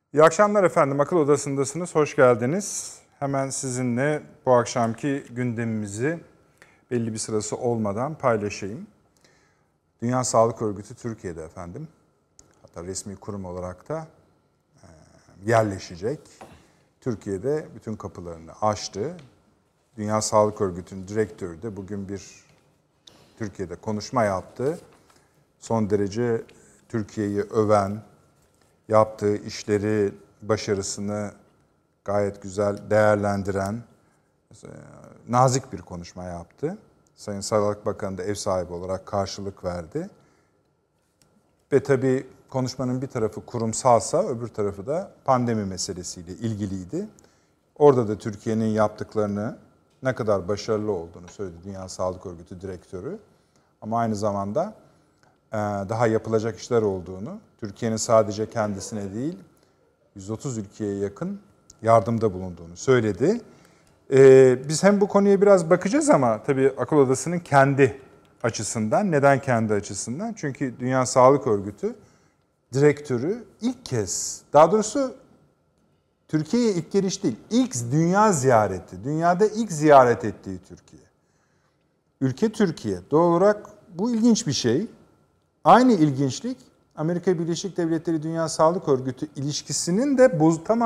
İyi akşamlar efendim. Akıl Odası'ndasınız. Hoş geldiniz. Hemen sizinle bu akşamki gündemimizi belli bir sırası olmadan paylaşayım. Dünya Sağlık Örgütü Türkiye'de efendim. Hatta resmi kurum olarak da yerleşecek. Türkiye'de bütün kapılarını açtı. Dünya Sağlık Örgütü'nün direktörü de bugün bir Türkiye'de konuşma yaptı. Son derece Türkiye'yi öven, yaptığı işleri, başarısını gayet güzel değerlendiren, nazik bir konuşma yaptı. Sayın Sağlık Bakanı da ev sahibi olarak karşılık verdi. Ve tabii konuşmanın bir tarafı kurumsalsa, öbür tarafı da pandemi meselesiyle ilgiliydi. Orada da Türkiye'nin yaptıklarını, ne kadar başarılı olduğunu söyledi Dünya Sağlık Örgütü direktörü. Ama aynı zamanda daha yapılacak işler olduğunu, Türkiye'nin sadece kendisine değil, 130 ülkeye yakın yardımda bulunduğunu söyledi. Biz hem bu konuya biraz bakacağız ama tabii Akıl Odası'nın kendi açısından. Neden kendi açısından? Çünkü Dünya Sağlık Örgütü direktörü ilk kez, daha doğrusu Türkiye'ye ilk geliş değil, ilk dünya ziyareti, dünyada ilk ziyaret ettiği Türkiye. Ülke Türkiye. Doğal olarak bu ilginç bir şey. Aynı ilginçlik Amerika Birleşik Devletleri Dünya Sağlık Örgütü ilişkisinin de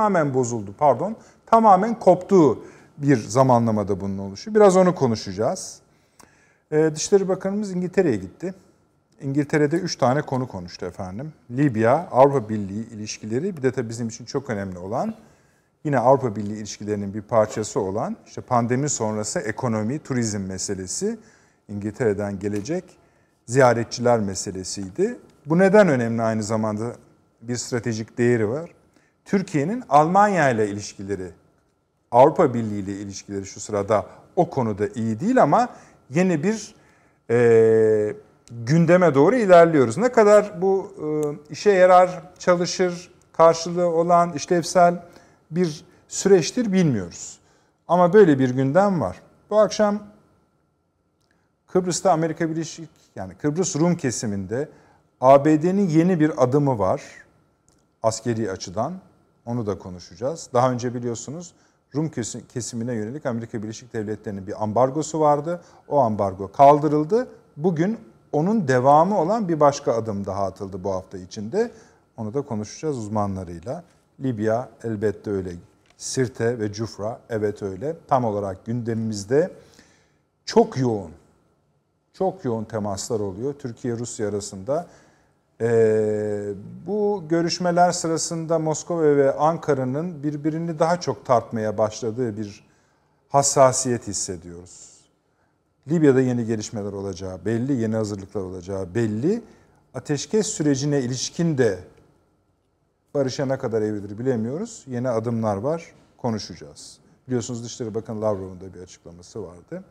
tamamen koptuğu bir zamanlamada bunun oluşu. Biraz onu konuşacağız. Dışişleri Bakanımız İngiltere'ye gitti. İngiltere'de 3 tane konu konuştu efendim. Libya, Avrupa Birliği ilişkileri, bir de tabii bizim için çok önemli olan, yine Avrupa Birliği ilişkilerinin bir parçası olan işte pandemi sonrası ekonomi, turizm meselesi, İngiltere'den gelecek ziyaretçiler meselesiydi. Bu neden önemli, aynı zamanda bir stratejik değeri var. Türkiye'nin Almanya ile ilişkileri, Avrupa Birliği ile ilişkileri şu sırada o konuda iyi değil ama yeni bir gündeme doğru ilerliyoruz. Ne kadar bu işe yarar, çalışır, karşılığı olan işlevsel bir süreçtir bilmiyoruz. Ama böyle bir gündem var. Bu akşam Kıbrıs'ta Kıbrıs Rum kesiminde ABD'nin yeni bir adımı var askeri açıdan. Onu da konuşacağız. Daha önce biliyorsunuz Rum kesimine yönelik Amerika Birleşik Devletleri'nin bir ambargosu vardı. O ambargo kaldırıldı. Bugün onun devamı olan bir başka adım daha atıldı bu hafta içinde. Onu da konuşacağız uzmanlarıyla. Libya elbette öyle. Sirte ve Cufra evet öyle. Tam olarak gündemimizde çok yoğun temaslar oluyor Türkiye-Rusya arasında. Bu görüşmeler sırasında Moskova ve Ankara'nın birbirini daha çok tartmaya başladığı bir hassasiyet hissediyoruz. Libya'da yeni gelişmeler olacağı belli, yeni hazırlıklar olacağı belli. Ateşkes sürecine ilişkin de barışa ne kadar evrilir bilemiyoruz. Yeni adımlar var, konuşacağız. Biliyorsunuz Dışişleri Bakanı Lavrov'un da bir açıklaması vardı.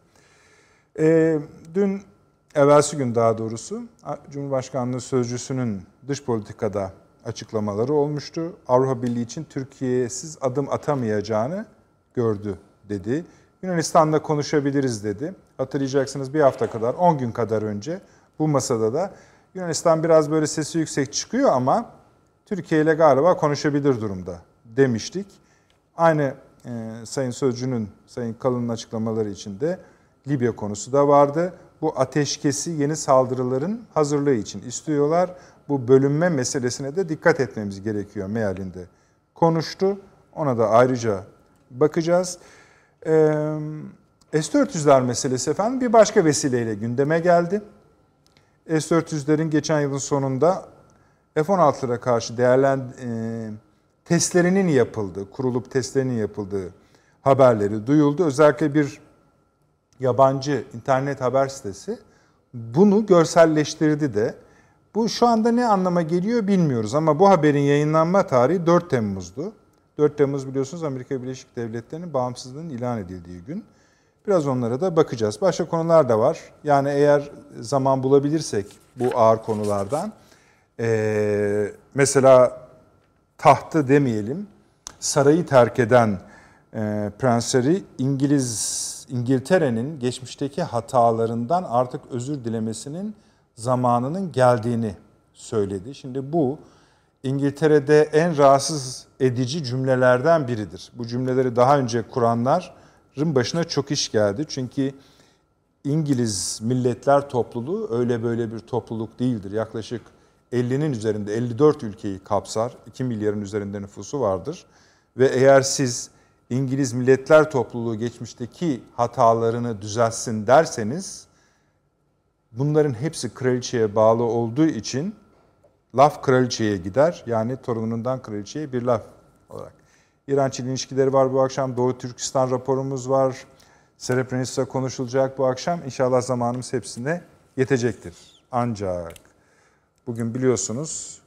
Evvelsi gün daha doğrusu Cumhurbaşkanlığı Sözcüsü'nün dış politikada açıklamaları olmuştu. Avrupa Birliği için Türkiye'siz adım atamayacağını gördü dedi. Yunanistan'la konuşabiliriz dedi. Hatırlayacaksınız bir hafta kadar, 10 gün kadar önce bu masada da Yunanistan biraz böyle sesi yüksek çıkıyor ama Türkiye ile galiba konuşabilir durumda demiştik. Aynı Sayın Sözcü'nün, Sayın Kalın'ın açıklamaları içinde Libya konusu da vardı. Bu ateşkesi yeni saldırıların hazırlığı için istiyorlar. Bu bölünme meselesine de dikkat etmemiz gerekiyor mealinde konuştu. Ona da ayrıca bakacağız. S-400'ler meselesi efendim bir başka vesileyle gündeme geldi. S-400'lerin geçen yılın sonunda F-16'lara karşı testlerinin yapıldığı, kurulup testlerinin yapıldığı haberleri duyuldu. Özellikle bir yabancı internet haber sitesi bunu görselleştirdi de. Bu şu anda ne anlama geliyor bilmiyoruz ama bu haberin yayınlanma tarihi 4 Temmuz'du. 4 Temmuz biliyorsunuz Amerika Birleşik Devletleri'nin bağımsızlığının ilan edildiği gün. Biraz onlara da bakacağız. Başka konular da var. Yani eğer zaman bulabilirsek bu ağır konulardan. Mesela tahtı demeyelim, sarayı terk eden Prens Harry İngiltere'nin geçmişteki hatalarından artık özür dilemesinin zamanının geldiğini söyledi. Şimdi bu İngiltere'de en rahatsız edici cümlelerden biridir. Bu cümleleri daha önce kuranların başına çok iş geldi. Çünkü İngiliz milletler topluluğu öyle böyle bir topluluk değildir. Yaklaşık 50'nin üzerinde 54 ülkeyi kapsar. 2 milyarın üzerinde nüfusu vardır. Ve eğer siz İngiliz milletler topluluğu geçmişteki hatalarını düzeltsin derseniz bunların hepsi kraliçeye bağlı olduğu için laf kraliçeye gider. Yani torunundan kraliçeye bir laf olarak. İran-Çin ilişkileri var bu akşam. Doğu Türkistan raporumuz var. Srebrenica konuşulacak bu akşam. İnşallah zamanımız hepsine yetecektir. Ancak bugün biliyorsunuz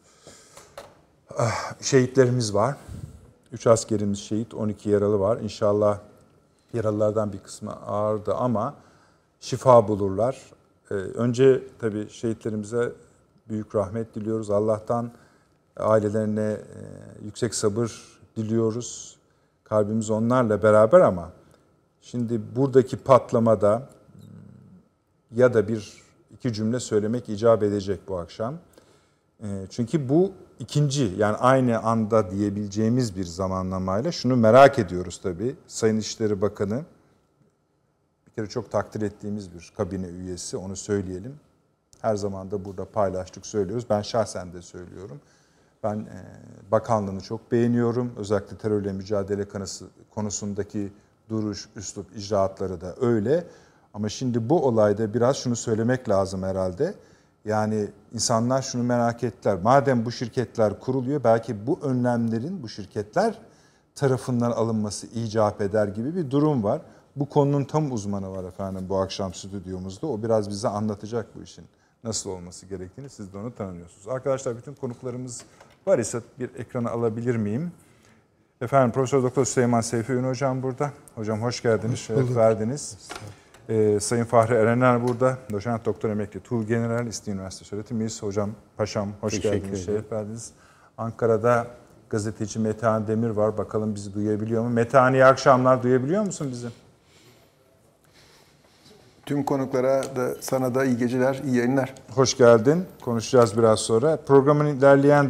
şehitlerimiz var. 3 askerimiz şehit, 12 yaralı var. İnşallah yaralılardan bir kısmı ağırdı ama şifa bulurlar. Önce tabii şehitlerimize büyük rahmet diliyoruz. Allah'tan ailelerine yüksek sabır diliyoruz. Kalbimiz onlarla beraber ama şimdi buradaki patlamada ya da iki cümle söylemek icap edecek bu akşam. Çünkü bu ikinci, yani aynı anda diyebileceğimiz bir zamanlamayla şunu merak ediyoruz tabii. Sayın İçişleri Bakanı bir kere çok takdir ettiğimiz bir kabine üyesi, onu söyleyelim. Her zaman da burada paylaştık, söylüyoruz. Ben şahsen de söylüyorum. Ben bakanlığını çok beğeniyorum. Özellikle terörle mücadele konusundaki duruş, üslup, icraatları da öyle. Ama şimdi bu olayda biraz şunu söylemek lazım herhalde. Yani insanlar şunu merak ettiler. Madem bu şirketler kuruluyor, belki bu önlemlerin bu şirketler tarafından alınması icap eder gibi bir durum var. Bu konunun tam uzmanı var efendim bu akşam stüdyomuzda. O biraz bize anlatacak bu işin nasıl olması gerektiğini. Siz de onu tanıyorsunuz. Arkadaşlar bütün konuklarımız var ise bir ekrana alabilir miyim? Efendim Profesör Doktor Süleyman Seyfi Ün hocam burada. Hocam hoş geldiniz, şeref verdiniz. Sayın Fahri Erener burada. Doçent Doktor Emekli Tuğgeneral İSTİ Üniversitesi öğretim üyesi. Hocam paşam hoş geldiniz, şeref verdiniz. Ankara'da gazeteci Metehan Demir var. Bakalım bizi duyabiliyor mu? Metehan iyi akşamlar, duyabiliyor musun bizi? Tüm konuklara da sana da iyi geceler, iyi yayınlar. Hoş geldin. Konuşacağız biraz sonra. Programın ilerleyen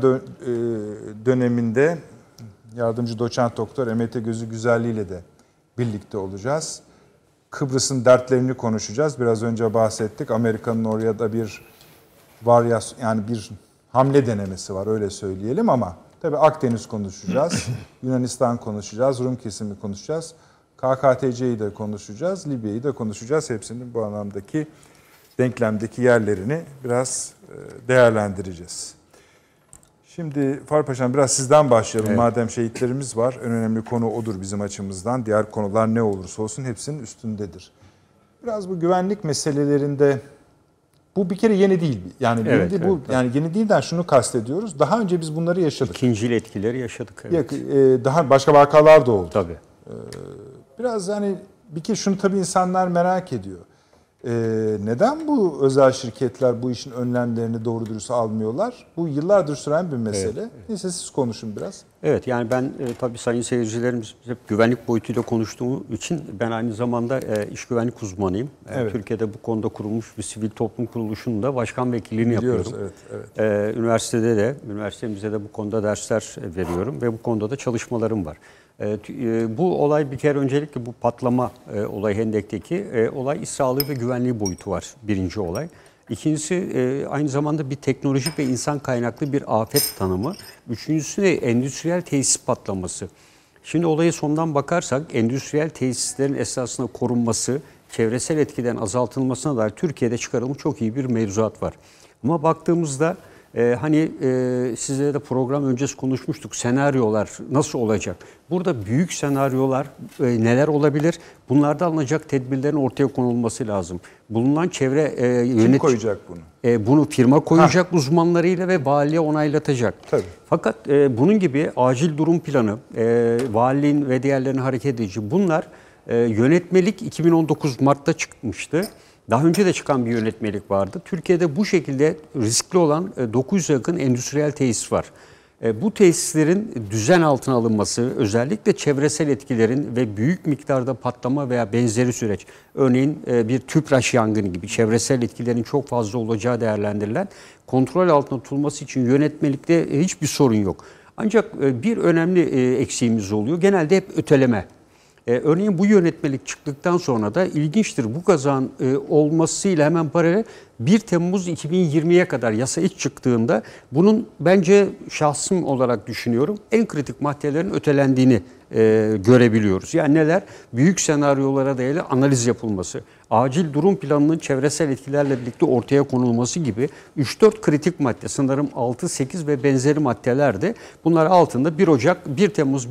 döneminde yardımcı doçent doktor Emete Gözü Güzelliği ile de birlikte olacağız. Kıbrıs'ın dertlerini konuşacağız. Biraz önce bahsettik. Amerika'nın oraya da bir varyasyon, yani bir hamle denemesi var, öyle söyleyelim ama tabii Akdeniz konuşacağız. Yunanistan konuşacağız, Rum kesimi konuşacağız. KKTC'yi de konuşacağız, Libya'yı da konuşacağız. Hepsinin bu anlamdaki denklemdeki yerlerini biraz değerlendireceğiz. Şimdi Fahri Paşam biraz sizden başlayalım. Evet. Madem şehitlerimiz var, en önemli konu odur bizim açımızdan. Diğer konular ne olursa olsun hepsinin üstündedir. Biraz bu güvenlik meselelerinde bu bir kere yeni değil. Yani evet, yeni, bu yani yeni değilden şunu kastediyoruz. Daha önce biz bunları yaşadık. İkincil etkileri yaşadık. Evet. Daha başka vakalar da oldu. Tabii. Biraz yani bir kere şunu tabii insanlar merak ediyor. Neden bu özel şirketler bu işin önlemlerini doğru dürüst almıyorlar? Bu yıllardır süren bir mesele. Evet. Neyse siz konuşun biraz. Evet, yani ben tabii sayın seyircilerimiz hep güvenlik boyutuyla konuştuğum için ben aynı zamanda iş güvenlik uzmanıyım. Evet. Türkiye'de bu konuda kurulmuş bir sivil toplum kuruluşunun da başkan vekilliğini yapıyorum. Evet. Üniversitemizde de bu konuda dersler veriyorum ve bu konuda da çalışmalarım var. Bu olay bir kere öncelikle bu patlama olayı Hendek'teki olay iş sağlığı ve güvenliği boyutu var, birinci olay. İkincisi aynı zamanda bir teknolojik ve insan kaynaklı bir afet tanımı. Üçüncüsü de endüstriyel tesis patlaması. Şimdi olaya sondan bakarsak endüstriyel tesislerin esasında korunması, çevresel etkiden azaltılmasına dair Türkiye'de çıkarılmış çok iyi bir mevzuat var. Ama baktığımızda sizle de program öncesi konuşmuştuk. Senaryolar nasıl olacak? Burada büyük senaryolar neler olabilir? Bunlarda alınacak tedbirlerin ortaya konulması lazım. Bulunan çevre Kim koyacak bunu? Bunu firma koyacak uzmanlarıyla ve valiye onaylatacak. Tabii. Fakat bunun gibi acil durum planı, valiliğin ve diğerlerinin hareket edici bunlar yönetmelik 2019 Mart'ta çıkmıştı. Daha önce de çıkan bir yönetmelik vardı. Türkiye'de bu şekilde riskli olan 900'e yakın endüstriyel tesis var. Bu tesislerin düzen altına alınması, özellikle çevresel etkilerin ve büyük miktarda patlama veya benzeri süreç, örneğin bir tüpraş yangını gibi çevresel etkilerin çok fazla olacağı değerlendirilen, kontrol altına tutulması için yönetmelikte hiçbir sorun yok. Ancak bir önemli eksiğimiz oluyor. Genelde hep öteleme. Örneğin bu yönetmelik çıktıktan sonra da ilginçtir, bu kazanın olmasıyla hemen paralel 1 Temmuz 2020'ye kadar yasa ilk çıktığında bunun bence şahsım olarak düşünüyorum en kritik maddelerin ötelendiğini görebiliyoruz. Yani neler? Büyük senaryolara dayalı analiz yapılması, acil durum planının çevresel etkilerle birlikte ortaya konulması gibi 3-4 kritik madde, sanırım 6-8 ve benzeri maddelerdi. Bunlar altında 1 Ocak 1 Temmuz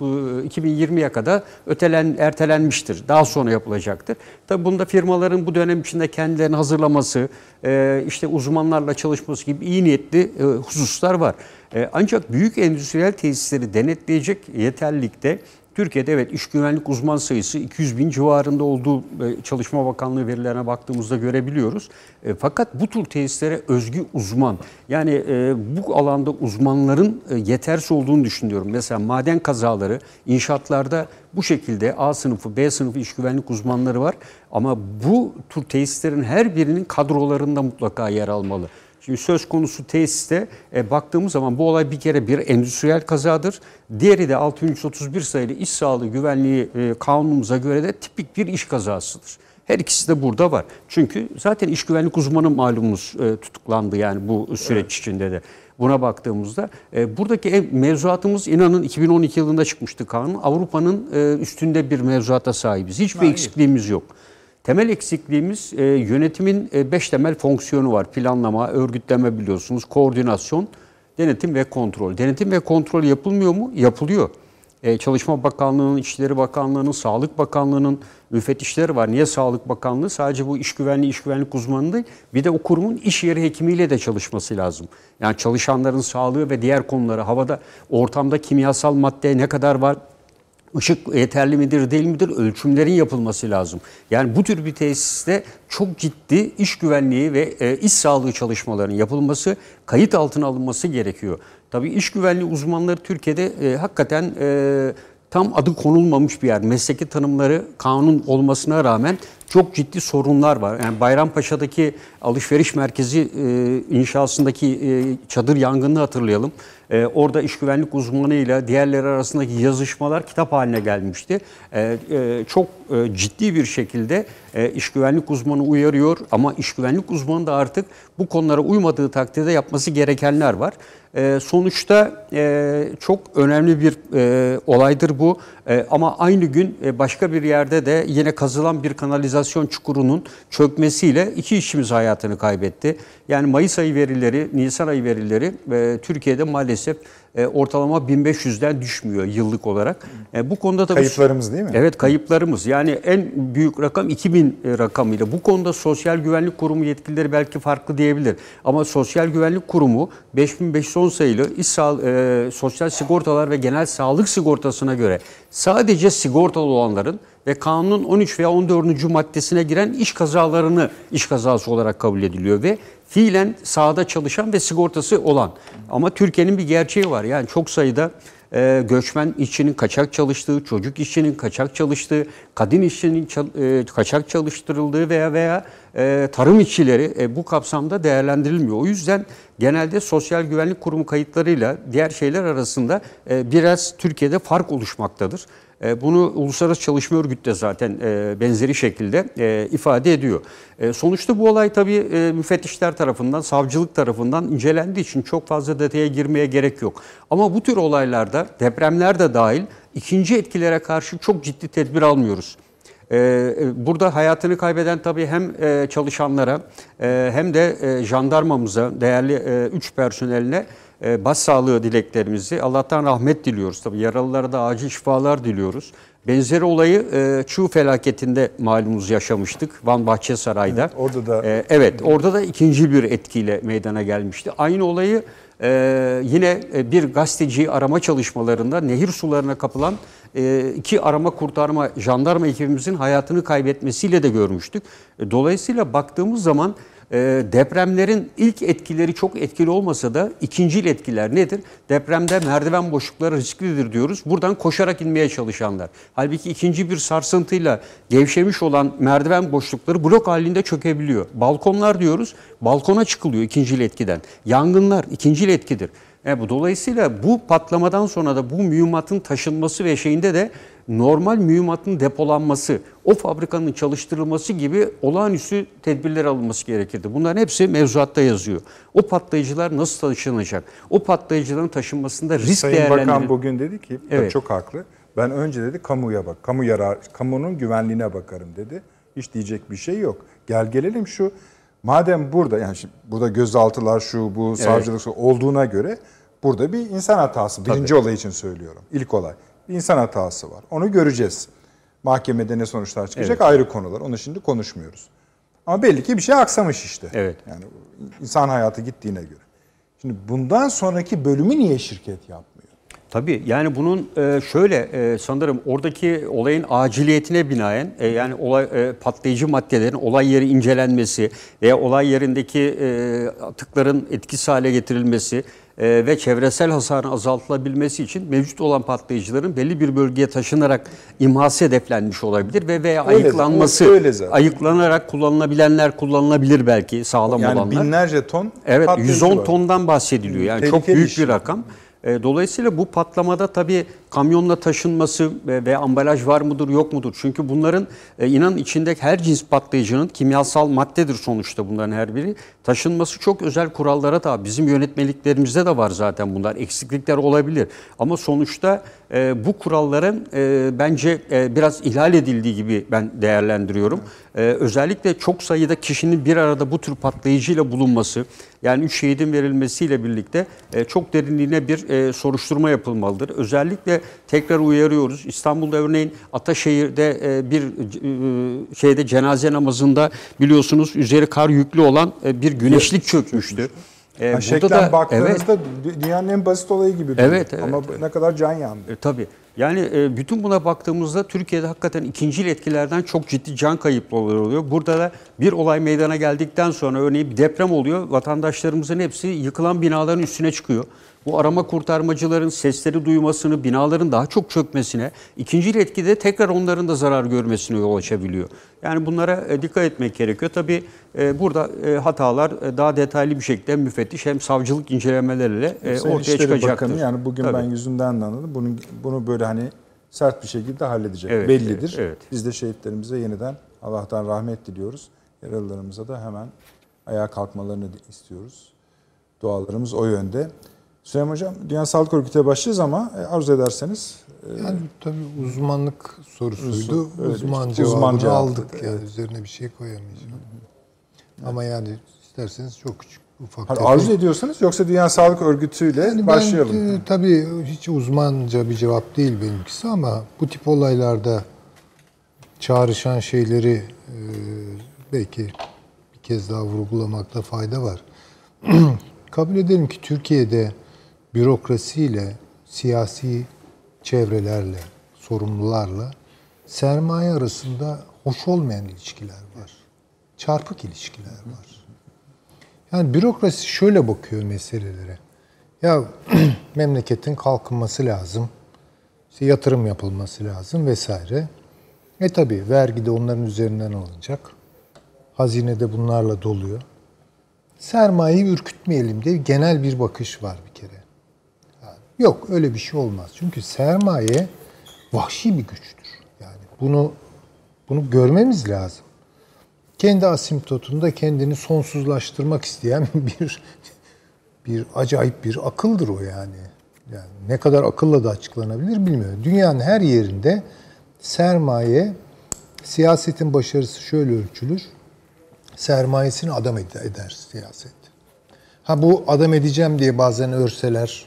2020'ye kadar ertelenmiştir. Daha sonra yapılacaktır. Tabii bunda firmaların bu dönem içinde kendilerini hazırlaması, işte uzmanlarla çalışması gibi iyi niyetli hususlar var. Ancak büyük endüstriyel tesisleri denetleyecek yeterlilikte Türkiye'de evet iş güvenlik uzman sayısı 200 bin civarında olduğu Çalışma Bakanlığı verilerine baktığımızda görebiliyoruz. Fakat bu tür tesislere özgü uzman, yani bu alanda uzmanların yetersiz olduğunu düşünüyorum. Mesela maden kazaları, inşaatlarda bu şekilde A sınıfı, B sınıfı iş güvenlik uzmanları var. Ama bu tür tesislerin her birinin kadrolarında mutlaka yer almalı. Şimdi söz konusu tesiste baktığımız zaman bu olay bir kere bir endüstriyel kazadır. Diğeri de 6331 sayılı İş Sağlığı Güvenliği kanunumuza göre de tipik bir iş kazasıdır. Her ikisi de burada var. Çünkü zaten iş güvenlik uzmanı malumunuz tutuklandı yani bu süreç içinde de. Buna baktığımızda buradaki mevzuatımız inanın 2012 yılında çıkmıştı kanun. Avrupa'nın üstünde bir mevzuata sahibiz. Hiçbir eksikliğimiz yok. Temel eksikliğimiz yönetimin 5 temel fonksiyonu var. Planlama, örgütleme biliyorsunuz, koordinasyon, denetim ve kontrol. Denetim ve kontrol yapılmıyor mu? Yapılıyor. Çalışma Bakanlığı'nın, İçişleri Bakanlığı'nın, Sağlık Bakanlığı'nın müfettişleri var. Niye Sağlık Bakanlığı? Sadece bu iş güvenlik uzmanı değil, bir de o kurumun iş yeri hekimiyle de çalışması lazım. Yani çalışanların sağlığı ve diğer konuları, havada, ortamda kimyasal madde ne kadar var? Işık yeterli midir, değil midir? Ölçümlerin yapılması lazım. Yani bu tür bir tesiste çok ciddi iş güvenliği ve iş sağlığı çalışmalarının yapılması, kayıt altına alınması gerekiyor. Tabii iş güvenliği uzmanları Türkiye'de hakikaten tam adı konulmamış bir yer. Mesleki tanımları kanun olmasına rağmen çok ciddi sorunlar var. Yani Bayrampaşa'daki alışveriş merkezi inşasındaki çadır yangınını hatırlayalım. Orada iş güvenlik uzmanıyla diğerleri arasındaki yazışmalar kitap haline gelmişti. Çok ciddi bir şekilde iş güvenlik uzmanı uyarıyor ama iş güvenlik uzmanı da artık bu konulara uymadığı takdirde yapması gerekenler var. Sonuçta çok önemli bir olaydır bu. Ama aynı gün başka bir yerde de yine kazılan bir kanalizasyon çukurunun çökmesiyle 2 işçimiz hayatını kaybetti. Yani Mayıs ayı verileri, Nisan ayı verileri Türkiye'de maalesef ortalama 1500'den düşmüyor yıllık olarak. Bu konuda tabii kayıplarımız değil mi? Evet, kayıplarımız. Yani en büyük rakam 2000 rakamıyla. Bu konuda Sosyal Güvenlik Kurumu yetkilileri belki farklı diyebilir. Ama Sosyal Güvenlik Kurumu 5510 sayılı Sosyal Sigortalar ve Genel Sağlık Sigortası'na göre sadece sigortalı olanların ve kanunun 13 veya 14. maddesine giren iş kazalarını iş kazası olarak kabul ediliyor ve fiilen sahada çalışan ve sigortası olan. Ama Türkiye'nin bir gerçeği var. Yani çok sayıda göçmen işçinin kaçak çalıştığı, çocuk işçinin kaçak çalıştığı, kadın işçinin kaçak çalıştırıldığı veya tarım işçileri bu kapsamda değerlendirilmiyor. O yüzden genelde Sosyal Güvenlik Kurumu kayıtlarıyla diğer şeyler arasında biraz Türkiye'de fark oluşmaktadır. Bunu Uluslararası Çalışma Örgütü de zaten benzeri şekilde ifade ediyor. Sonuçta bu olay tabii müfettişler tarafından, savcılık tarafından incelendiği için çok fazla detaya girmeye gerek yok. Ama bu tür olaylarda, depremler de dahil, ikinci etkilere karşı çok ciddi tedbir almıyoruz. Burada hayatını kaybeden tabii hem çalışanlara hem de jandarmamıza, değerli 3 personeline başsağlığı dileklerimizi, Allah'tan rahmet diliyoruz. Tabii yaralılara da acil şifalar diliyoruz. Benzeri olayı Çığ felaketinde malumunuz yaşamıştık Van Bahçesaray'da. Evet, orada da orada da ikinci bir etkiyle meydana gelmişti. Aynı olayı yine bir gazeteci arama çalışmalarında nehir sularına kapılan 2 arama kurtarma jandarma ekibimizin hayatını kaybetmesiyle de görmüştük. Dolayısıyla baktığımız zaman Depremlerin ilk etkileri çok etkili olmasa da ikincil etkiler nedir? Depremde merdiven boşlukları risklidir diyoruz. Buradan koşarak inmeye çalışanlar. Halbuki ikinci bir sarsıntıyla gevşemiş olan merdiven boşlukları blok halinde çökebiliyor. Balkonlar diyoruz. Balkona çıkılıyor ikincil etkiden. Yangınlar ikincil etkidir. Dolayısıyla bu patlamadan sonra da bu mühimmatın taşınması ve şeyinde de normal mühimmatın depolanması, o fabrikanın çalıştırılması gibi olağanüstü tedbirler alınması gerekirdi. Bunların hepsi mevzuatta yazıyor. O patlayıcılar nasıl taşınacak? O patlayıcıların taşınmasında risk Sayın değerlendirilir. Bakan bugün dedi ki, Evet. çok haklı. Ben önce dedi kamuya bak, kamunun güvenliğine bakarım dedi. Hiç diyecek bir şey yok. Gelelim şu. Madem burada yani şimdi burada gözaltılar şu bu savcılık olduğuna göre burada bir insan hatası. Birinci olay için söylüyorum. İlk olay. Bir insan hatası var. Onu göreceğiz. Mahkemede ne sonuçlar çıkacak ayrı konular. Onu şimdi konuşmuyoruz. Ama belli ki bir şey aksamış işte. Evet. Yani insan hayatı gittiğine göre. Şimdi bundan sonraki bölümü niye şirket yapmıyor? Tabii yani bunun şöyle sanırım oradaki olayın aciliyetine binaen yani patlayıcı maddelerin olay yeri incelenmesi veya olay yerindeki atıkların etkisiz hale getirilmesi ve çevresel hasarın azaltılabilmesi için mevcut olan patlayıcıların belli bir bölgeye taşınarak imhası hedeflenmiş olabilir veya ayıklanması, ayıklanarak kullanılabilenler kullanılabilir belki sağlam yani olanlar. Yani binlerce ton evet, patlayıcı 110 var. tondan bahsediliyor. Yani çok büyük bir rakam. Dolayısıyla bu patlamada tabii kamyonla taşınması ve ambalaj var mıdır yok mudur? Çünkü bunların inanın içindeki her cins patlayıcının kimyasal maddedir sonuçta bunların her biri. Taşınması çok özel kurallara tabi. Bizim yönetmeliklerimizde de var zaten bunlar. Eksiklikler olabilir. Ama sonuçta bu kuralların bence biraz ihlal edildiği gibi ben değerlendiriyorum. Özellikle çok sayıda kişinin bir arada bu tür patlayıcıyla bulunması, yani 3 şehidin verilmesiyle birlikte çok derinliğine bir soruşturma yapılmalıdır. Özellikle tekrar uyarıyoruz. İstanbul'da örneğin Ataşehir'de bir cenaze namazında biliyorsunuz üzeri kar yüklü olan bir güneşlik çökmüştü. Şeklen baktığınızda dünyanın en basit olayı gibi. Evet, ama ne kadar can yandı. Tabii. Yani bütün buna baktığımızda Türkiye'de hakikaten ikincil etkilerden çok ciddi can kayıpları oluyor. Burada da bir olay meydana geldikten sonra örneğin bir deprem oluyor. Vatandaşlarımızın hepsi yıkılan binaların üstüne çıkıyor. Bu arama kurtarmacıların sesleri duymasını, binaların daha çok çökmesine, ikincil etkide tekrar onların da zarar görmesine yol açabiliyor. Yani bunlara dikkat etmek gerekiyor. Tabii burada hatalar daha detaylı bir şekilde müfettiş hem savcılık incelemeleriyle ortaya çıkacaktır. Yani bugün tabii. Ben yüzünden de anladım. Bunu böyle hani sert bir şekilde halledecek. Evet, bellidir. evet. Biz de şehitlerimize yeniden Allah'tan rahmet diliyoruz. Yaralılarımıza da hemen ayağa kalkmalarını istiyoruz. Dualarımız o yönde. Süleyman Hocam, Dünya Sağlık Örgütü'ne başlayacağız ama arzu ederseniz. Yani tabii uzmanlık sorusuydu. Uzman cevabını aldık. Yani üzerine bir şey koyamayacağım. Ama yani isterseniz çok küçük, ufak. Arzu ediyorsanız yoksa Dünya Sağlık Örgütü'yle yani başlayalım. Ben tabii hiç uzmanca bir cevap değil benimkisi ama bu tip olaylarda çağrışan şeyleri belki bir kez daha vurgulamakta fayda var. Kabul edelim ki Türkiye'de bürokrasiyle, siyasi çevrelerle, sorumlularla sermaye arasında hoş olmayan ilişkiler var. Çarpık ilişkiler var. Yani bürokrasi şöyle bakıyor meselelere. Ya memleketin kalkınması lazım, işte yatırım yapılması lazım vesaire. Tabii vergi de onların üzerinden alınacak. Hazine de bunlarla doluyor. Sermayeyi ürkütmeyelim diye genel bir bakış var bir kere. Yani yok öyle bir şey olmaz. Çünkü sermaye vahşi bir güçtür. Yani bunu görmemiz lazım. Kendi asimptotunda kendini sonsuzlaştırmak isteyen bir acayip bir akıldır o yani. Yani ne kadar akılla da açıklanabilir bilmiyorum. Dünyanın her yerinde sermaye, siyasetin başarısı şöyle ölçülür. Sermayesini adam eder siyaset. Bu adam edeceğim diye bazen örseler,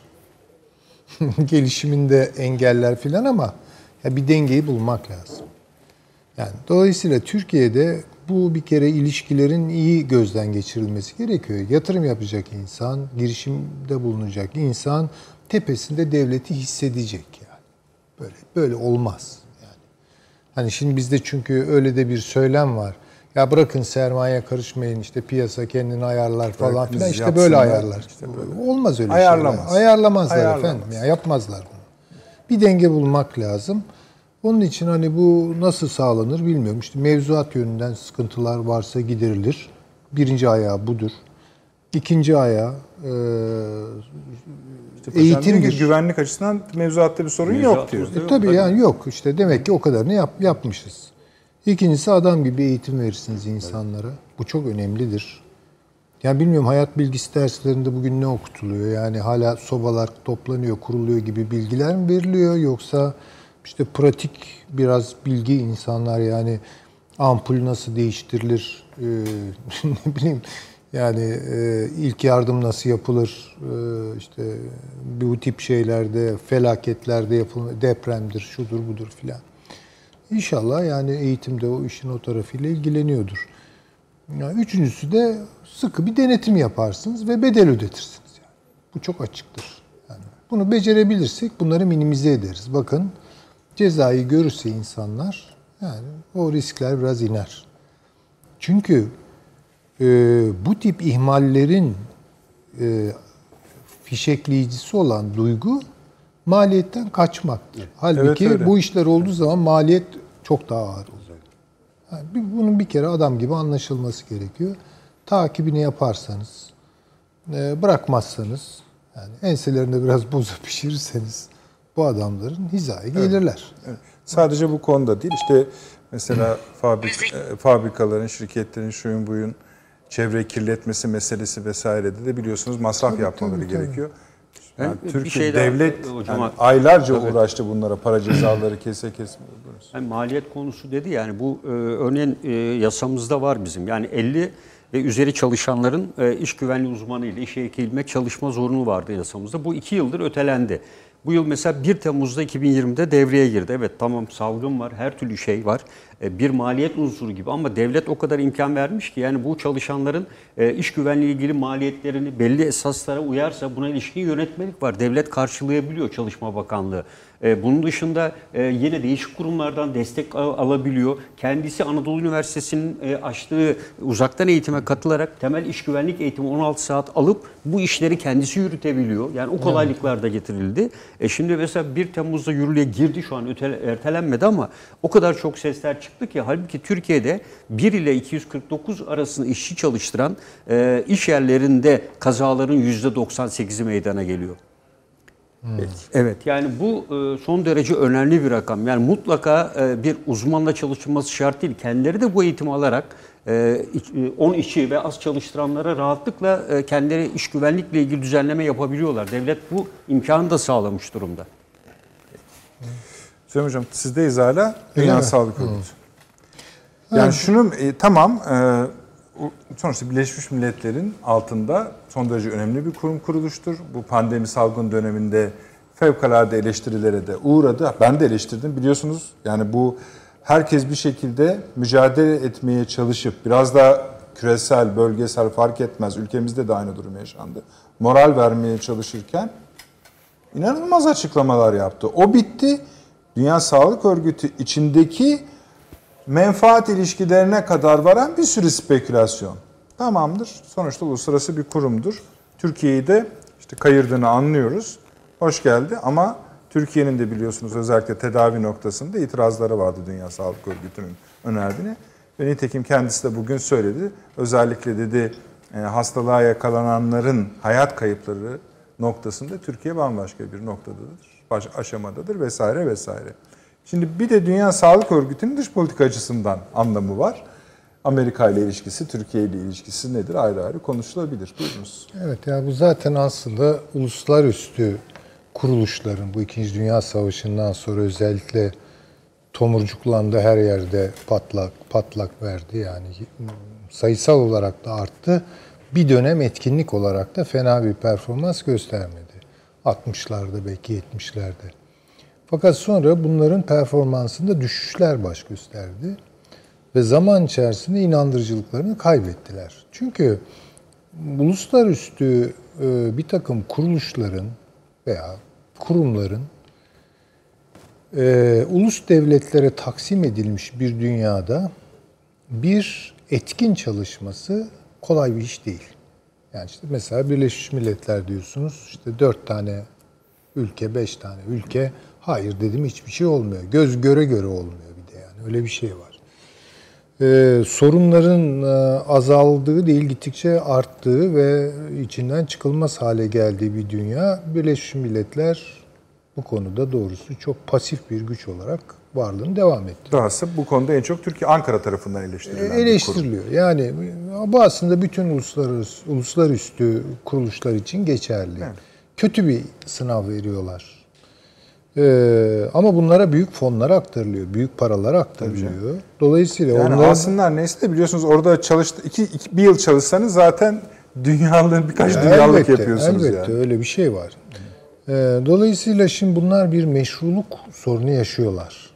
gelişiminde engeller filan ama bir dengeyi bulmak lazım. Yani dolayısıyla Türkiye'de bu bir kere ilişkilerin iyi gözden geçirilmesi gerekiyor. Yatırım yapacak insan, girişimde bulunacak insan tepesinde devleti hissedecek yani. Böyle olmaz yani. Hani şimdi bizde çünkü öyle de bir söylem var. Ya bırakın sermaye karışmayın, işte piyasa kendini ayarlar falan filan, işte yapsınlar, böyle ayarlar. işte böyle. Olmaz öyle Ayarlamaz. şeyler. Ayarlamazlar Ayarlamaz. efendim ya, yapmazlar bunu. Bir denge bulmak lazım. Onun için hani bu nasıl sağlanır bilmiyorum. İşte mevzuat yönünden sıkıntılar varsa giderilir. Birinci ayağı budur. İkinci ayağı eğitimdir. Güvenlik açısından mevzuatta bir sorun yok diyor. Tabii yani yok, işte demek ki o kadarını yapmışız. İkincisi, adam gibi eğitim verirsiniz insanlara. Bu çok önemlidir. Yani bilmiyorum, hayat bilgisi derslerinde bugün ne okutuluyor? Yani hala sobalar toplanıyor, kuruluyor gibi bilgiler mi veriliyor? Yoksa işte pratik biraz bilgi, insanlar yani ampul nasıl değiştirilir, ne bileyim yani ilk yardım nasıl yapılır, işte bu tip şeylerde, felaketlerde yapılır, depremdir, şudur budur filan. İnşallah yani eğitimde o işin o tarafıyla ilgileniyordur. Yani üçüncüsü de sıkı bir denetim yaparsınız ve bedel ödetirsiniz. Yani. Bu çok açıktır. Yani bunu becerebilirsek bunları minimize ederiz. Bakın, cezayı görürse insanlar, yani o riskler biraz iner. Çünkü bu tip ihmallerin fişekleyicisi olan duygu maliyetten kaçmaktır. Halbuki Evet, öyle. bu işler olduğu zaman maliyet çok daha ağır olur. Yani bunun bir kere adam gibi anlaşılması gerekiyor. Takibini yaparsanız, bırakmazsanız, yani enselerinde biraz boza pişirirseniz bu adamların hizaya gelirler. Evet. Sadece bu konuda değil, işte mesela fabrikaların, şirketlerin şuyun buyun çevre kirletmesi meselesi vesairede de biliyorsunuz masraf yapmaları gerekiyor. Yani Türkiye devlet aylarca uğraştı bunlara, para cezaları kese. Yani maliyet konusu dedi, yani bu örneğin yasamızda var bizim. Yani 50 ve üzeri çalışanların iş güvenliği uzmanı ile işe ekilmek çalışma zorunlu vardı yasamızda. Bu 2 yıldır ötelendi. Bu yıl mesela 1 Temmuz'da 2020'de devreye girdi. Evet, tamam, salgın var, her türlü şey var. Bir maliyet unsuru gibi, ama devlet o kadar imkan vermiş ki yani bu çalışanların iş güvenliği ilgili maliyetlerini belli esaslara uyarsa buna ilişkin yönetmelik var. Devlet karşılayabiliyor, Çalışma Bakanlığı. Bunun dışında yine değişik kurumlardan destek alabiliyor. Kendisi Anadolu Üniversitesi'nin açtığı uzaktan eğitime katılarak temel iş güvenlik eğitimi 16 saat alıp bu işleri kendisi yürütebiliyor. Yani o kolaylıklar da getirildi. Şimdi mesela 1 Temmuz'da yürürlüğe girdi, şu an ertelenmedi, ama o kadar çok sesler çıktı ki halbuki Türkiye'de 1 ile 249 arasında işçi çalıştıran iş yerlerinde kazaların %98'i meydana geliyor. Evet, yani bu son derece önemli bir rakam. Yani mutlaka bir uzmanla çalışılması şart değil. Kendileri de bu eğitimi alarak 10 işçi ve az çalıştıranlara rahatlıkla kendileri iş güvenlikle ilgili düzenleme yapabiliyorlar. Devlet bu imkanı da sağlamış durumda. Süleyman Hocam, sizdeyiz hala. Dünya Sağlık Örgütü. Yani şunu tamam, sonuçta Birleşmiş Milletler'in altında son derece önemli bir kurum, kuruluştur. Bu pandemi salgın döneminde fevkalade eleştirilere de uğradı. Ben de eleştirdim, biliyorsunuz. Yani bu herkes bir şekilde mücadele etmeye çalışıp biraz daha küresel, bölgesel fark etmez. Ülkemizde de aynı durum yaşandı. Moral vermeye çalışırken inanılmaz açıklamalar yaptı. O bitti. Dünya Sağlık Örgütü içindeki menfaat ilişkilerine kadar varan bir sürü spekülasyon. Tamamdır. Sonuçta uluslararası bir kurumdur. Türkiye'yi de işte kayırdığını anlıyoruz. Hoş geldi, ama Türkiye'nin de biliyorsunuz özellikle tedavi noktasında itirazları vardı Dünya Sağlık Örgütü'nün önerdiğini. Ve nitekim kendisi de bugün söyledi. Özellikle dedi hastalığa yakalananların hayat kayıpları noktasında Türkiye bambaşka bir noktadadır, aşamadadır vesaire vesaire. Şimdi bir de Dünya Sağlık Örgütü'nün dış politika açısından anlamı var. Amerika ile ilişkisi, Türkiye ile ilişkisi nedir ayrı ayrı konuşulabilir. Buyurunuz. Evet, yani bu zaten aslında uluslararası kuruluşların bu 2. Dünya Savaşı'ndan sonra özellikle tomurcuklandı, her yerde patlak verdi, yani sayısal olarak da arttı. Bir dönem etkinlik olarak da fena bir performans göstermedi. 60'larda, belki 70'lerde. Fakat sonra bunların performansında düşüşler baş gösterdi ve zaman içerisinde inandırıcılıklarını kaybettiler. Çünkü uluslararası bir takım kuruluşların veya kurumların ulus devletlere taksim edilmiş bir dünyada bir etkin çalışması kolay bir iş değil. Yani işte mesela Birleşmiş Milletler diyorsunuz, işte 4 tane ülke, 5 tane ülke, hayır dedim hiçbir şey olmuyor. Göz göre göre olmuyor bir de yani, öyle bir şey var. Sorunların azaldığı değil, gittikçe arttığı ve içinden çıkılmaz hale geldiği bir dünya. Birleşmiş Milletler bu konuda doğrusu çok pasif bir güç olarak varlığını devam ettiriyor. Dahası bu konuda en çok Türkiye, Ankara tarafından Eleştiriliyor. Yani bu aslında bütün uluslararası kuruluşlar için geçerli. Evet. Kötü bir sınav veriyorlar. Ama bunlara büyük fonlar aktarılıyor, büyük paralar aktarılıyor. Dolayısıyla Yani onların... alsınlar neyse de biliyorsunuz orada bir yıl çalışsanız zaten birkaç dünyalık yapıyorsunuz elbette, yani. Öyle bir şey var. Dolayısıyla şimdi bunlar bir meşruluk sorunu yaşıyorlar.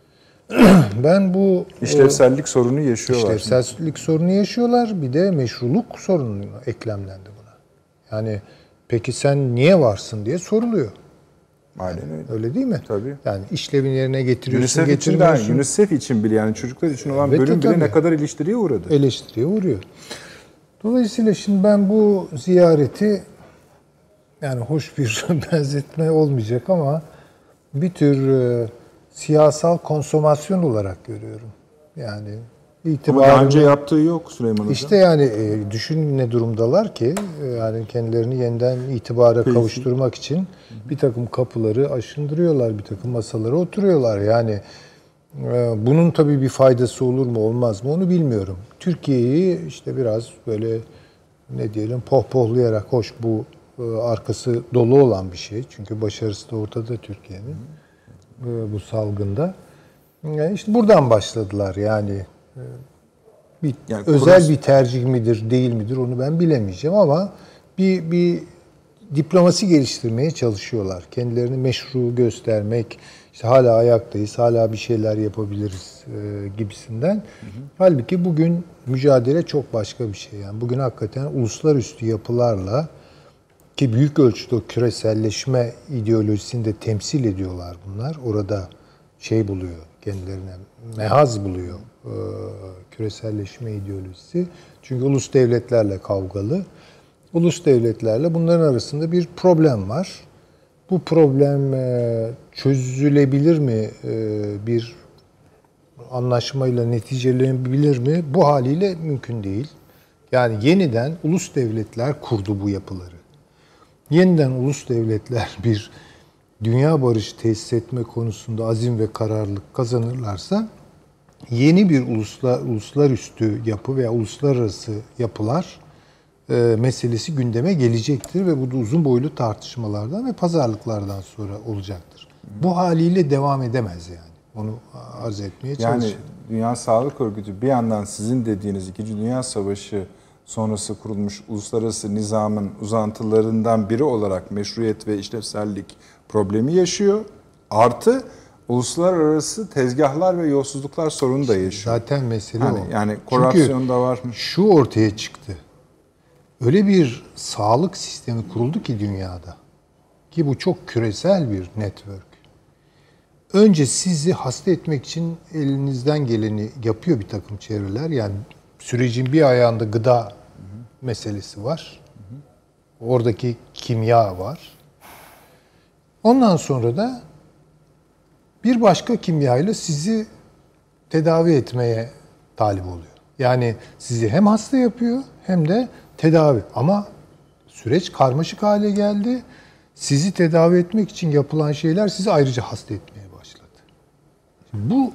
Ben bu İşlevsellik sorunu yaşıyorlar. işlevsellik sorunu yaşıyorlar. Bir de meşruluk sorunu eklemlendi buna. Yani peki sen niye varsın diye soruluyor. Aynen öyle. Öyle değil mi? Tabii. Yani işlevini yerine getiriyorsun, UNICEF için de getirmiyorsun. UNICEF için bile yani çocuklar için olan Evet, bölüm bile tabii. ne kadar eleştiriye uğradı. Eleştiriye uğruyor. Dolayısıyla şimdi ben bu ziyareti, yani hoş bir benzetme olmayacak ama bir tür siyasal konsomasyon olarak görüyorum. Yani Ama daha önce yaptığı yok Süleyman Hocam. İşte yani düşün ne durumdalar ki yani kendilerini yeniden itibara kavuşturmak için bir takım kapıları aşındırıyorlar, bir takım masalara oturuyorlar. Yani bunun tabii bir faydası olur mu olmaz mı onu bilmiyorum. Türkiye'yi işte biraz böyle ne diyelim pohpohlayarak, hoş bu arkası dolu olan bir şey. Çünkü başarısı da ortada Türkiye'nin bu salgında. Yani işte buradan başladılar yani. Yani Özel bir tercih midir, değil midir onu ben bilemeyeceğim ama bir diplomasi geliştirmeye çalışıyorlar. Kendilerini meşru göstermek, işte hala ayaktayız, hala bir şeyler yapabiliriz gibisinden. Halbuki bugün mücadele çok başka bir şey. Yani bugün hakikaten uluslararası yapılarla, ki büyük ölçüde o küreselleşme ideolojisini de temsil ediyorlar bunlar. Orada şey buluyor, kendilerine mehaz buluyor küreselleşme ideolojisi. Çünkü ulus devletlerle kavgalı. Ulus devletlerle bunların arasında bir problem var. Bu problem çözülebilir mi? Bir anlaşmayla neticelenebilir mi? Bu haliyle mümkün değil. Yani yeniden ulus devletler kurdu bu yapıları. Yeniden ulus devletler bir dünya barışı tesis etme konusunda azim ve kararlılık kazanırlarsa yeni bir uluslararası yapı veya uluslararası yapılar meselesi gündeme gelecektir ve bu da uzun boylu tartışmalardan ve pazarlıklardan sonra olacaktır. Bu haliyle devam edemez yani. Onu arz etmeye çalışıyorum. Yani Dünya Sağlık Örgütü bir yandan sizin dediğiniz 2. Dünya Savaşı sonrası kurulmuş uluslararası nizamın uzantılarından biri olarak meşruiyet ve işlevsellik problemi yaşıyor. Artı uluslararası tezgahlar ve yolsuzluklar sorunu da yaşıyor. Zaten mesele yani, o. Yani korupsiyon Çünkü da var. Şu ortaya çıktı. Öyle bir sağlık sistemi kuruldu ki dünyada. Ki bu çok küresel bir network. Önce sizi hasta etmek için elinizden geleni yapıyor bir takım çevreler. Yani sürecin bir ayağında gıda meselesi var. Oradaki kimya var. Ondan sonra da bir başka kimyayla sizi tedavi etmeye talip oluyor. Yani sizi hem hasta yapıyor hem de tedavi. Ama süreç karmaşık hale geldi. Sizi tedavi etmek için yapılan şeyler sizi ayrıca hasta etmeye başladı. Bu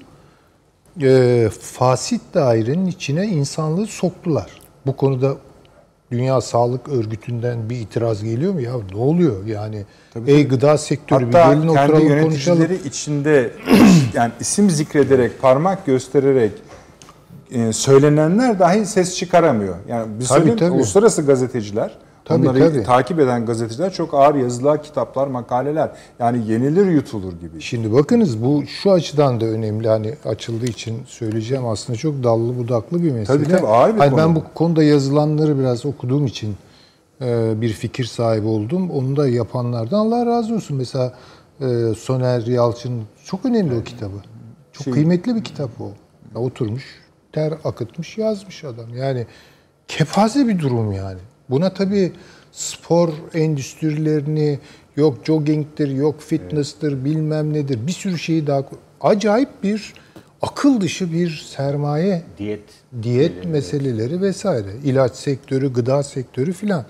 fasit dairenin içine insanlığı soktular. Bu konuda Dünya Sağlık Örgütü'nden bir itiraz geliyor mu? Ya ne oluyor? Yani tabii. Gıda sektörü hatta bir gelin oturalım konuşalım. Hatta kendi yöneticileri içinde yani isim zikrederek, parmak göstererek söylenenler dahi ses çıkaramıyor. Yani biz söyleyeyim, uluslararası gazeteciler, onları takip eden gazeteciler çok ağır yazılar, kitaplar, makaleler. Yani yenilir yutulur gibi. Şimdi bakınız bu şu açıdan da önemli. Hani açıldığı için söyleyeceğim, aslında çok dallı budaklı bir mesele. Tabii ağır bir konu. Ben bu konuda yazılanları biraz okuduğum için bir fikir sahibi oldum. Onu da yapanlardan Allah razı olsun. Mesela Soner Yalçın çok önemli o kitabı. Çok kıymetli bir kitap o. Ya, oturmuş ter akıtmış yazmış adam. Yani kepaze bir durum yani. Buna tabii spor endüstrilerini, yok jogging'tir, yok fitness'tır, bilmem nedir, bir sürü şeyi daha... Acayip bir akıl dışı bir sermaye, diyet meseleleri vesaire. İlaç sektörü, gıda sektörü filan.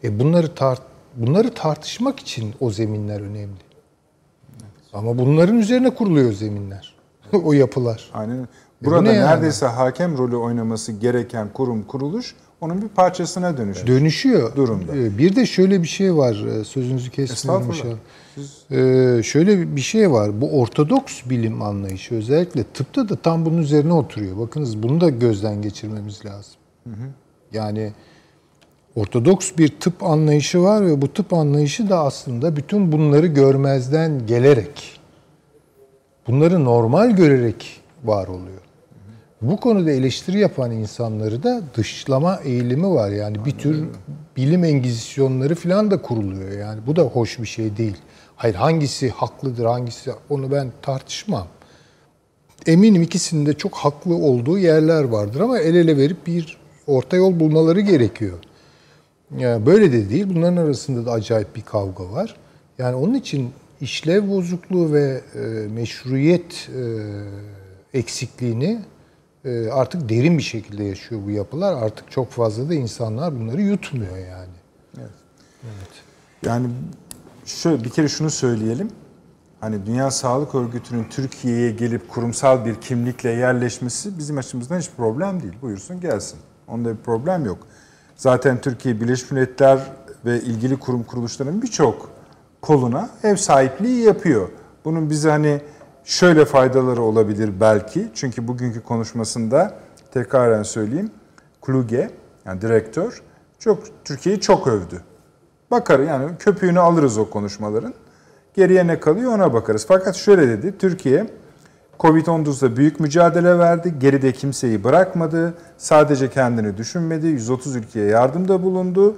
Bunları tartışmak için o zeminler önemli. Ama bunların üzerine kuruluyor zeminler. O yapılar. Aynen. Burada ne yani? neredeyse hakem rolü oynaması gereken kurum, kuruluş onun bir parçasına Dönüşüyor. durumda. Bir de şöyle bir şey var. Sözünüzü kesmiyorum inşallah. Şöyle bir şey var. Bu ortodoks bilim anlayışı özellikle tıpta da tam bunun üzerine oturuyor. Bakınız bunu da gözden geçirmemiz lazım. Yani ortodoks bir tıp anlayışı var ve bu tıp anlayışı da aslında bütün bunları görmezden gelerek, bunları normal görerek var oluyor. Bu konuda eleştiri yapan insanları da dışlama eğilimi var. Yani bir tür bilim engizisyonları falan da kuruluyor. Yani bu da hoş bir şey değil. Hayır, hangisi haklıdır, hangisi, onu ben tartışmam. Eminim ikisinin de çok haklı olduğu yerler vardır ama el ele verip bir orta yol bulmaları gerekiyor. Yani böyle de değil. Bunların arasında da acayip bir kavga var. Yani onun için işlev bozukluğu ve meşruiyet eksikliğini artık derin bir şekilde yaşıyor bu yapılar. Artık çok fazla da insanlar bunları yutmuyor yani. Evet. Yani şöyle bir kere şunu söyleyelim. Hani Dünya Sağlık Örgütü'nün Türkiye'ye gelip kurumsal bir kimlikle yerleşmesi bizim açımızdan hiç problem değil. Buyursun gelsin. Onda bir problem yok. Zaten Türkiye Birleşmiş Milletler ve ilgili kurum kuruluşların birçok koluna ev sahipliği yapıyor. Bunun bize hani şöyle faydaları olabilir belki. Çünkü bugünkü konuşmasında tekraren söyleyeyim. Kluge yani direktör Türkiye'yi çok övdü. Bakar yani köpüğünü alırız o konuşmaların. Geriye ne kalıyor ona bakarız. Fakat şöyle dedi. Türkiye Covid-19'da büyük mücadele verdi. Geride kimseyi bırakmadı. Sadece kendini düşünmedi. 130 ülkeye yardımda bulundu.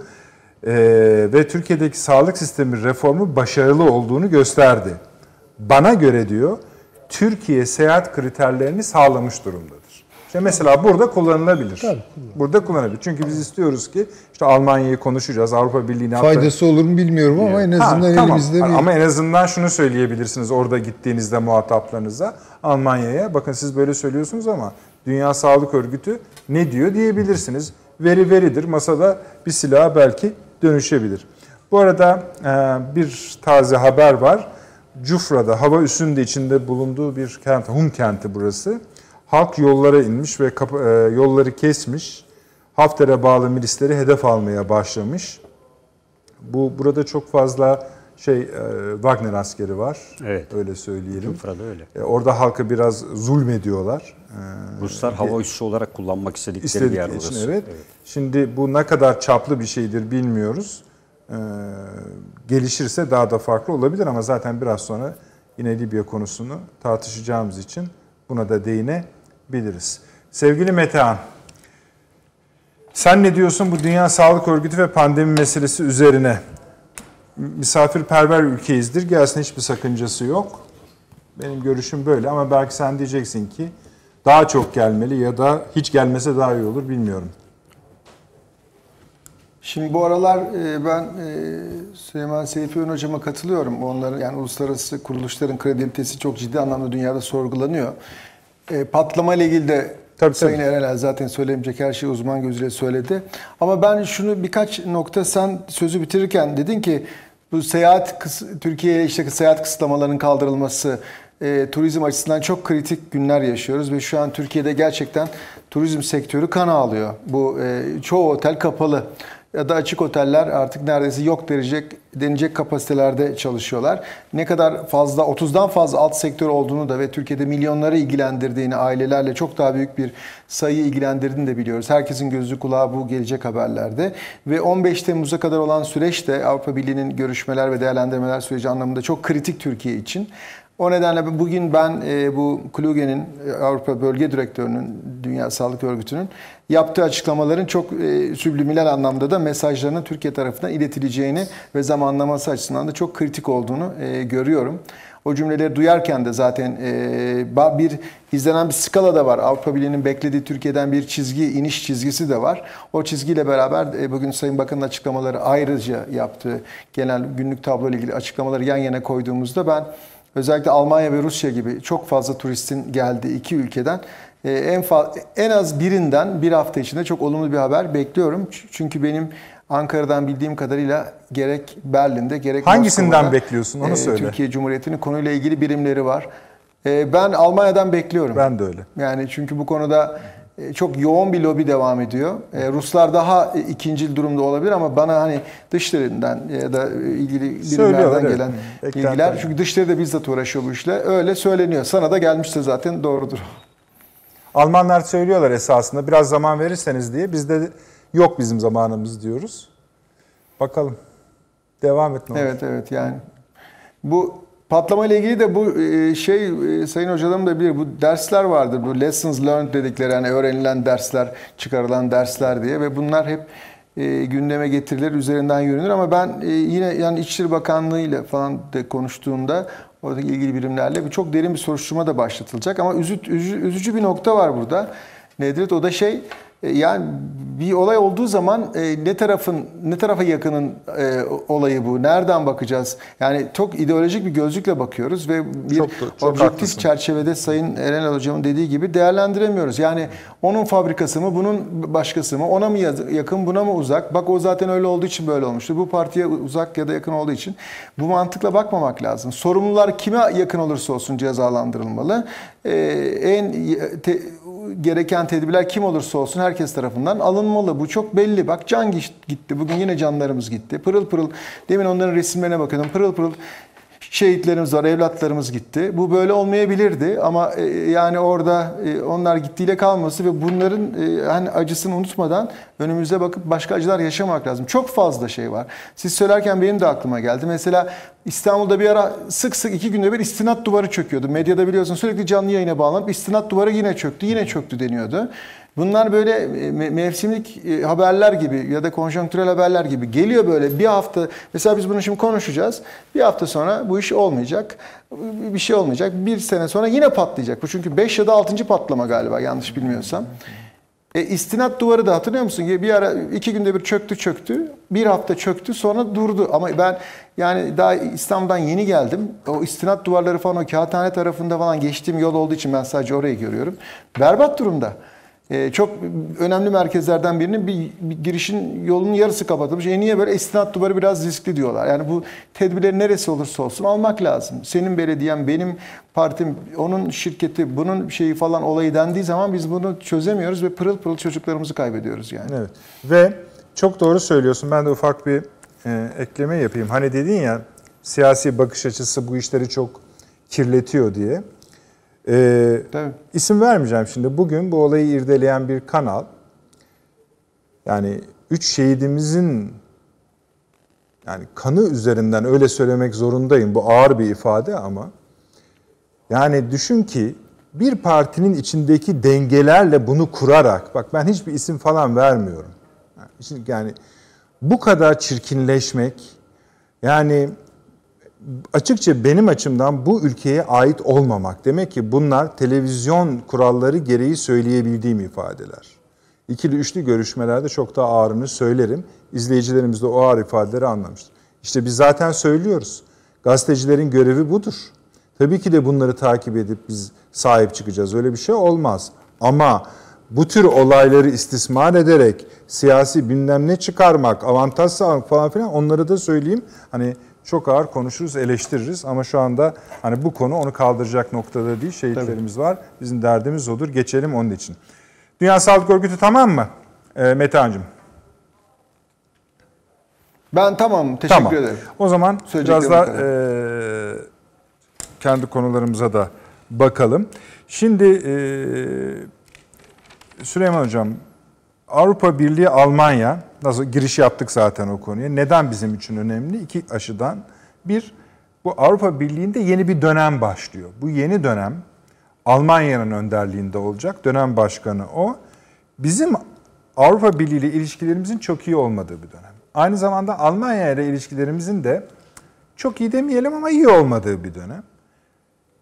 Ve Türkiye'deki sağlık sistemi reformu başarılı olduğunu gösterdi. Bana göre diyor, Türkiye seyahat kriterlerini sağlamış durumdadır. İşte mesela burada kullanılabilir. Tabii. Burada kullanılabilir. Çünkü biz istiyoruz ki işte Almanya'yı konuşacağız, Avrupa Birliği'ne... Faydası olur mu bilmiyorum ama en azından tamam. elimizde bir... Ama en azından şunu söyleyebilirsiniz orada gittiğinizde muhataplarınıza, Almanya'ya. Bakın siz böyle söylüyorsunuz ama Dünya Sağlık Örgütü ne diyor diyebilirsiniz. Veri veridir. Masada bir silaha belki dönüşebilir. Bu arada bir taze haber var. Cufra'da hava üssünde içinde bulunduğu bir kent, Hum kenti burası. Halk yollara inmiş ve yolları kesmiş. Hafter'e bağlı milisleri hedef almaya başlamış. Burada çok fazla Wagner askeri var. Evet. Öyle söyleyelim. Cufra'da öyle. Orada halka biraz zulmediyorlar. Ruslar hava üssü olarak kullanmak istedikleri bir yer için, burası. evet. Şimdi bu ne kadar çaplı bir şeydir bilmiyoruz. Gelişirse daha da farklı olabilir ama zaten biraz sonra yine Libya konusunu tartışacağımız için buna da değinebiliriz. Sevgili Metehan, sen ne diyorsun bu Dünya Sağlık Örgütü ve pandemi meselesi üzerine? Misafirperver ülkeyizdir, gelsin hiçbir sakıncası yok. Benim görüşüm böyle ama belki sen diyeceksin ki daha çok gelmeli ya da hiç gelmese daha iyi olur bilmiyorum. Şimdi bu aralar ben Süleyman Seyfi Ön hocama katılıyorum. Onların yani uluslararası kuruluşların kredibilitesi çok ciddi anlamda dünyada sorgulanıyor. Patlama ile ilgili de Sayın Erenel zaten söylemeyecek her şeyi uzman gözüyle söyledi. Ama ben şunu birkaç nokta sen sözü bitirirken dedin ki bu Türkiye'ye seyahat kısıtlamalarının kaldırılması turizm açısından çok kritik günler yaşıyoruz ve şu an Türkiye'de gerçekten turizm sektörü kan ağlıyor. Bu çoğu otel kapalı ya da açık oteller artık neredeyse yok denecek kapasitelerde çalışıyorlar. Ne kadar fazla 30'dan fazla alt sektör olduğunu da ve Türkiye'de milyonları ilgilendirdiğini, ailelerle çok daha büyük bir sayı ilgilendirdiğini de biliyoruz. Herkesin gözü kulağı bu gelecek haberlerde ve 15 Temmuz'a kadar olan süreç de Avrupa Birliği'nin görüşmeler ve değerlendirmeler süreci anlamında çok kritik Türkiye için. O nedenle bugün ben bu Kluge'nin, Avrupa Bölge Direktörü'nün, Dünya Sağlık Örgütü'nün yaptığı açıklamaların çok sübliminal anlamda da mesajlarının Türkiye tarafından iletileceğini ve zamanlaması açısından da çok kritik olduğunu görüyorum. O cümleleri duyarken de zaten bir izlenen bir skala da var. Avrupa Birliği'nin beklediği Türkiye'den bir çizgi, iniş çizgisi de var. O çizgiyle beraber bugün Sayın Bakan'ın açıklamaları ayrıca yaptığı genel günlük tablo ile ilgili açıklamaları yan yana koyduğumuzda ben özellikle Almanya ve Rusya gibi çok fazla turistin geldiği iki ülkeden en az birinden bir hafta içinde çok olumlu bir haber bekliyorum. Çünkü benim Ankara'dan bildiğim kadarıyla gerek Berlin'de gerek hangisinden Moskova'da bekliyorsun onu söyle. Türkiye Cumhuriyeti'nin konuyla ilgili birimleri var. Ben Almanya'dan bekliyorum. Ben de öyle. Yani çünkü bu konuda çok yoğun bir lobi devam ediyor. Ruslar daha ikincil durumda olabilir ama bana hani dışlarından ya da ilgili birimlerden gelen bilgiler. Çünkü dışları da bizzat uğraşıyor bu işle. Öyle söyleniyor. Sana da gelmişse zaten doğrudur. Almanlar söylüyorlar esasında biraz zaman verirseniz diye. Biz de yok bizim zamanımız diyoruz. Bakalım. Devam et ne olur. Evet yani. Bu patlama ile ilgili de bu Sayın Hocam da bilir. Bu dersler vardır. Bu lessons learned dedikleri hani öğrenilen dersler, çıkarılan dersler diye ve bunlar hep gündeme getirilir, üzerinden yürünür ama ben yine yani İçişleri Bakanlığı ile falan da konuştuğumda oradaki ilgili birimlerle çok derin bir soruşturma da başlatılacak ama üzücü bir nokta var burada. Nedir? O da yani bir olay olduğu zaman ne tarafa yakının olayı bu? Nereden bakacağız? Yani çok ideolojik bir gözlükle bakıyoruz ve bir çok objektif haklısın. çerçevede Sayın Erenel Hocam'ın dediği gibi değerlendiremiyoruz. Yani onun fabrikası mı, bunun başkası mı? Ona mı yakın, buna mı uzak? Bak o zaten öyle olduğu için böyle olmuştu. Bu partiye uzak ya da yakın olduğu için bu mantıkla bakmamak lazım. Sorumlular kime yakın olursa olsun cezalandırılmalı. Gereken tedbirler kim olursa olsun herkes tarafından alınmalı. Bu çok belli. Bak can gitti. Bugün yine canlarımız gitti. Pırıl pırıl. Demin onların resimlerine bakıyordum. Pırıl pırıl şehitlerimiz var, evlatlarımız gitti. Bu böyle olmayabilirdi ama yani orada onlar gittiğiyle kalması ve bunların hani acısını unutmadan önümüze bakıp başka acılar yaşamak lazım. Çok fazla şey var. Siz söylerken benim de aklıma geldi. Mesela İstanbul'da bir ara sık sık 2 günde bir istinat duvarı çöküyordu. Medyada biliyorsun sürekli canlı yayına bağlanıp istinat duvarı yine çöktü deniyordu. Bunlar böyle mevsimlik haberler gibi ya da konjonktürel haberler gibi geliyor böyle bir hafta. Mesela biz bunu şimdi konuşacağız. Bir hafta sonra bu iş olmayacak. Bir şey olmayacak. Bir sene sonra yine patlayacak. Bu çünkü 5 ya da 6. patlama galiba yanlış bilmiyorsam. İstinat duvarı da hatırlıyor musun? Bir ara 2 günde bir çöktü. Bir hafta çöktü sonra durdu. Ama ben yani daha İstanbul'dan yeni geldim. O istinat duvarları falan o kağıthane tarafında falan geçtiğim yol olduğu için ben sadece orayı görüyorum. Berbat durumda. Çok önemli merkezlerden birinin bir girişin yolunun yarısı kapatılmış. Niye böyle? İstinat duvarı biraz riskli diyorlar. Yani bu tedbirleri neresi olursa olsun almak lazım. Senin belediyen, benim partim, onun şirketi, bunun şeyi falan olayı dendiği zaman biz bunu çözemiyoruz ve pırıl pırıl çocuklarımızı kaybediyoruz yani. Evet. Ve çok doğru söylüyorsun. Ben de ufak bir ekleme yapayım. Hani dedin ya siyasi bakış açısı bu işleri çok kirletiyor diye. İsim vermeyeceğim şimdi. Bugün bu olayı irdeleyen bir kanal, yani 3 şehidimizin yani kanı üzerinden öyle söylemek zorundayım. Bu ağır bir ifade ama yani düşün ki bir partinin içindeki dengelerle bunu kurarak, bak ben hiçbir isim falan vermiyorum. Yani bu kadar çirkinleşmek, yani açıkça benim açımdan bu ülkeye ait olmamak. Demek ki bunlar televizyon kuralları gereği söyleyebildiğim ifadeler. İkili üçlü görüşmelerde çok daha ağırını söylerim. İzleyicilerimiz de o ağır ifadeleri anlamıştır. İşte biz zaten söylüyoruz. Gazetecilerin görevi budur. Tabii ki de bunları takip edip biz sahip çıkacağız. Öyle bir şey olmaz. Ama bu tür olayları istismar ederek siyasi bilmem ne çıkarmak, avantaj sağlamak falan filan onları da söyleyeyim. Hani çok ağır konuşuruz, eleştiririz ama şu anda hani bu konu onu kaldıracak noktada değil. Şehitlerimiz var. Bizim derdimiz odur. Geçelim onun için. Dünya Sağlık Örgütü tamam mı? Metehan'cığım. Ben tamam. Teşekkür ederim. O zaman biraz da kendi konularımıza da bakalım. Şimdi Süleyman Hocam, Avrupa Birliği, Almanya, nasıl giriş yaptık zaten o konuya. Neden bizim için önemli? 2 açıdan. Bir, bu Avrupa Birliği'nde yeni bir dönem başlıyor. Bu yeni dönem Almanya'nın önderliğinde olacak. Dönem başkanı o. Bizim Avrupa Birliği ile ilişkilerimizin çok iyi olmadığı bir dönem. Aynı zamanda Almanya ile ilişkilerimizin de çok iyi demeyelim ama iyi olmadığı bir dönem.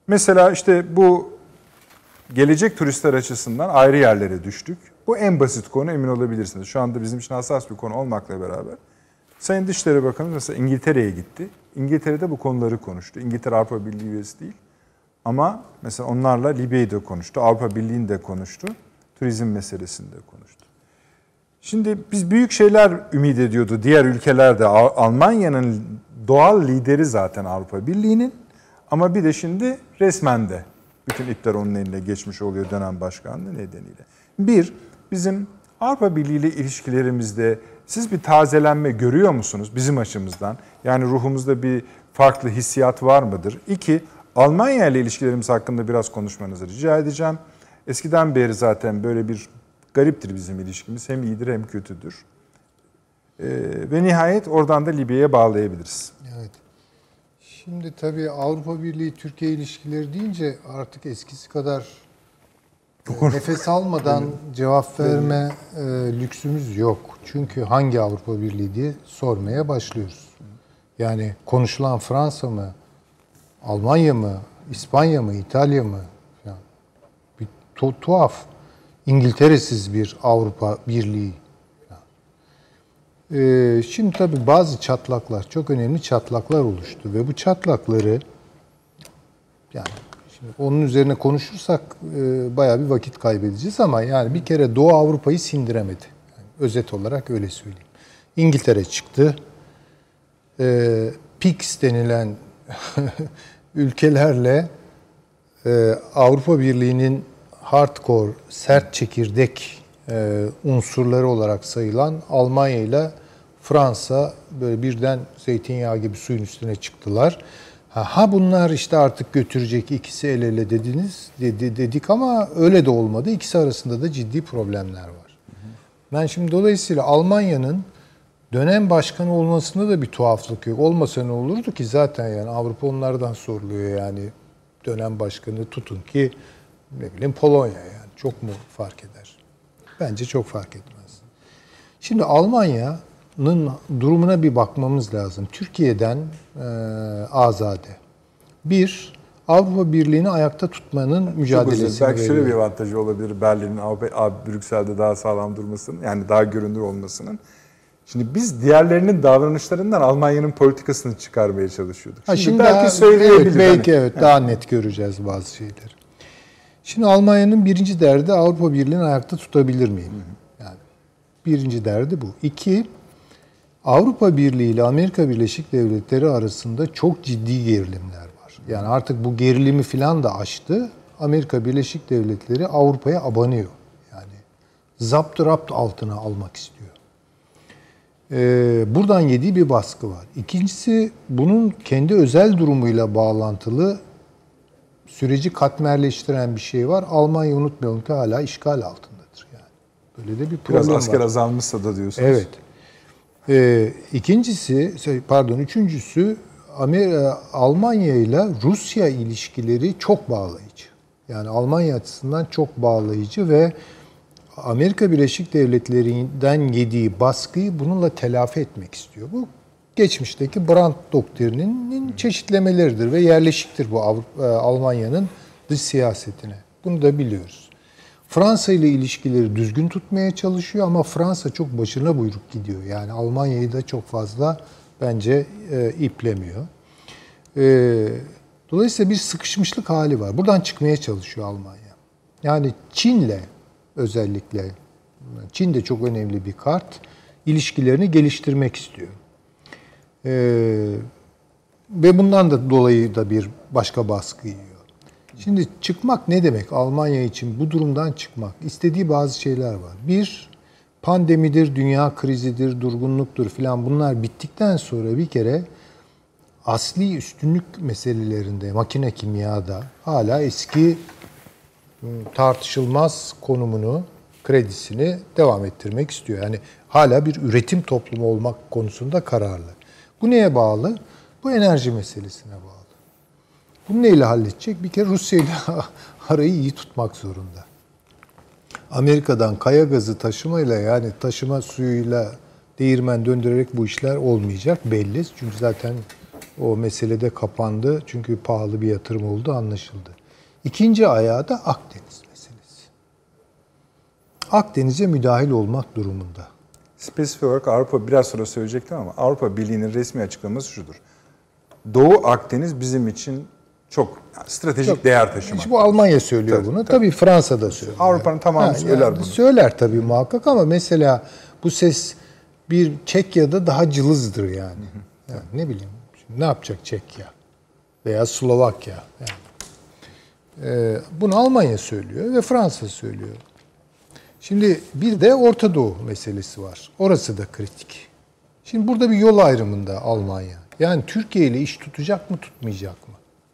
Mesela işte bu gelecek turistler açısından ayrı yerlere düştük. Bu en basit konu, emin olabilirsiniz. Şu anda bizim için hassas bir konu olmakla beraber. Sayın Dışişleri Bakanı mesela İngiltere'ye gitti. İngiltere'de bu konuları konuştu. İngiltere Avrupa Birliği üyesi değil. Ama mesela onlarla Libya'yı da konuştu. Avrupa Birliği'ni de konuştu. Turizm meselesini de konuştu. Şimdi biz büyük şeyler ümit ediyordu diğer ülkelerde. Almanya'nın doğal lideri zaten Avrupa Birliği'nin. Ama bir de şimdi resmen de bütün ipler onun eline geçmiş oluyor dönem başkanlığı nedeniyle. Bir, bizim Avrupa Birliği ile ilişkilerimizde siz bir tazelenme görüyor musunuz bizim açımızdan? Yani ruhumuzda bir farklı hissiyat var mıdır? İki, Almanya ile ilişkilerimiz hakkında biraz konuşmanızı rica edeceğim. Eskiden beri zaten böyle bir gariptir bizim ilişkimiz. Hem iyidir hem kötüdür. Ve nihayet oradan da Libya'ya bağlayabiliriz. Evet. Şimdi tabii Avrupa Birliği-Türkiye ilişkileri deyince artık eskisi kadar nefes almadan cevap verme lüksümüz yok. Çünkü hangi Avrupa Birliği diye sormaya başlıyoruz. Yani konuşulan Fransa mı, Almanya mı, İspanya mı, İtalya mı? Yani bir tuhaf. İngiltere'siz bir Avrupa Birliği. Şimdi tabii bazı çatlaklar, çok önemli çatlaklar oluştu ve bu çatlakları, yani şimdi onun üzerine konuşursak bayağı bir vakit kaybedeceğiz ama yani bir kere Doğu Avrupa'yı sindiremedi. Yani özet olarak öyle söyleyeyim. İngiltere çıktı. PIGS denilen ülkelerle Avrupa Birliği'nin hardcore, sert çekirdek unsurları olarak sayılan Almanya ile Fransa böyle birden zeytinyağı gibi suyun üstüne çıktılar. Bunlar işte artık götürecek, ikisi el ele dedik ama öyle de olmadı. İkisi arasında da ciddi problemler var. Ben şimdi dolayısıyla Almanya'nın dönem başkanı olmasında da bir tuhaflık yok. Olmasa ne olurdu ki zaten, yani Avrupa onlardan soruluyor yani. Dönem başkanı tutun ki ne bileyim Polonya, yani çok mu fark eder? Bence çok fark etmez. Şimdi Almanya'nın durumuna bir bakmamız lazım. Türkiye'den azade. Bir, Avrupa Birliği'ni ayakta tutmanın mücadelesini belki veriyor. şöyle bir avantajı olabilir Berlin'in Brüksel'de daha sağlam durmasının, yani daha görünür olmasının. Şimdi biz diğerlerinin davranışlarından Almanya'nın politikasını çıkarmaya çalışıyorduk. Şimdi belki daha, söyleyebilir. belki daha net göreceğiz bazı şeyleri. Şimdi Almanya'nın birinci derdi Avrupa Birliği'ni ayakta tutabilir miyim? Yani birinci derdi bu. İki, Avrupa Birliği ile Amerika Birleşik Devletleri arasında çok ciddi gerilimler var. Yani artık bu gerilimi falan da aştı. Amerika Birleşik Devletleri Avrupa'ya abanıyor. Yani zapturapt altına almak istiyor. Buradan yediği bir baskı var. İkincisi, bunun kendi özel durumuyla bağlantılı süreci katmerleştiren bir şey var. Almanya, unutmayalım ki, hala işgal altındadır. Yani böyle de bir problem var. Biraz asker azalmışsa da diyorsunuz. Evet. Üçüncüsü Almanya ile Rusya ilişkileri çok bağlayıcı. Yani Almanya açısından çok bağlayıcı ve Amerika Birleşik Devletleri'nden yediği baskıyı bununla telafi etmek istiyor. Bu geçmişteki Brandt doktrininin çeşitlemeleridir ve yerleşiktir bu Almanya'nın dış siyasetine. Bunu da biliyoruz. Fransa ile ilişkileri düzgün tutmaya çalışıyor ama Fransa çok başına buyruk gidiyor. Yani Almanya'yı da çok fazla bence iplemiyor. Dolayısıyla bir sıkışmışlık hali var. Buradan çıkmaya çalışıyor Almanya. Yani Çin'le özellikle, Çin de çok önemli bir kart, ilişkilerini geliştirmek istiyor. Ve bundan da dolayı da bir başka baskı yiyor. Şimdi çıkmak ne demek Almanya için? Bu durumdan çıkmak. İstediği bazı şeyler var. Bir, pandemidir, dünya krizidir, durgunluktur filan, bunlar bittikten sonra bir kere asli üstünlük meselelerinde, makine kimyada hala eski tartışılmaz konumunu, kredisini devam ettirmek istiyor. Yani hala bir üretim toplumu olmak konusunda kararlı. Bu neye bağlı? Bu enerji meselesine bağlı. Bunu neyle halledecek? Bir kere Rusya ile arayı iyi tutmak zorunda. Amerika'dan kaya gazı taşımayla, yani taşıma suyuyla değirmen döndürerek bu işler olmayacak belli. Çünkü zaten O meselede kapandı. Çünkü pahalı bir yatırım olduğu anlaşıldı. İkinci ayağı da Akdeniz meselesi. Akdeniz'e müdahil olmak durumunda. Spesifik olarak Avrupa, biraz sonra söyleyecektim ama Avrupa Birliği'nin resmi açıklaması şudur. Doğu Akdeniz bizim için çok stratejik değer taşımak. Bu Almanya söylüyor bunu. Tabii Fransa da söylüyor. Avrupa'nın tamamı söyler bunu. Söyler tabii muhakkak ama mesela bu ses bir Çekya'da daha cılızdır yani. Yani ne bileyim, şimdi ne yapacak Çekya veya Slovakya? Yani. Bunu Almanya söylüyor ve Fransa söylüyor. Şimdi bir de Orta Doğu meselesi var. Orası da kritik. Şimdi burada bir yol ayrımında Almanya. Yani Türkiye ile iş tutacak mı, tutmayacak mı?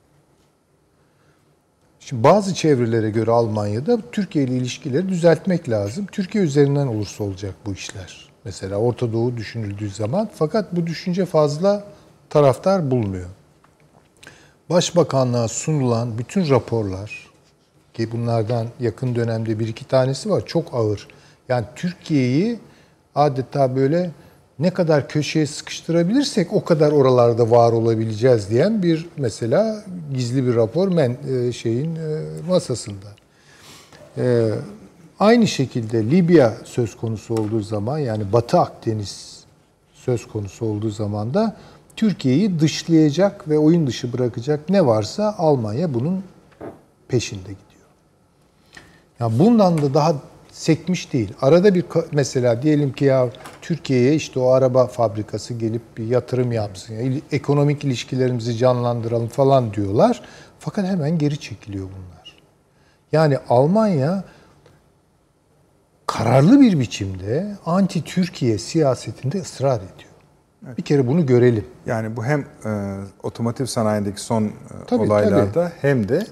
Şimdi bazı çevrelere göre Almanya'da Türkiye ile ilişkileri düzeltmek lazım. Türkiye üzerinden olursa olacak bu işler. Mesela Orta Doğu düşünüldüğü zaman. Fakat bu düşünce fazla taraftar bulmuyor. Başbakanlığa sunulan bütün raporlar, ki bunlardan yakın dönemde bir iki tanesi var, çok ağır. Yani Türkiye'yi adeta böyle ne kadar köşeye sıkıştırabilirsek o kadar oralarda var olabileceğiz diyen bir mesela gizli bir rapor masasında. Aynı şekilde Libya söz konusu olduğu zaman, yani Batı Akdeniz söz konusu olduğu zaman da Türkiye'yi dışlayacak ve oyun dışı bırakacak ne varsa Almanya bunun peşinde gidiyor. Yani bundan da daha sekmiş değil. Arada bir mesela diyelim ki ya Türkiye'ye işte o araba fabrikası gelip bir yatırım yapsın, ya, ekonomik ilişkilerimizi canlandıralım falan diyorlar. Fakat hemen geri çekiliyor bunlar. Yani Almanya kararlı bir biçimde anti-Türkiye siyasetinde ısrar ediyor. Evet. Bir kere bunu görelim. Yani bu hem otomotiv sanayindeki son olaylarda hem de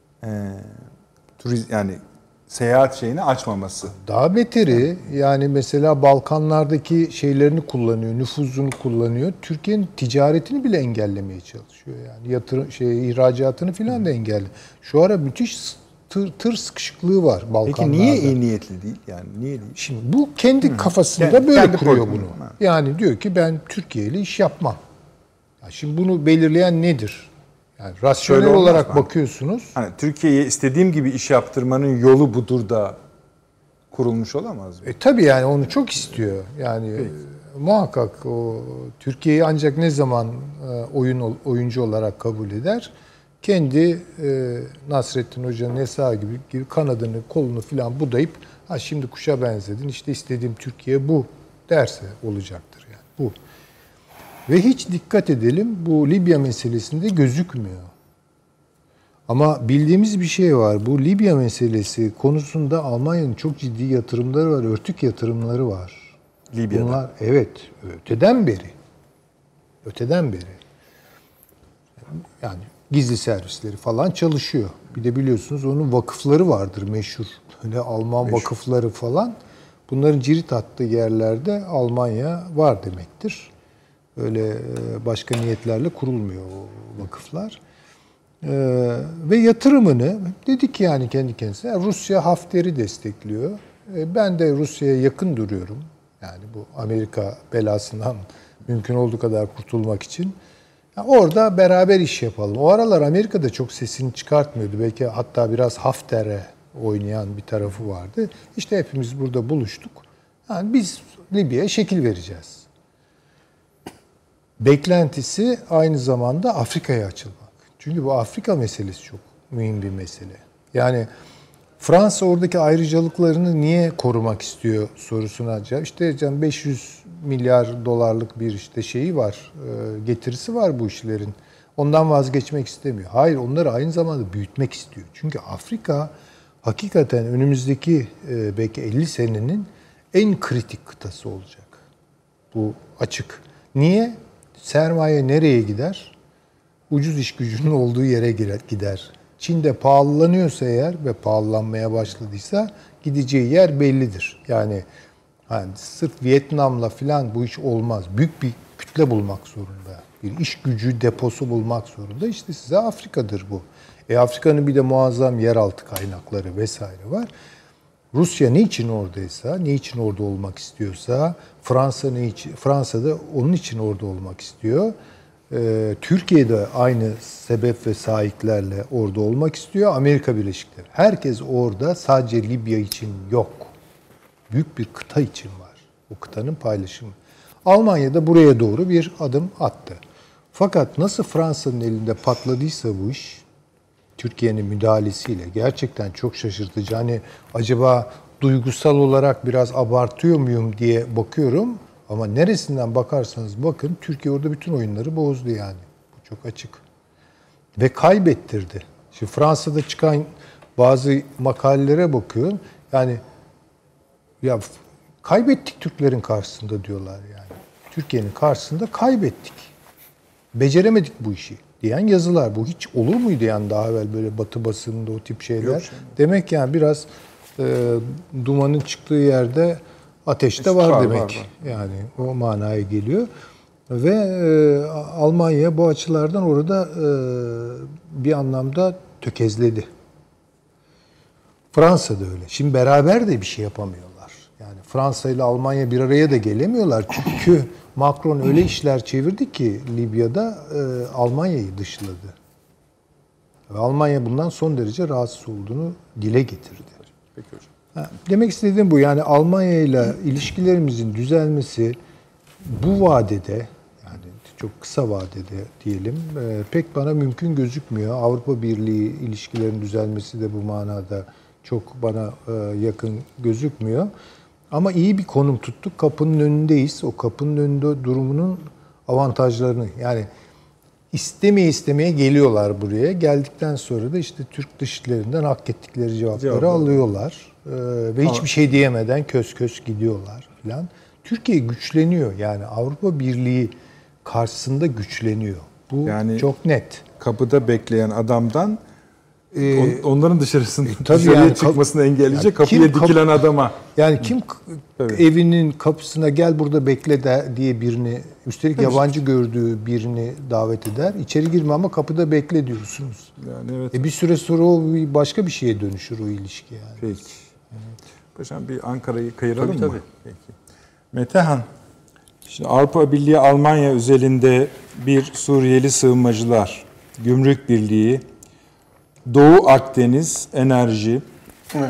yani seyahat şeyini açmaması. Daha beteri yani mesela Balkanlardaki şeylerini kullanıyor, nüfuzunu kullanıyor. Türkiye'nin ticaretini bile engellemeye çalışıyor. Yani ihracatını filan da engelliyor. Şu ara müthiş tır sıkışıklığı var Balkanlarda. Peki niye iyi niyetli değil? Yani niye değil? Şimdi bu kendi kafasında böyle kuruyor bunu. Yani diyor ki ben Türkiye ile iş yapmam. Yani şimdi bunu belirleyen nedir? Yani rasyonel olarak bakıyorsunuz. Hani Türkiye'ye istediğim gibi iş yaptırmanın yolu budur da kurulmuş olamaz mı? Tabii yani onu çok istiyor. Yani muhakkak o Türkiye'yi ancak ne zaman oyuncu olarak kabul eder? Kendi Nasrettin Hoca'nın hesabı gibi kanadını, kolunu filan budayıp şimdi kuşa benzedin, işte istediğim Türkiye bu derse olacaktır yani bu. Ve hiç dikkat edelim, bu Libya meselesinde gözükmüyor. Ama bildiğimiz bir şey var. Bu Libya meselesi konusunda Almanya'nın çok ciddi yatırımları var, örtük yatırımları var. Libya'da. Bunlar evet, öteden beri. Yani gizli servisleri falan çalışıyor. Bir de biliyorsunuz onun vakıfları vardır meşhur. Böyle Alman vakıfları falan. Bunların cirit attığı yerlerde Almanya var demektir. Öyle başka niyetlerle kurulmuyor o vakıflar. Ve yatırımını dedik yani kendi kendisine Rusya Hafter'i destekliyor. Ben de Rusya'ya yakın duruyorum. Yani bu Amerika belasından mümkün olduğu kadar kurtulmak için. Yani orada beraber iş yapalım. O aralar Amerika'da çok sesini çıkartmıyordu. Belki hatta biraz Hafter'e oynayan bir tarafı vardı. İşte hepimiz burada buluştuk. Yani biz Libya'ya şekil vereceğiz. Beklentisi aynı zamanda Afrika'ya açılmak. Çünkü bu Afrika meselesi çok mühim bir mesele. Yani Fransa oradaki ayrıcalıklarını niye korumak istiyor sorusuna cevap. İşte 500 milyar dolarlık bir işte şeyi var, getirisi var bu işlerin. Ondan vazgeçmek istemiyor. Hayır, onları aynı zamanda büyütmek istiyor. Çünkü Afrika hakikaten önümüzdeki belki 50 senenin en kritik kıtası olacak. Bu açık. Niye? Sermaye nereye gider? Ucuz iş gücünün olduğu yere gider. Çin'de pahalanıyorsa eğer ve pahalanmaya başladıysa gideceği yer bellidir. Yani sırf Vietnam'la falan bu iş olmaz. Büyük bir kütle bulmak zorunda. Bir iş gücü deposu bulmak zorunda. İşte size Afrika'dır bu. Afrika'nın bir de muazzam yeraltı kaynakları vesaire var. Rusya niçin oradaysa, niçin orada olmak istiyorsa, Fransa da onun için orada olmak istiyor. Türkiye de aynı sebep ve sahiplerle orada olmak istiyor. Amerika Birleşik Devletleri. Herkes orada, sadece Libya için yok. Büyük bir kıta için var. O kıtanın paylaşımı. Almanya da buraya doğru bir adım attı. Fakat nasıl Fransa'nın elinde patladıysa bu iş, Türkiye'nin müdahalesiyle gerçekten çok şaşırtıcı. Hani acaba duygusal olarak biraz abartıyor muyum diye bakıyorum. Ama neresinden bakarsanız bakın, Türkiye orada bütün oyunları bozdu yani. Bu çok açık. Ve kaybettirdi. Şimdi Fransa'da çıkan bazı makalelere bakıyorum. Yani ya kaybettik Türklerin karşısında diyorlar yani. Türkiye'nin karşısında kaybettik. Beceremedik bu işi diyen yazılar. Bu hiç olur muydu yani daha evvel böyle Batı basınında o tip şeyler? Yok. Demek yani biraz dumanın çıktığı yerde ateş de var demek. Var. Yani o manaya geliyor. Ve Almanya bu açılardan orada bir anlamda tökezledi. Fransa da öyle. Şimdi beraber de bir şey yapamıyorlar. Yani Fransa ile Almanya bir araya da gelemiyorlar. Çünkü Macron öyle işler çevirdi ki Libya'da Almanya'yı dışladı. Ve Almanya bundan son derece rahatsız olduğunu dile getirdi. Peki hocam. Demek istediğim bu. Yani Almanya ile ilişkilerimizin düzelmesi bu vadede, yani çok kısa vadede diyelim, pek bana mümkün gözükmüyor. Avrupa Birliği ilişkilerin düzelmesi de bu manada çok bana yakın gözükmüyor. Ama iyi bir konum tuttuk. Kapının önündeyiz. O kapının önünde durumunun avantajlarını, yani istemeye geliyorlar buraya. Geldikten sonra da işte Türk dışişlerinden hak ettikleri cevapları alıyorlar. Ve hiçbir şey diyemeden kös kös gidiyorlar falan. Türkiye güçleniyor. Yani Avrupa Birliği karşısında güçleniyor. Bu yani çok net. Kapıda bekleyen adamdan onların dışarıya yani çıkmasını engelleyecek kapıya dikilen adama. Yani kim evinin kapısına gel burada bekle diye birini, üstelik yabancı gördüğü birini davet eder. İçeri girme ama kapıda bekle diyorsunuz. Yani evet. Bir süre sonra o başka bir şeye dönüşür o ilişki yani. Peki. Evet. Paşam bir Ankara'yı kayıralım mı? Tabii. Peki. Metehan, şimdi Avrupa Birliği Almanya özelinde bir Suriyeli sığınmacılar, Gümrük Birliği, Doğu Akdeniz enerji, evet.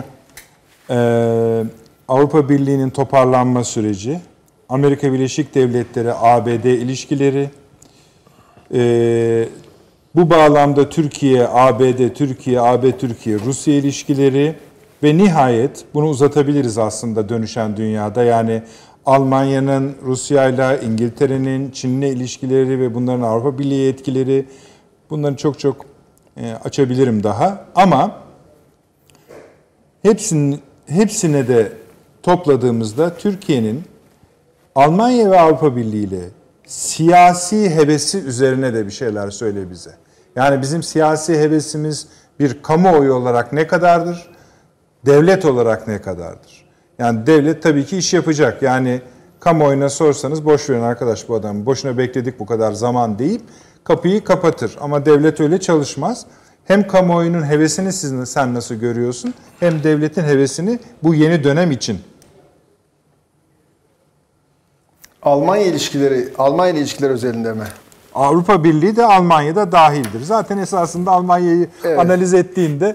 Avrupa Birliği'nin toparlanma süreci, Amerika Birleşik Devletleri ABD ilişkileri, bu bağlamda Türkiye ABD, Türkiye AB Türkiye Rusya ilişkileri ve nihayet bunu uzatabiliriz aslında dönüşen dünyada, yani Almanya'nın Rusya'yla, İngiltere'nin Çin'le ilişkileri ve bunların Avrupa Birliği etkileri, bunları çok açabilirim daha, ama hepsine de topladığımızda Türkiye'nin Almanya ve Avrupa Birliği ile siyasi hevesi üzerine de bir şeyler söyle bize. Yani bizim siyasi hevesimiz bir kamuoyu olarak ne kadardır? Devlet olarak ne kadardır? Yani devlet tabii ki iş yapacak. Yani kamuoyuna sorsanız boş verin arkadaş bu adamı, boşuna bekledik bu kadar zaman deyip kapıyı kapatır. Ama devlet öyle çalışmaz. Hem kamuoyunun hevesini sen nasıl görüyorsun, hem devletin hevesini bu yeni dönem için. Almanya ilişkileri özelinde mi? Avrupa Birliği de Almanya'da dahildir. Zaten esasında Almanya'yı analiz ettiğinde...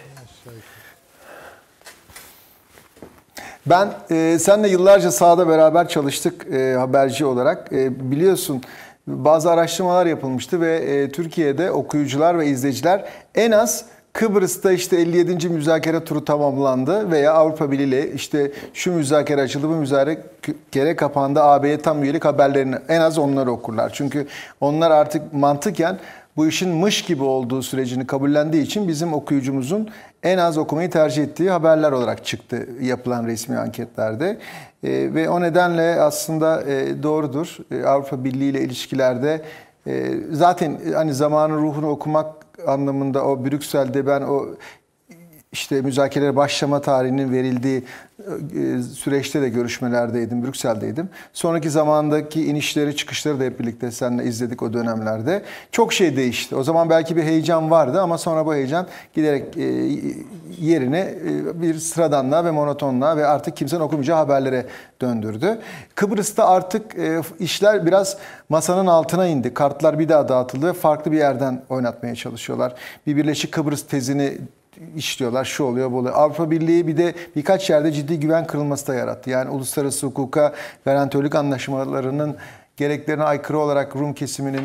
Ben seninle yıllarca sahada beraber çalıştık haberci olarak. Biliyorsun bazı araştırmalar yapılmıştı ve Türkiye'de okuyucular ve izleyiciler en az Kıbrıs'ta işte 57. müzakere turu tamamlandı veya Avrupa Birliği ile işte şu müzakere açıldı, bu müzakere kapandı, AB'ye tam üyelik haberlerini en az onları okurlar. Çünkü onlar artık mantıken bu işin mış gibi olduğu sürecini kabullendiği için bizim okuyucumuzun en az okumayı tercih ettiği haberler olarak çıktı yapılan resmi anketlerde. Ve o nedenle aslında doğrudur. Avrupa Birliği ile ilişkilerde zaten hani zamanın ruhunu okumak anlamında o Brüksel'de ben o işte müzakerelere başlama tarihinin verildiği süreçte de görüşmelerdeydim, Brüksel'deydim. Sonraki zamandaki inişleri, çıkışları da hep birlikte seninle izledik o dönemlerde. Çok şey değişti. O zaman belki bir heyecan vardı ama sonra bu heyecan giderek yerini bir sıradanlığa ve monotonluğa ve artık kimsenin okumayacağı haberlere döndürdü. Kıbrıs'ta artık işler biraz masanın altına indi. Kartlar bir daha dağıtıldı ve farklı bir yerden oynatmaya çalışıyorlar. Bir Birleşik Kıbrıs tezini işliyorlar. Şu oluyor, bu oluyor. Avrupa Birliği bir de birkaç yerde ciddi güven kırılması da yarattı. Yani uluslararası hukuka, garantörlük anlaşmalarının gereklerine aykırı olarak Rum kesiminin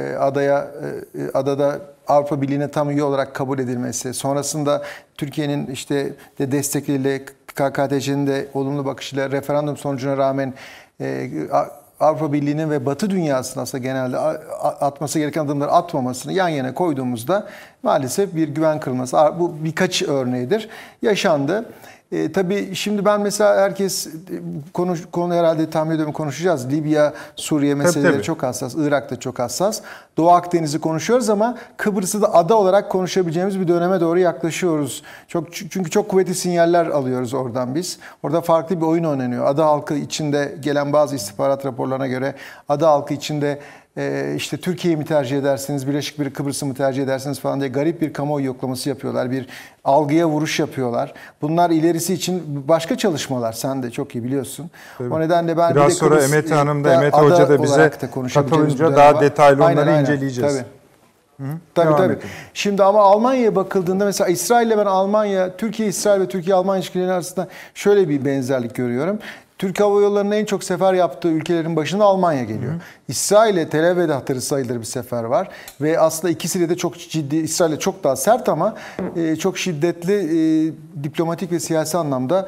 adada Avrupa Birliği'ne tam üye olarak kabul edilmesi, sonrasında Türkiye'nin işte de destekleriyle KKTC'nin de olumlu bakışıyla referandum sonucuna rağmen Avrupa Birliği'nin ve Batı dünyasının aslında genelde atması gereken adımları atmamasını yan yana koyduğumuzda maalesef bir güven kırılması, bu birkaç örneğidir, yaşandı. Tabii şimdi ben mesela herkes konu herhalde tahmin ediyorum konuşacağız. Libya, Suriye meseleleri çok hassas, Irak'ta çok hassas. Doğu Akdeniz'i konuşuyoruz ama Kıbrıs'ı da ada olarak konuşabileceğimiz bir döneme doğru yaklaşıyoruz. Çünkü çok kuvvetli sinyaller alıyoruz oradan biz. Orada farklı bir oyun oynanıyor. Ada halkı içinde gelen bazı istihbarat raporlarına göre ada halkı içinde işte Türkiye'yi mi tercih edersiniz, Birleşik bir Kıbrıs'ı mı tercih edersiniz falan diye garip bir kamuoyu yoklaması yapıyorlar. Bir algıya vuruş yapıyorlar. Bunlar ilerisi için başka çalışmalar. Sen de çok iyi biliyorsun. Tabii. O nedenle ben biraz sonra Emete Hanım da Emete Hoca da bize katılınca daha detaylı onları inceleyeceğiz. Tabii. Tabii. Şimdi ama Almanya'ya bakıldığında mesela İsrail'le ben Almanya, Türkiye, İsrail ve Türkiye-Almanya ilişkileri arasında şöyle bir benzerlik görüyorum. Türk Hava Yolları'nın en çok sefer yaptığı ülkelerin başında Almanya geliyor. İsrail'e Tel Aviv'de hatırı sayılır bir sefer var. Ve aslında ikisiyle de çok ciddi, İsrail'e çok daha sert ama çok şiddetli diplomatik ve siyasi anlamda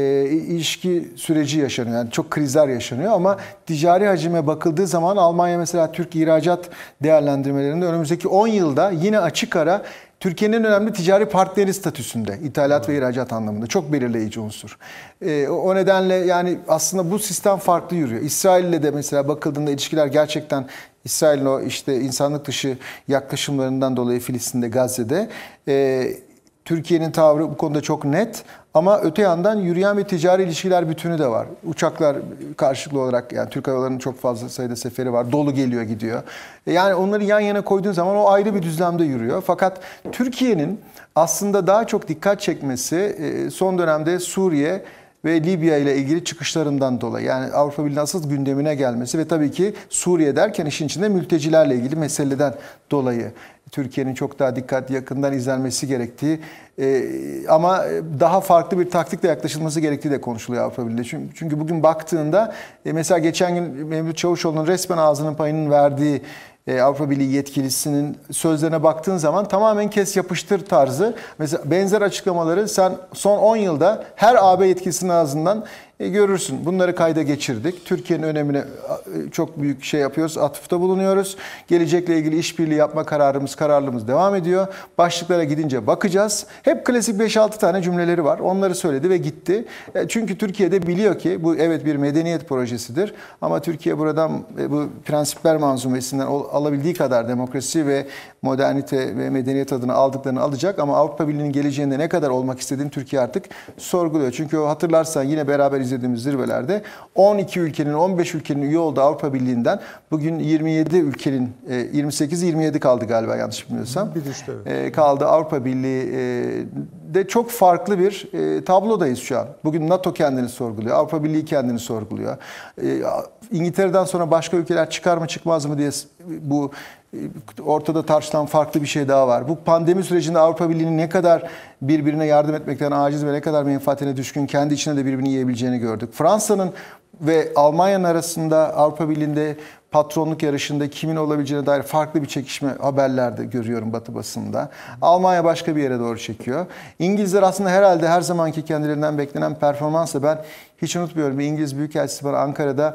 ilişki süreci yaşanıyor. Yani çok krizler yaşanıyor ama ticari hacime bakıldığı zaman Almanya mesela Türk ihracat değerlendirmelerinde önümüzdeki 10 yılda yine açık ara Türkiye'nin önemli ticari partneri statüsünde, ithalat ve ihracat anlamında çok belirleyici unsur. O nedenle yani aslında bu sistem farklı yürüyor. İsrail'le de mesela bakıldığında ilişkiler gerçekten İsrail'in o işte insanlık dışı yaklaşımlarından dolayı Filistin'de, Gazze'de Türkiye'nin tavrı bu konuda çok net. Ama öte yandan yürüyen bir ticari ilişkiler bütünü de var. Uçaklar karşılıklı olarak yani Türk Hava Yolları'nın çok fazla sayıda seferi var. Dolu geliyor gidiyor. Yani onları yan yana koyduğun zaman o ayrı bir düzlemde yürüyor. Fakat Türkiye'nin aslında daha çok dikkat çekmesi son dönemde Suriye ve Libya ile ilgili çıkışlarından dolayı. Yani Avrupa Birliği asıl gündemine gelmesi ve tabii ki Suriye derken işin içinde mültecilerle ilgili meseleden dolayı Türkiye'nin çok daha dikkatli yakından izlenmesi gerektiği ama daha farklı bir taktikle yaklaşılması gerektiği de konuşuluyor Avrupa Birliği. Çünkü bugün baktığında mesela geçen gün Mevlüt Çavuşoğlu'nun resmen ağzının payının verdiği Avrupa Birliği yetkilisinin sözlerine baktığın zaman tamamen kes yapıştır tarzı. Mesela benzer açıklamaları sen son 10 yılda her AB yetkilisinin ağzından görürsün. Bunları kayda geçirdik. Türkiye'nin önemine çok büyük şey yapıyoruz, atıfta bulunuyoruz. Gelecekle ilgili işbirliği yapma kararlılığımız devam ediyor. Başlıklara gidince bakacağız. Hep klasik 5-6 tane cümleleri var. Onları söyledi ve gitti. Çünkü Türkiye'de biliyor ki bu evet bir medeniyet projesidir. Ama Türkiye buradan bu prensipler manzumesinden alabildiği kadar demokrasi ve modernite ve medeniyet adına aldıklarını alacak. Ama Avrupa Birliği'nin geleceğinde ne kadar olmak istediğini Türkiye artık sorguluyor. Çünkü o hatırlarsan yine beraber izlediğimiz zirvelerde 12 ülkenin 15 ülkenin üye olduğu Avrupa Birliği'nden bugün 27 ülkenin 28-27 kaldı galiba yanlış bilmiyorsam. Kaldı Avrupa Birliği de çok farklı bir tablodayız şu an. Bugün NATO kendini sorguluyor. Avrupa Birliği kendini sorguluyor. İngiltere'den sonra başka ülkeler çıkar mı çıkmaz mı diye bu ortada tartışılan farklı bir şey daha var. Bu pandemi sürecinde Avrupa Birliği'nin ne kadar birbirine yardım etmekten aciz ve ne kadar menfaatine düşkün, kendi içinde de birbirini yiyebileceğini gördük. Fransa'nın ve Almanya'nın arasında Avrupa Birliği'nde patronluk yarışında kimin olabileceğine dair farklı bir çekişme haberlerde görüyorum Batı basında. Almanya başka bir yere doğru çekiyor. İngilizler aslında herhalde her zamanki kendilerinden beklenen performansla ben hiç unutmuyorum. Bir İngiliz Büyükelçisi bana Ankara'da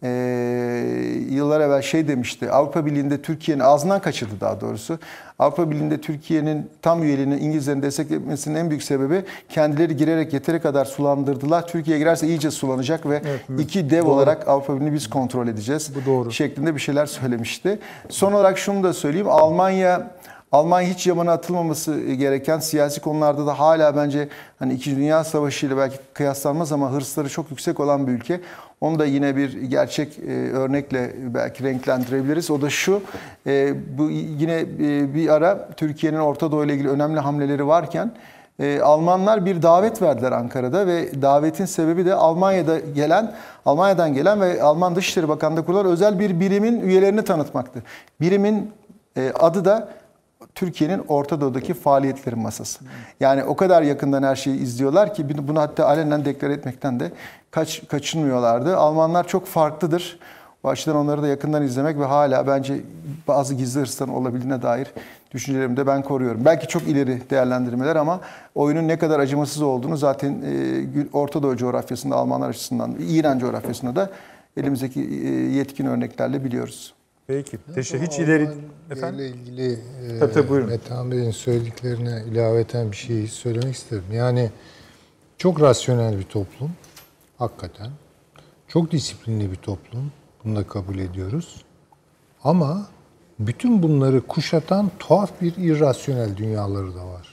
yıllar evvel şey demişti. Avrupa Birliği'nde Türkiye'nin ağzından kaçırdı daha doğrusu. Avrupa Birliği'nde Türkiye'nin tam üyeliğini İngilizlerin desteklemesinin en büyük sebebi kendileri girerek yeteri kadar sulandırdılar. Türkiye girerse iyice sulanacak ve iki dev olarak Avrupa Birliği'ni biz kontrol edeceğiz. Bu doğru. Şeklinde bir şeyler söylemişti. Son olarak şunu da söyleyeyim. Almanya Almanya hiç yabana atılmaması gereken, siyasi konularda da hala bence hani 2. Dünya Savaşı ile belki kıyaslanmaz ama hırsları çok yüksek olan bir ülke. Onu da yine bir gerçek örnekle belki renklendirebiliriz. O da şu, bu yine bir ara Türkiye'nin Orta Doğu ile ilgili önemli hamleleri varken Almanlar bir davet verdiler Ankara'da ve davetin sebebi de Almanya'dan gelen ve Alman Dışişleri Bakanlığı kurulan özel bir birimin üyelerini tanıtmaktı. Birimin adı da Türkiye'nin Orta Doğu'daki faaliyetlerin masası. Yani o kadar yakından her şeyi izliyorlar ki bunu hatta alenen deklar etmekten de kaçınmıyorlardı. Almanlar çok farklıdır. Bu açıdan onları da yakından izlemek ve hala bence bazı gizli hırsların olabildiğine dair düşüncelerimi de ben koruyorum. Belki çok ileri değerlendirmeler ama oyunun ne kadar acımasız olduğunu zaten Orta Doğu coğrafyasında, Almanlar açısından, İran coğrafyasında da elimizdeki yetkin örneklerle biliyoruz. Peki. Hiç ileri... Efendim? ilgili buyurun. Metehan Bey'in söylediklerine ilaveten bir şey söylemek isterim. Yani çok rasyonel bir toplum. Hakikaten. Çok disiplinli bir toplum. Bunu da kabul ediyoruz. Ama bütün bunları kuşatan tuhaf bir irrasyonel dünyaları da var.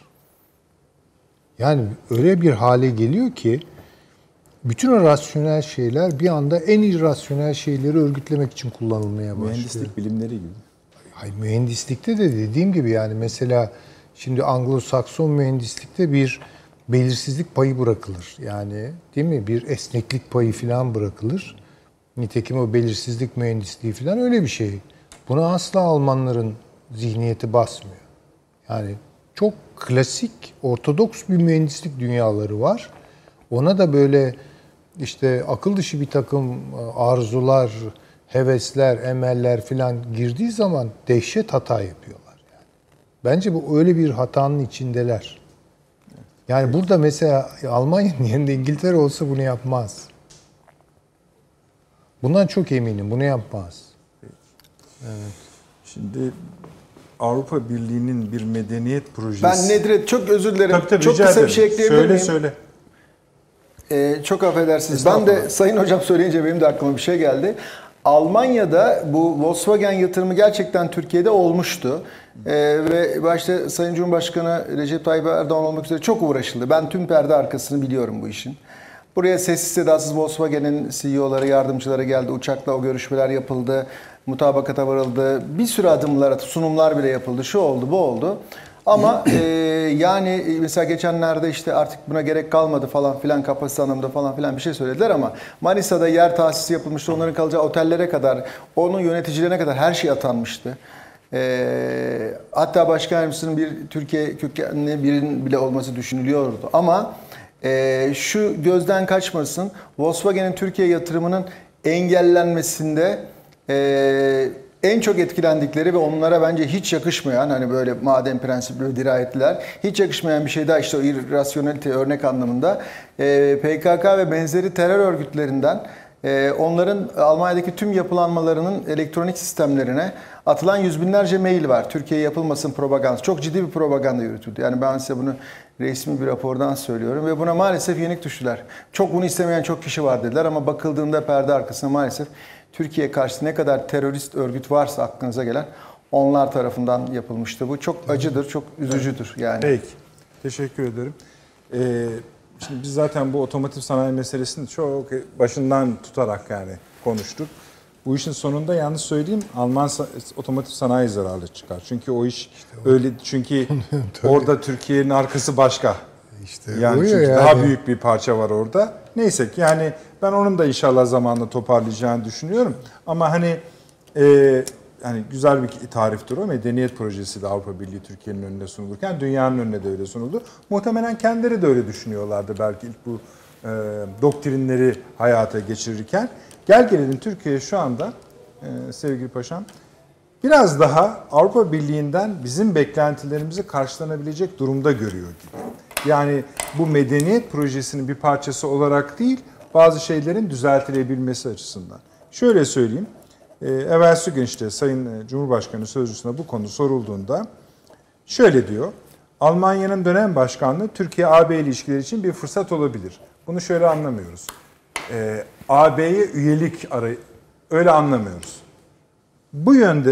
Yani öyle bir hale geliyor ki bütün o rasyonel şeyler bir anda en irrasyonel şeyleri örgütlemek için kullanılmaya başlıyor. Mühendislik bilimleri gibi. Hayır, mühendislikte de dediğim gibi yani mesela şimdi Anglo-Sakson mühendislikte bir belirsizlik payı bırakılır. Yani değil mi? Bir esneklik payı falan bırakılır. Nitekim o belirsizlik mühendisliği falan öyle bir şey. Buna asla Almanların zihniyeti basmıyor. Yani çok klasik, ortodoks bir mühendislik dünyaları var. Ona da böyle işte akıl dışı bir takım arzular, hevesler, emeller falan girdiği zaman dehşet hata yapıyorlar. Yani. Bence bu öyle bir hatanın içindeler. Yani burada mesela Almanya'nın yerinde İngiltere olsa bunu yapmaz. Bundan çok eminim. Bunu yapmaz. Evet. Şimdi Avrupa Birliği'nin bir medeniyet projesi... Ben Nedret çok özür dilerim. Tabii, çok kısa bir şey ekleyebilir miyim? Söyle. Çok affedersiniz. Ben de Sayın Hocam söyleyince benim de aklıma bir şey geldi. Almanya'da bu Volkswagen yatırımı gerçekten Türkiye'de olmuştu. Ve başta Sayın Cumhurbaşkanı Recep Tayyip Erdoğan olmak üzere çok uğraşıldı. Ben tüm perde arkasını biliyorum bu işin. Buraya sessiz sedasız Volkswagen'in CEO'ları, yardımcıları geldi. Uçakla o görüşmeler yapıldı. Mutabakata varıldı. Bir sürü adımlar, sunumlar bile yapıldı. Şu oldu, bu oldu. Ama yani mesela geçenlerde işte artık buna gerek kalmadı falan filan, kapasite anlamında falan filan bir şey söylediler ama Manisa'da yer tahsisi yapılmıştı. Onların kalacağı otellere kadar, onun yöneticilerine kadar her şey atanmıştı. Hatta başkan yardımcısının bir Türkiye kökenli birinin bile olması düşünülüyordu. Ama şu gözden kaçmasın, Volkswagen'in Türkiye yatırımının engellenmesinde en çok etkilendikleri ve onlara bence hiç yakışmayan, hani böyle maden prensipleri dirayetliler, hiç yakışmayan bir şey daha işte o irrasyonelite örnek anlamında PKK ve benzeri terör örgütlerinden onların Almanya'daki tüm yapılanmalarının elektronik sistemlerine atılan yüz binlerce mail var. Türkiye'ye yapılmasın propagandası. Çok ciddi bir propaganda yürütüldü. Yani ben size bunu resmi bir rapordan söylüyorum ve buna maalesef yenik düştüler. Çok bunu istemeyen çok kişi var dediler ama bakıldığında perde arkasında maalesef Türkiye karşı ne kadar terörist örgüt varsa aklınıza gelen onlar tarafından yapılmıştı. Bu çok acıdır, çok üzücüdür yani. Peki. Teşekkür ederim. Şimdi biz zaten bu otomotiv sanayi meselesini çok başından tutarak yani konuştuk. Bu işin sonunda yalnız söyleyeyim Alman otomotiv sanayi zararlı çıkar. Çünkü o iş işte öyle çünkü orada Türkiye'nin arkası başka. İşte yani çünkü daha büyük bir parça var orada. Neyse ki yani ben onun da inşallah zamanla toparlayacağını düşünüyorum. Ama hani yani güzel bir tariftir o. Medeniyet projesi de Avrupa Birliği Türkiye'nin önüne sunulurken dünyanın önüne de öyle sunuldu. Muhtemelen kendileri de öyle düşünüyorlardı belki ilk bu doktrinleri hayata geçirirken. Gel gelelim Türkiye şu anda sevgili paşam biraz daha Avrupa Birliği'nden bizim beklentilerimizi karşılanabilecek durumda görüyor gibi. Yani bu medeniyet projesinin bir parçası olarak değil bazı şeylerin düzeltilebilmesi açısından. Şöyle söyleyeyim. Evvelsi gün işte Sayın Cumhurbaşkanı Sözcüsü'ne bu konu sorulduğunda şöyle diyor. Almanya'nın dönem başkanlığı Türkiye-AB ilişkileri için bir fırsat olabilir. Bunu şöyle anlamıyoruz. AB'ye üyelik öyle anlamıyoruz. Bu yönde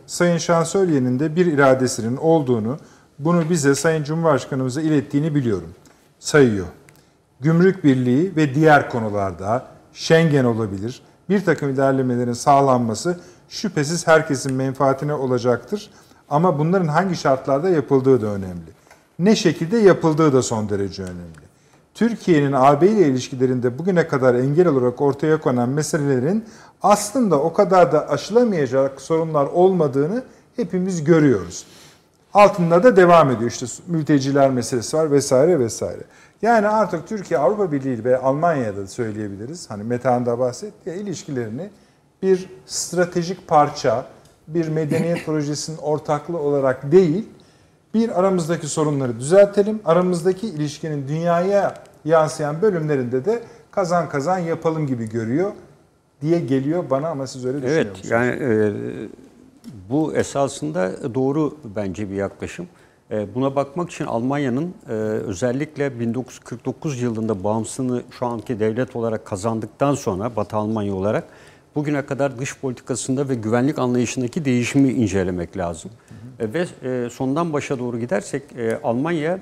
Sayın Şansölye'nin de bir iradesinin olduğunu, bunu bize Sayın Cumhurbaşkanımıza ilettiğini biliyorum. Sayıyor. Gümrük Birliği ve diğer konularda Schengen olabilir. Bir takım ilerlemelerin sağlanması şüphesiz herkesin menfaatine olacaktır. Ama bunların hangi şartlarda yapıldığı da önemli. Ne şekilde yapıldığı da son derece önemli. Türkiye'nin AB ile ilişkilerinde bugüne kadar engel olarak ortaya konan meselelerin aslında o kadar da aşılamayacak sorunlar olmadığını hepimiz görüyoruz. Altında da devam ediyor. İşte mülteciler meselesi var vesaire vesaire. Yani artık Türkiye Avrupa Birliği ve Almanya'da söyleyebiliriz. Hani Metehan da bahsetti ya, ilişkilerini bir stratejik parça, bir medeniyet projesinin ortaklığı olarak değil, bir aramızdaki sorunları düzeltelim, aramızdaki ilişkinin dünyaya yansıyan bölümlerinde de kazan kazan yapalım gibi görüyor diye geliyor bana, ama siz öyle düşünüyor musunuz? Evet, yani bu esasında doğru bence bir yaklaşım. Buna bakmak için Almanya'nın özellikle 1949 yılında bağımsızlığını şu anki devlet olarak kazandıktan sonra, Batı Almanya olarak, bugüne kadar dış politikasında ve güvenlik anlayışındaki değişimi incelemek lazım. Ve sondan başa doğru gidersek Almanya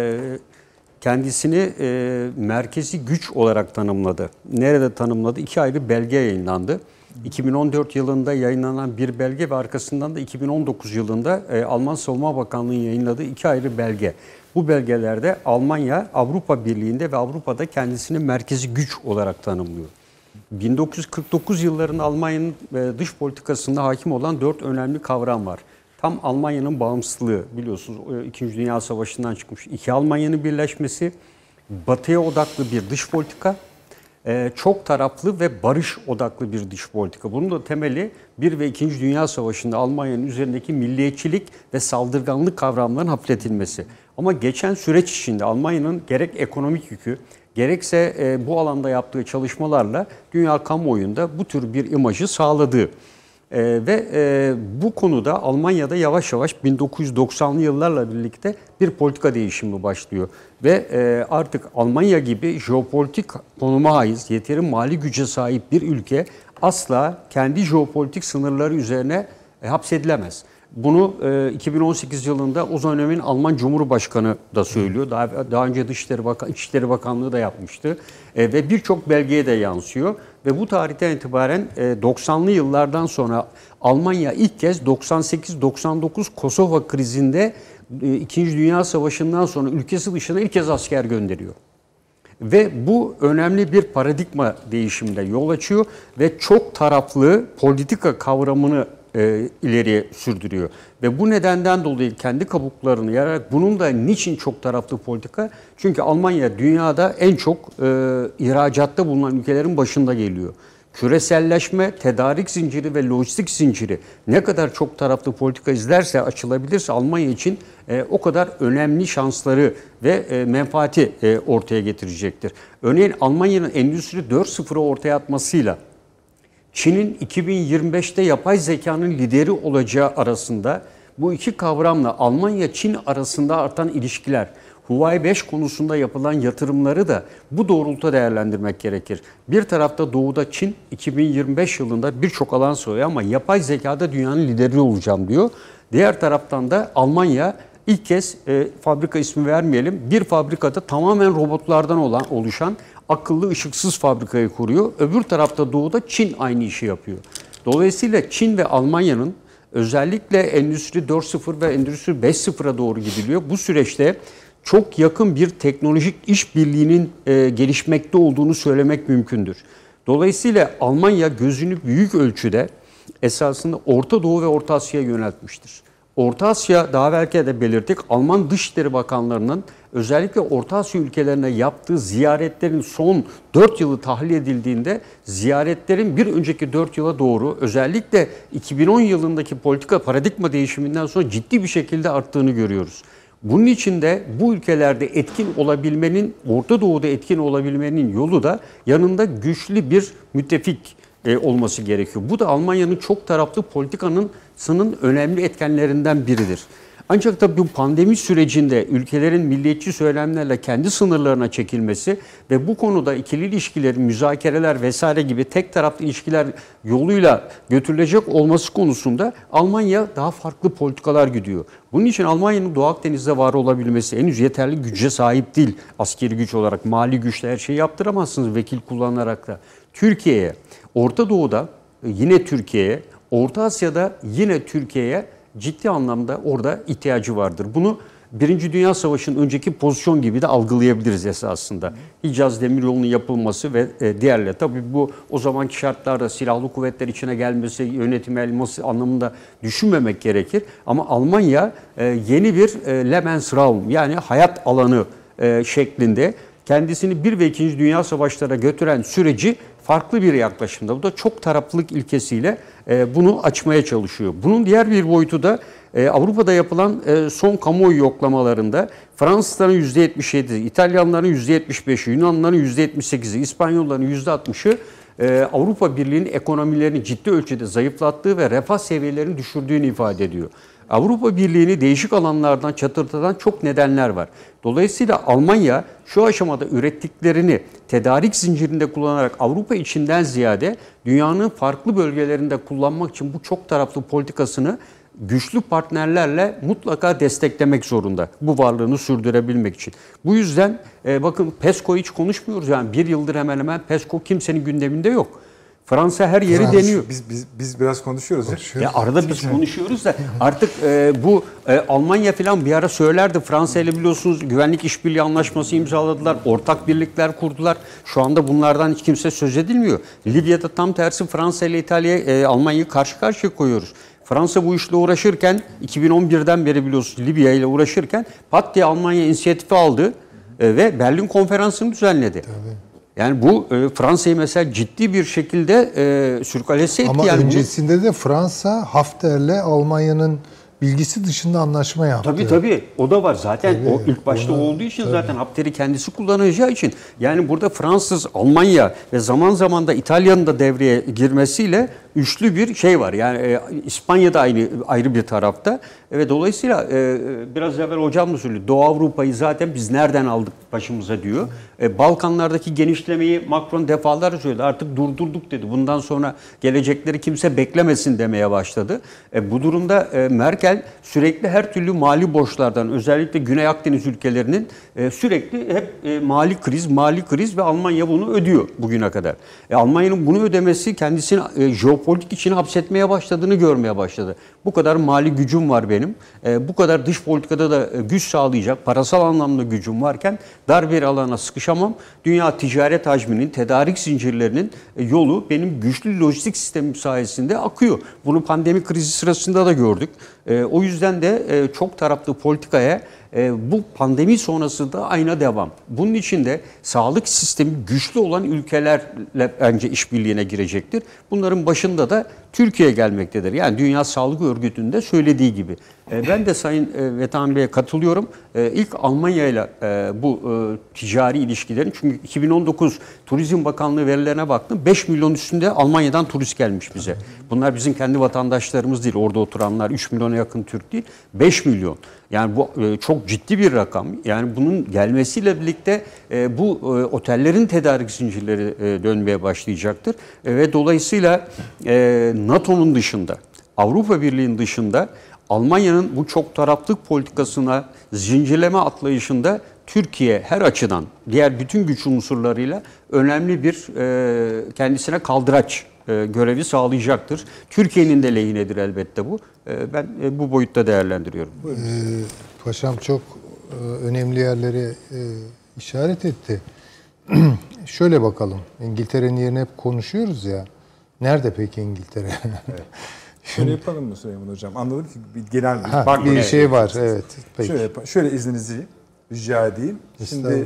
kendisini merkezi güç olarak tanımladı. Nerede tanımladı? 2 ayrı belge yayınlandı. 2014 yılında yayınlanan bir belge ve arkasından da 2019 yılında Alman Savunma Bakanlığı'nın yayınladığı 2 ayrı belge. Bu belgelerde Almanya Avrupa Birliği'nde ve Avrupa'da kendisini merkezi güç olarak tanımlıyor. 1949 yıllarında Almanya'nın dış politikasında hakim olan 4 önemli kavram var. Tam Almanya'nın bağımsızlığı, biliyorsunuz 2. Dünya Savaşı'ndan çıkmış 2 Almanya'nın birleşmesi, batıya odaklı bir dış politika, çok taraflı ve barış odaklı bir dış politika. Bunun da temeli 1 ve 2. Dünya Savaşı'nda Almanya'nın üzerindeki milliyetçilik ve saldırganlık kavramlarının hafifletilmesi. Ama geçen süreç içinde Almanya'nın gerek ekonomik yükü, gerekse bu alanda yaptığı çalışmalarla dünya kamuoyunda bu tür bir imajı sağladı. Bu konuda Almanya'da yavaş yavaş 1990'lı yıllarla birlikte bir politika değişimi başlıyor. Ve artık Almanya gibi jeopolitik konuma ait, yeteri mali güce sahip bir ülke asla kendi jeopolitik sınırları üzerine hapsedilemez. Bunu 2018 yılında o dönemin Alman Cumhurbaşkanı da söylüyor. Daha önce İçişleri Bakanlığı da yapmıştı. Ve birçok belgeye de yansıyor. Ve bu tarihten itibaren 90'lı yıllardan sonra Almanya ilk kez 98-99 Kosova krizinde 2. Dünya Savaşı'ndan sonra ülkesi dışına ilk kez asker gönderiyor. Ve bu önemli bir paradigma değişimine yol açıyor ve çok taraflı politika kavramını ileriye sürdürüyor. Ve bu nedenden dolayı kendi kabuklarını yararak, bunun da niçin çok taraflı politika? Çünkü Almanya dünyada en çok ihracatta bulunan ülkelerin başında geliyor. Küreselleşme, tedarik zinciri ve lojistik zinciri ne kadar çok taraflı politika izlerse, açılabilirse Almanya için o kadar önemli şansları ve menfaati ortaya getirecektir. Örneğin Almanya'nın Endüstri 4.0'ı ortaya atmasıyla Çin'in 2025'te yapay zekanın lideri olacağı arasında, bu iki kavramla Almanya-Çin arasında artan ilişkiler, Huawei 5 konusunda yapılan yatırımları da bu doğrultuda değerlendirmek gerekir. Bir tarafta doğuda Çin 2025 yılında birçok alan soruyor ama yapay zekada dünyanın lideri olacağım diyor. Diğer taraftan da Almanya ilk kez fabrika ismi vermeyelim, bir fabrikada tamamen robotlardan oluşan akıllı ışıksız fabrikayı kuruyor. Öbür tarafta doğuda Çin aynı işi yapıyor. Dolayısıyla Çin ve Almanya'nın özellikle Endüstri 4.0 ve Endüstri 5.0'a doğru gidiliyor. Bu süreçte çok yakın bir teknolojik işbirliğinin gelişmekte olduğunu söylemek mümkündür. Dolayısıyla Almanya gözünü büyük ölçüde esasında Orta Doğu ve Orta Asya'ya yöneltmiştir. Orta Asya, daha belki de belirttik, Alman Dışişleri Bakanlarının özellikle Orta Asya ülkelerine yaptığı ziyaretlerin son 4 yılı tahlil edildiğinde ziyaretlerin bir önceki 4 yıla doğru özellikle 2010 yılındaki politika paradigma değişiminden sonra ciddi bir şekilde arttığını görüyoruz. Bunun için de bu ülkelerde etkin olabilmenin, Orta Doğu'da etkin olabilmenin yolu da yanında güçlü bir müttefik olması gerekiyor. Bu da Almanya'nın çok taraflı politikanın önemli etkenlerinden biridir. Ancak tabii bu pandemi sürecinde ülkelerin milliyetçi söylemlerle kendi sınırlarına çekilmesi ve bu konuda ikili ilişkilerin, müzakereler vesaire gibi tek taraflı ilişkiler yoluyla götürülecek olması konusunda Almanya daha farklı politikalar gidiyor. Bunun için Almanya'nın Doğu Akdeniz'de var olabilmesi henüz yeterli güce sahip değil. Askeri güç olarak, mali güçle her şeyi yaptıramazsınız vekil kullanarak da. Türkiye'ye, Orta Doğu'da yine Türkiye'ye, Orta Asya'da yine Türkiye'ye ciddi anlamda orada ihtiyacı vardır. Bunu Birinci Dünya Savaşı'nın önceki pozisyon gibi de algılayabiliriz esasında. Hicaz Demiryolu'nun yapılması ve diğerleri. Tabii bu o zamanki şartlarda silahlı kuvvetler içine gelmesi, yönetime alması anlamında düşünmemek gerekir. Ama Almanya yeni bir Lebensraum yani hayat alanı şeklinde kendisini 1 ve 2. Dünya Savaşları'na götüren süreci farklı bir yaklaşımda. Bu da çok taraflılık ilkesiyle bunu açmaya çalışıyor. Bunun diğer bir boyutu da Avrupa'da yapılan son kamuoyu yoklamalarında Fransızların %77'si, İtalyanların %75'i, Yunanlıların %78'i, İspanyolların %60'ı Avrupa Birliği'nin ekonomilerini ciddi ölçüde zayıflattığı ve refah seviyelerini düşürdüğünü ifade ediyor. Avrupa Birliği'ni değişik alanlardan çatırtıdan çok nedenler var. Dolayısıyla Almanya şu aşamada ürettiklerini tedarik zincirinde kullanarak Avrupa içinden ziyade dünyanın farklı bölgelerinde kullanmak için bu çok taraflı politikasını güçlü partnerlerle mutlaka desteklemek zorunda. Bu varlığını sürdürebilmek için. Bu yüzden bakın PESCO hiç konuşmuyoruz. Yani bir yıldır hemen hemen PESCO kimsenin gündeminde yok. Fransa her yeri deniyor. Biz biraz konuşuyoruz. Ya arada biz konuşuyoruz da artık bu Almanya falan bir ara söylerdi. Fransa ile biliyorsunuz güvenlik işbirliği anlaşması imzaladılar. Ortak birlikler kurdular. Şu anda bunlardan hiç kimse söz edilmiyor. Libya'da tam tersi Fransa ile İtalya, Almanya'yı karşı karşıya koyuyoruz. Fransa bu işle uğraşırken 2011'den beri biliyorsunuz Libya ile uğraşırken pat diye Almanya inisiyatifi aldı ve Berlin Konferansı'nı düzenledi. Tabii. Yani bu Fransa'yı mesela ciddi bir şekilde sürkalese etti. Ama yani öncesinde de Fransa Hafter'le Almanya'nın bilgisi dışında anlaşma yaptı. Tabii o da var. Zaten o ilk başta olduğu için zaten Hafter'i kendisi kullanacağı için. Yani burada Fransız, Almanya ve zaman zaman da İtalya'nın da devreye girmesiyle üçlü bir şey var. Yani İspanya'da ayrı bir tarafta. Ve dolayısıyla biraz evvel hocam da söyledi. Doğu Avrupa'yı zaten biz nereden aldık başımıza diyor. Balkanlardaki genişlemeyi Macron defalarca söyledi. Artık durdurduk dedi. Bundan sonra gelecekleri kimse beklemesin demeye başladı. Bu durumda Merkel sürekli her türlü mali borçlardan özellikle Güney Akdeniz ülkelerinin sürekli hep mali kriz ve Almanya bunu ödüyor bugüne kadar. Almanya'nın bunu ödemesi kendisini jeopolitik içine hapsetmeye başladığını görmeye başladı. Bu kadar mali gücüm var benim. Bu kadar dış politikada da güç sağlayacak, parasal anlamda gücüm varken dar bir alana sıkışamam. Dünya ticaret hacminin, tedarik zincirlerinin yolu benim güçlü lojistik sistemim sayesinde akıyor. Bunu pandemi krizi sırasında da gördük. O yüzden de çok taraflı politikaya bu pandemi sonrası da aynı devam. Bunun için de sağlık sistemi güçlü olan ülkelerle bence işbirliğine girecektir. Bunların başında da Türkiye gelmektedir. Yani Dünya Sağlık Örgütü'nde söylediği gibi. Ben de Sayın Vetan Bey'e katılıyorum. İlk Almanya ile bu ticari ilişkilerin, çünkü 2019 Turizm Bakanlığı verilerine baktım. 5 milyon üstünde Almanya'dan turist gelmiş bize. Bunlar bizim kendi vatandaşlarımız değil. Orada oturanlar 3 milyona yakın Türk değil. 5 milyon. Yani bu çok ciddi bir rakam. Yani bunun gelmesiyle birlikte bu otellerin tedarik zincirleri dönmeye başlayacaktır. Ve dolayısıyla NATO'nun dışında, Avrupa Birliği'nin dışında Almanya'nın bu çok taraflık politikasına zincirleme atlayışında Türkiye her açıdan diğer bütün güç unsurlarıyla önemli bir kendisine kaldıraç görevi sağlayacaktır. Türkiye'nin de lehinedir elbette bu. Ben bu boyutta değerlendiriyorum. Paşam çok önemli yerlere işaret etti. Şöyle bakalım. İngiltere'nin yerine hep konuşuyoruz ya. Nerede peki İngiltere? Evet. Şöyle yapalım mı Süleyman Hocam? Anladım ki bir genel bir şey var. Evet. Peki. Şöyle izninizi rica edeyim. Şimdi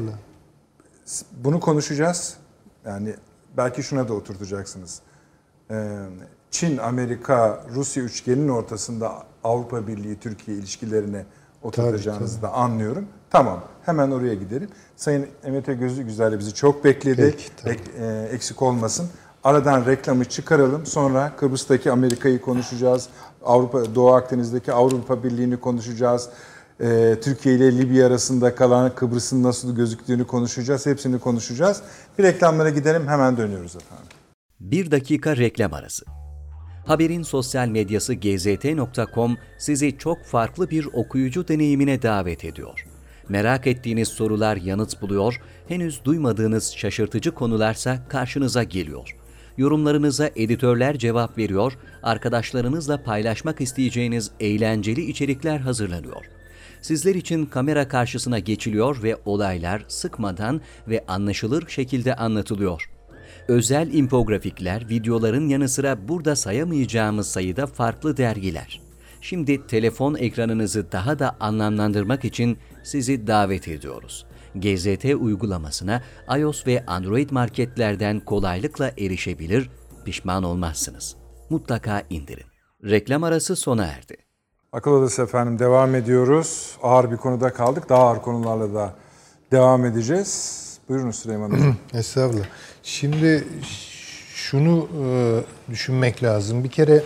bunu konuşacağız. Yani belki şuna da oturtacaksınız. Çin, Amerika, Rusya üçgeninin ortasında Avrupa Birliği, Türkiye ilişkilerine oturtacağınızı da anlıyorum. Tamam, hemen oraya gidelim. Sayın Emete Gözü Güzel bizi çok bekledi. Peki, eksik olmasın. Aradan reklamı çıkaralım. Sonra Kıbrıs'taki Amerika'yı konuşacağız. Doğu Akdeniz'deki Avrupa Birliği'ni konuşacağız. Türkiye ile Libya arasında kalan Kıbrıs'ın nasıl gözüktüğünü konuşacağız. Hepsini konuşacağız. Bir reklamlara gidelim, hemen dönüyoruz efendim. 1 dakika reklam arası. Haberin sosyal medyası gzt.com sizi çok farklı bir okuyucu deneyimine davet ediyor. Merak ettiğiniz sorular yanıt buluyor, henüz duymadığınız şaşırtıcı konularsa karşınıza geliyor. Yorumlarınıza editörler cevap veriyor, arkadaşlarınızla paylaşmak isteyeceğiniz eğlenceli içerikler hazırlanıyor. Sizler için kamera karşısına geçiliyor ve olaylar sıkmadan ve anlaşılır şekilde anlatılıyor. Özel infografikler, videoların yanı sıra burada sayamayacağımız sayıda farklı dergiler. Şimdi telefon ekranınızı daha da anlamlandırmak için sizi davet ediyoruz. GZT uygulamasına iOS ve Android marketlerden kolaylıkla erişebilir, pişman olmazsınız. Mutlaka indirin. Reklam arası sona erdi. Akıl Odası efendim, devam ediyoruz. Ağır bir konuda kaldık. Daha ağır konularla da devam edeceğiz. Buyurunuz Süleyman Hocam. Estağfurullah. Şimdi şunu düşünmek lazım. Bir kere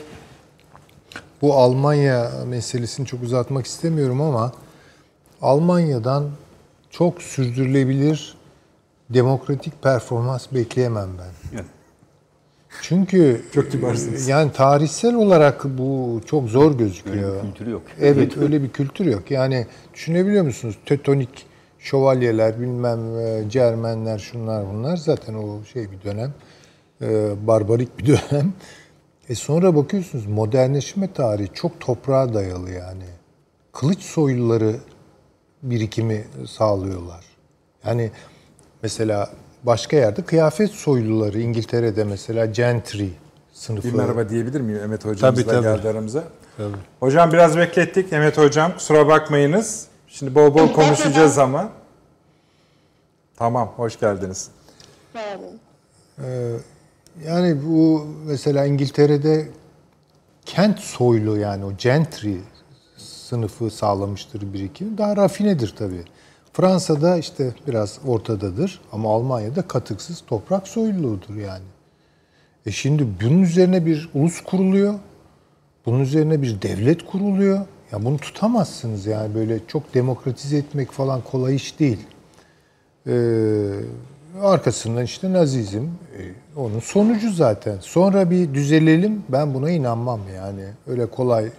bu Almanya meselesini çok uzatmak istemiyorum ama Almanya'dan çok sürdürülebilir demokratik performans bekleyemem ben. Evet. Çünkü çok kibarsınız. Yani tarihsel olarak bu çok zor gözüküyor. Öyle bir kültürü yok. Evet, öyle bir kültür yok. Yani düşünebiliyor musunuz? Teutonik şövalyeler, bilmem Cermenler, şunlar bunlar zaten o bir dönem. Barbarik bir dönem. Sonra bakıyorsunuz modernleşme tarihi çok toprağa dayalı yani. Kılıç soyluları birikimi sağlıyorlar. Yani mesela başka yerde kıyafet soyluları, İngiltere'de mesela gentry sınıfı. Bir merhaba diyebilir miyim? Emet Hocamız da geldi aramıza. Tabii. Hocam biraz beklettik. Emet Hocam kusura bakmayınız. Şimdi bol bol konuşacağız ama. Tamam, hoş geldiniz. Sağ olun. Yani bu mesela İngiltere'de kent soylu yani o gentry sınıfı sağlamıştır birikimi. Daha rafinedir tabii. Fransa'da işte biraz ortadadır ama Almanya'da katıksız toprak soyluluğudur yani. Şimdi bunun üzerine bir ulus kuruluyor. Bunun üzerine bir devlet kuruluyor. Ya bunu tutamazsınız yani, böyle çok demokratize etmek falan kolay iş değil. Arkasından işte Nazizm, onun sonucu zaten. Sonra bir düzelelim, ben buna inanmam yani. Öyle kolay.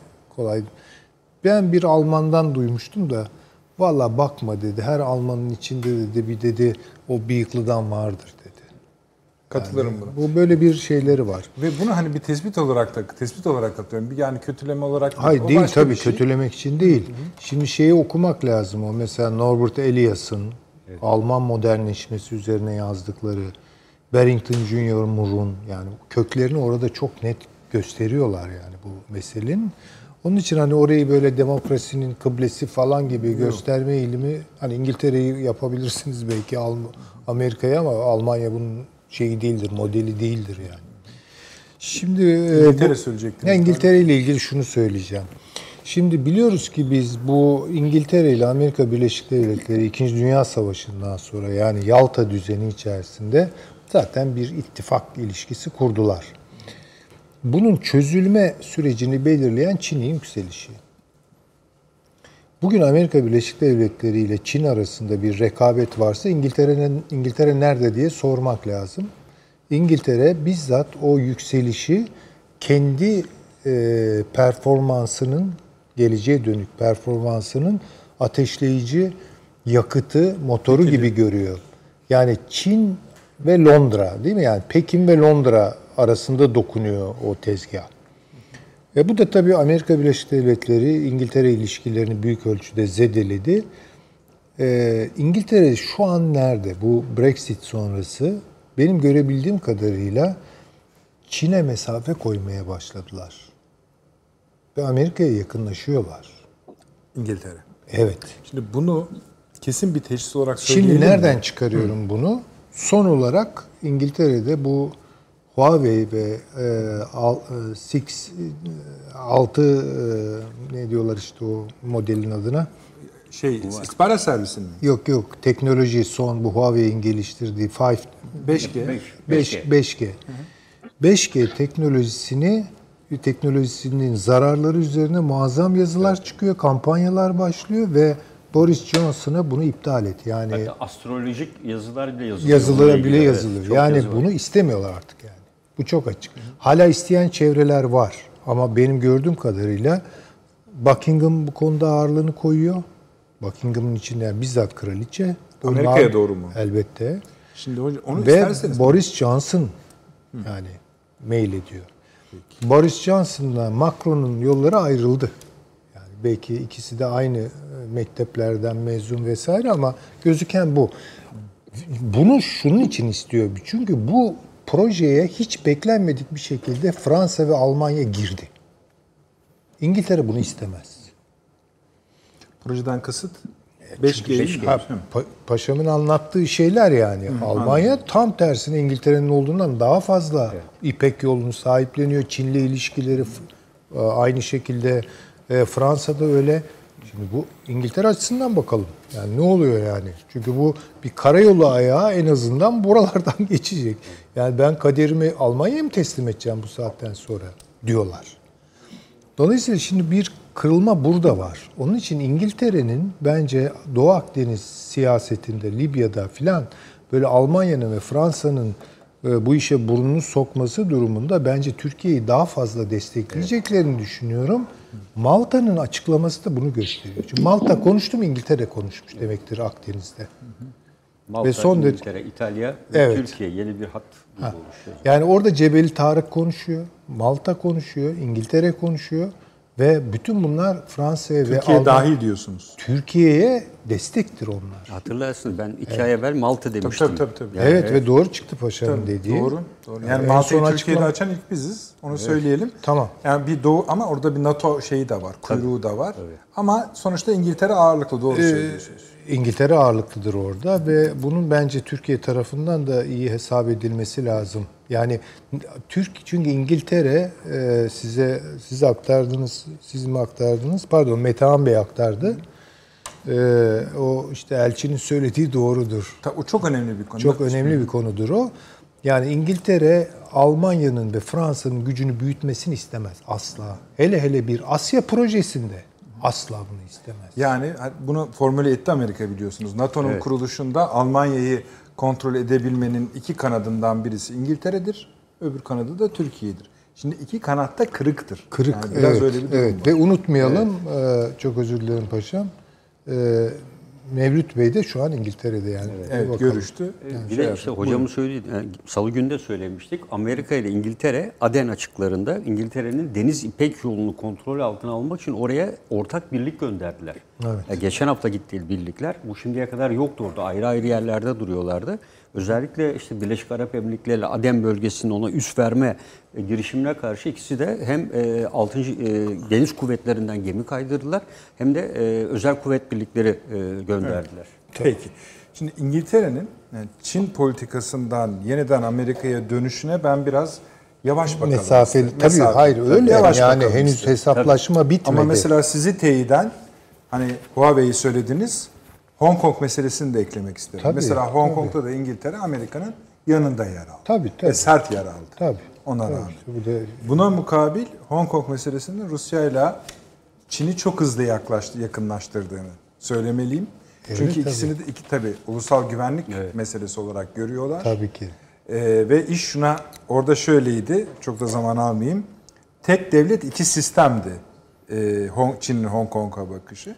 Ben bir Almandan duymuştum da, valla bakma dedi, her Almanın içinde dedi o bıyıklıdan vardır dedi. Katılırım yani buna. Bu böyle bir şeyleri var. Ve bunu hani bir tespit olarak atıyorum. Bir yani kötüleme olarak Hayır değil tabii, şey. kötülemek için değil. Hı hı. Şimdi şeyi okumak lazım o. Mesela Norbert Elias'ın Alman modernleşmesi üzerine yazdıkları, Barrington Junior Moore'un yani köklerini orada çok net gösteriyorlar yani bu meselenin. Onun için hani orayı böyle demokrasinin kıblesi falan gibi gösterme eğilimi, hani İngiltere'yi yapabilirsiniz belki, Amerika'ya, ama Almanya bunun şeyi değildir, modeli değildir yani. Şimdi İngiltere söyleyecektiniz. İngiltere ile ilgili şunu söyleyeceğim. Şimdi biliyoruz ki biz bu İngiltere ile Amerika Birleşik Devletleri 2. Dünya Savaşı'ndan sonra yani Yalta düzeni içerisinde zaten bir ittifak ilişkisi kurdular. Bunun çözülme sürecini belirleyen Çin'in yükselişi. Bugün Amerika Birleşik Devletleri ile Çin arasında bir rekabet varsa İngiltere nerede diye sormak lazım. İngiltere bizzat o yükselişi kendi performansının, geleceğe dönük performansının ateşleyici yakıtı, motoru gibi görüyor. Yani Çin ve Londra, değil mi? Yani Pekin ve Londra arasında dokunuyor o tezgah. Bu da tabii Amerika Birleşik Devletleri İngiltere ilişkilerini büyük ölçüde zedeledi. İngiltere şu an nerede? Bu Brexit sonrası benim görebildiğim kadarıyla Çin'e mesafe koymaya başladılar. Ve Amerika'ya yakınlaşıyorlar. İngiltere. Evet. Şimdi bunu kesin bir teşhis olarak söyleyelim. Şimdi nereden çıkarıyorum bunu? Son olarak İngiltere'de bu Huawei ve 6 ne diyorlar işte o modelin adına? İstihbarat servisi mi? Yok. Teknoloji son bu Huawei'in geliştirdiği 5G. 5G teknolojisinin zararları üzerine muazzam yazılar çıkıyor, kampanyalar başlıyor ve Boris Johnson'a bunu iptal et. Yani hatta astrolojik yazılar bile yazılıyor. yazılara bile yazılıyor. Çok Yani yazı var. bunu istemiyorlar artık yani. Bu çok açık. Hala isteyen çevreler var ama benim gördüğüm kadarıyla Buckingham bu konuda ağırlığını koyuyor. Buckingham'ın içinde yani bizzat kraliçe. Amerika'ya doğru mu? Elbette. Şimdi onu Ve isterseniz Boris Johnson yani mail ediyor. Boris Johnson'la Macron'un yolları ayrıldı. Yani belki ikisi de aynı mekteplerden mezun vesaire ama gözüken bu. Bunu şunun için istiyor. Çünkü bu projeye hiç beklenmedik bir şekilde Fransa ve Almanya girdi. İngiltere bunu istemez. projeden kasıt 5G. Paşamın anlattığı şeyler yani. Almanya tam tersine İngiltere'nin olduğundan daha fazla İpek yolunu sahipleniyor. Çin'le ilişkileri aynı şekilde Fransa'da öyle. Şimdi bu İngiltere açısından bakalım. Yani ne oluyor yani? Çünkü bu bir karayolu ayağı en azından buralardan geçecek. Yani ben kaderimi Almanya'ya mı teslim edeceğim bu saatten sonra diyorlar. Dolayısıyla şimdi bir kırılma burada var. Onun için İngiltere'nin bence Doğu Akdeniz siyasetinde, Libya'da filan böyle Almanya'nın ve Fransa'nın bu işe burnunu sokması durumunda bence Türkiye'yi daha fazla destekleyeceklerini düşünüyorum. Malta'nın açıklaması da bunu gösteriyor. Çünkü Malta konuştu mu İngiltere konuşmuş demektir Akdeniz'de. Malta, ve son İngiltere, İtalya ve Evet. Türkiye yeni bir hat gibi oluşuyor. Yani orada Cebeli Tarık konuşuyor, Malta konuşuyor, İngiltere konuşuyor ve bütün bunlar Fransa'ya ve Türkiye dahil diyorsunuz. Türkiye'ye destektir onlar. Hatırlarsınız ben 2 ay evvel Malta demiştim. Tabii. Evet ve doğru çıktı paşanın dediği. Doğru. Yani en Malta'yı son Türkiye'de açıklama- açan ilk biziz. Onu söyleyelim. Tamam. Yani bir Doğu ama orada bir NATO şeyi de var, kuyruğu da var. Ama sonuçta İngiltere ağırlıklı, doğru söylüyorsunuz. İngiltere ağırlıklıdır orada ve bunun bence Türkiye tarafından da iyi hesap edilmesi lazım. Yani çünkü İngiltere size aktardınız, siz mi aktardınız? Pardon, Metehan Bey aktardı. O işte elçinin söylediği doğrudur. O çok önemli bir konu. Çok önemli bir konudur o. Yani İngiltere Almanya'nın ve Fransa'nın gücünü büyütmesini istemez asla. Hele bir Asya projesinde asla bunu istemez. Yani bunu formüle etti Amerika biliyorsunuz. NATO'nun kuruluşunda Almanya'yı kontrol edebilmenin iki kanadından birisi İngiltere'dir, öbür kanadı da Türkiye'dir. Şimdi iki kanatta kırıktır. Kırık, Yani biraz öyle bir durum var. Ve unutmayalım, çok özür dilerim paşam, Mevlüt Bey de şu an İngiltere'de yani. Evet, görüştü. Bir de işte hocamın söylediği, Salı günü de söylemiştik. Amerika ile İngiltere Aden açıklarında İngiltere'nin Deniz İpek yolunu kontrol altına almak için oraya ortak birlik gönderdiler. Evet. Geçen hafta gitti birlikler. Bu şimdiye kadar yoktu orada. Ayrı ayrı yerlerde duruyorlardı. Özellikle işte Birleşik Arap Emirlikleri ile Aden bölgesinin ona üs verme girişimine karşı ikisi de hem 6. Deniz Kuvvetlerinden gemi kaydırdılar hem de özel kuvvet birlikleri gönderdiler. Peki. Şimdi İngiltere'nin yani Çin politikasından yeniden Amerika'ya dönüşüne ben biraz yavaş bakalım. Mesafeli. Tabii hayır öyle Yavaş yani bakalım henüz istedim. hesaplaşma bitmedi. Ama mesela sizi teyiden hani Huawei'yi söylediniz. Hong Kong meselesini de eklemek isterim. Tabii, Mesela Hong tabii. Kong'da da İngiltere Amerika'nın yanında yer aldı. Tabii. Ve sert yer aldı. Tabii. Ona Tabii. rağmen. İşte bu da Buna mukabil Hong Kong meselesinin Rusya ile Çin'i çok hızlı yakınlaştırdığını söylemeliyim. Çünkü ikisini de tabii ulusal güvenlik meselesi olarak görüyorlar. tabii ki. Ve iş şuna orada şöyleydi. Çok da zaman almayayım. Tek devlet iki sistemdi. Çin'in Hong Kong'a bakışı.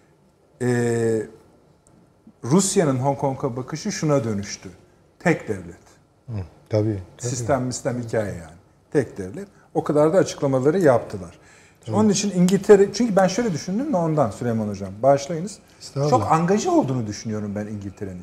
Rusya'nın Hong Kong'a bakışı şuna dönüştü. Tek devlet. Tabii. Sistem hikaye yani. Tek devlet. O kadar da açıklamaları yaptılar. Onun için İngiltere, çünkü ben şöyle düşündüm de ondan Süleyman Hocam. Bağışlayınız. Çok angaja olduğunu düşünüyorum ben İngiltere'nin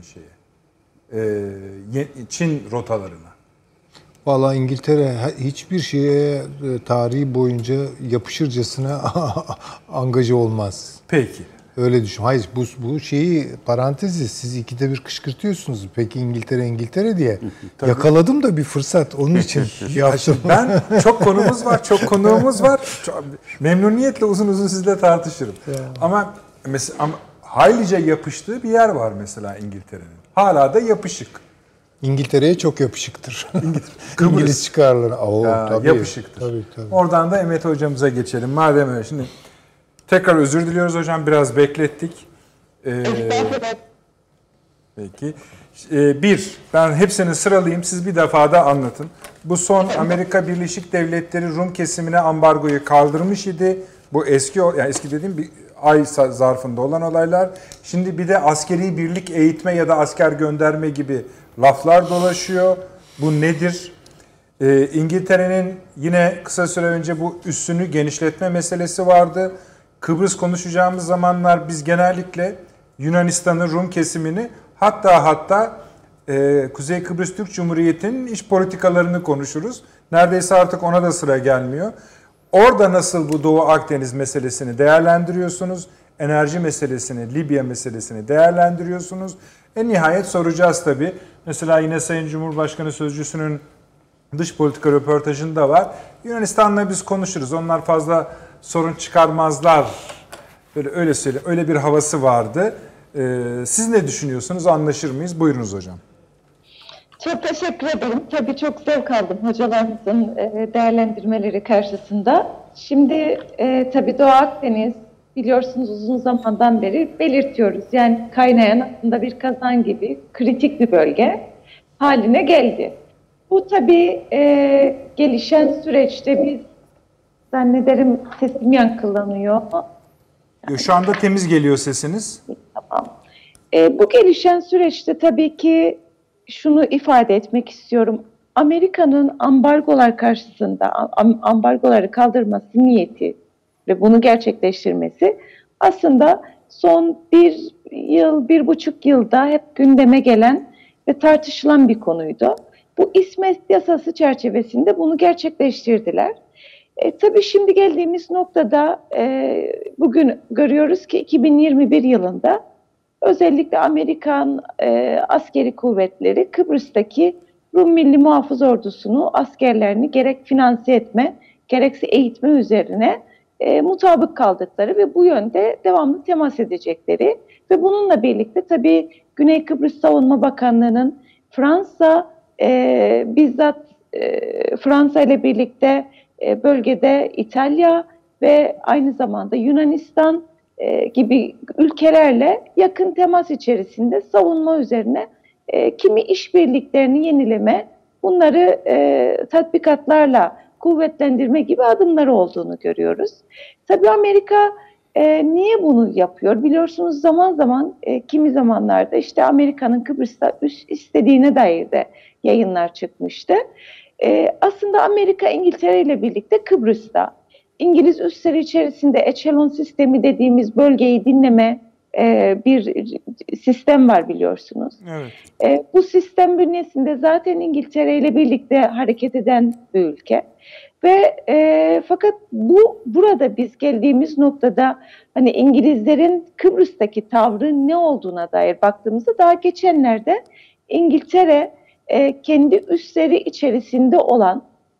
Çin rotalarına. Vallahi İngiltere hiçbir şeye tarihi boyunca yapışırcasına angaja olmaz. Peki. Öyle düşün. Hayır bu şeyi parantezi siz ikide bir kışkırtıyorsunuz. Peki İngiltere diye. Yakaladım da bir fırsat onun için yaptım. Ben çok konumuz var, çok konuğumuz var. Memnuniyetle uzun sizle tartışırım. Ama mesela haylice yapıştığı bir yer var mesela İngiltere'nin. Hala da yapışık. İngiltere'ye çok yapışıktır. Kıbrıs. İngiliz çıkarları. Tabii, yapışıktır. Tabii. Oradan da Mete hocamıza geçelim. Madem öyle. Şimdi tekrar özür diliyoruz hocam. Biraz beklettik. Peki. Ben hepsini sıralayayım. Siz bir defada anlatın. Bu son Amerika Birleşik Devletleri Rum kesimine ambargoyu kaldırmış idi. Bu eski dediğim bir ay zarfında olan olaylar. Şimdi bir de askeri birlik eğitme ya da asker gönderme gibi laflar dolaşıyor. Bu nedir? İngiltere'nin yine kısa süre önce bu üssünü genişletme meselesi vardı. Kıbrıs konuşacağımız zamanlar biz genellikle Yunanistan'ın Rum kesimini hatta Kuzey Kıbrıs Türk Cumhuriyeti'nin iç politikalarını konuşuruz. Neredeyse artık ona da sıra gelmiyor. Orada nasıl bu Doğu Akdeniz meselesini değerlendiriyorsunuz? Enerji meselesini, Libya meselesini değerlendiriyorsunuz. Nihayet soracağız tabii. Mesela yine Sayın Cumhurbaşkanı Sözcüsü'nün dış politika röportajında var. Yunanistan'la biz konuşuruz. Onlar fazla sorun çıkarmazlar. Öyle söyle. Öyle bir havası vardı. Siz ne düşünüyorsunuz? Anlaşır mıyız? Buyurunuz hocam. Çok teşekkür ederim. Tabii çok zevk aldım hocalarımızın değerlendirmeleri karşısında. Şimdi tabii Doğu Akdeniz biliyorsunuz uzun zamandan beri belirtiyoruz. Yani kaynayan aslında bir kazan gibi kritik bir bölge haline geldi. Bu tabii gelişen süreçte biz zannederim sesim yankılanıyor. Şu anda temiz geliyor sesiniz. Tamam. Bu gelişen süreçte tabii ki şunu ifade etmek istiyorum. Amerika'nın ambargolar karşısında ambargoları kaldırması niyeti ve bunu gerçekleştirmesi aslında son 1,5 yılda hep gündeme gelen ve tartışılan bir konuydu. Bu İsmet yasası çerçevesinde bunu gerçekleştirdiler. Tabii şimdi geldiğimiz noktada bugün görüyoruz ki 2021 yılında özellikle Amerikan askeri kuvvetleri Kıbrıs'taki Rum Milli Muhafız Ordusu'nu, askerlerini gerek finanse etme, gerekse eğitme üzerine mutabık kaldıkları ve bu yönde devamlı temas edecekleri ve bununla birlikte tabii Güney Kıbrıs Savunma Bakanlığı'nın Fransa bizzat Fransa ile birlikte bölgede İtalya ve aynı zamanda Yunanistan gibi ülkelerle yakın temas içerisinde savunma üzerine kimi işbirliklerini yenileme, bunları tatbikatlarla kuvvetlendirme gibi adımları olduğunu görüyoruz. Tabii Amerika niye bunu yapıyor? Biliyorsunuz zaman zaman kimi zamanlarda işte Amerika'nın Kıbrıs'ta üs istediğine dair de yayınlar çıkmıştı. Aslında Amerika İngiltere ile birlikte Kıbrıs'ta İngiliz üsleri içerisinde eçelon sistemi dediğimiz bölgeyi dinleme bir sistem var biliyorsunuz. Evet. Bu sistem bünyesinde zaten İngiltere ile birlikte hareket eden bir ülke. Ve fakat burada biz geldiğimiz noktada hani İngilizlerin Kıbrıs'taki tavrı ne olduğuna dair baktığımızda daha geçenlerde İngiltere kendi üsleri içerisinde olan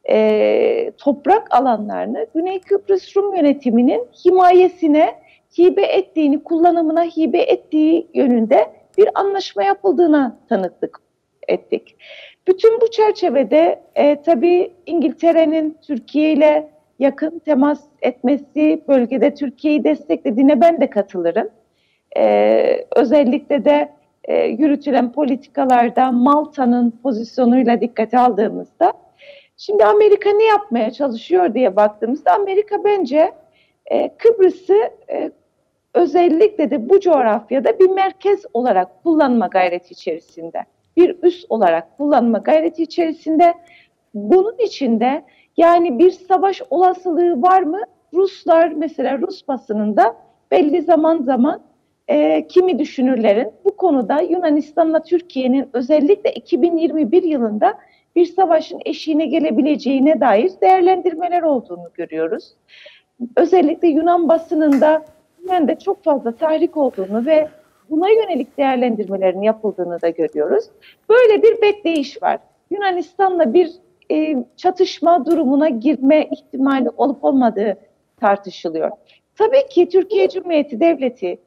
toprak alanlarını Güney Kıbrıs Rum yönetiminin himayesine hibe ettiğini, kullanımına hibe ettiği yönünde bir anlaşma yapıldığına tanıklık ettik. Bütün bu çerçevede tabii İngiltere'nin Türkiye ile yakın temas etmesi, bölgede Türkiye'yi desteklediğine ben de katılırım. Özellikle de yürütülen politikalarda Malta'nın pozisyonuyla dikkate aldığımızda, şimdi Amerika ne yapmaya çalışıyor diye baktığımızda Amerika bence Kıbrıs'ı özellikle de bu coğrafyada bir merkez olarak kullanma gayreti içerisinde, bir üs olarak kullanma gayreti içerisinde. Bunun içinde yani bir savaş olasılığı var mı? Ruslar mesela Rus basınında belli zaman kimi düşünürlerin bu konuda Yunanistan'la Türkiye'nin özellikle 2021 yılında bir savaşın eşiğine gelebileceğine dair değerlendirmeler olduğunu görüyoruz. Özellikle Yunan basınında de çok fazla tahrik olduğunu ve buna yönelik değerlendirmelerin yapıldığını da görüyoruz. Böyle bir bekleyiş var. Yunanistan'la bir çatışma durumuna girme ihtimali olup olmadığı tartışılıyor. Tabii ki Türkiye Cumhuriyeti Devleti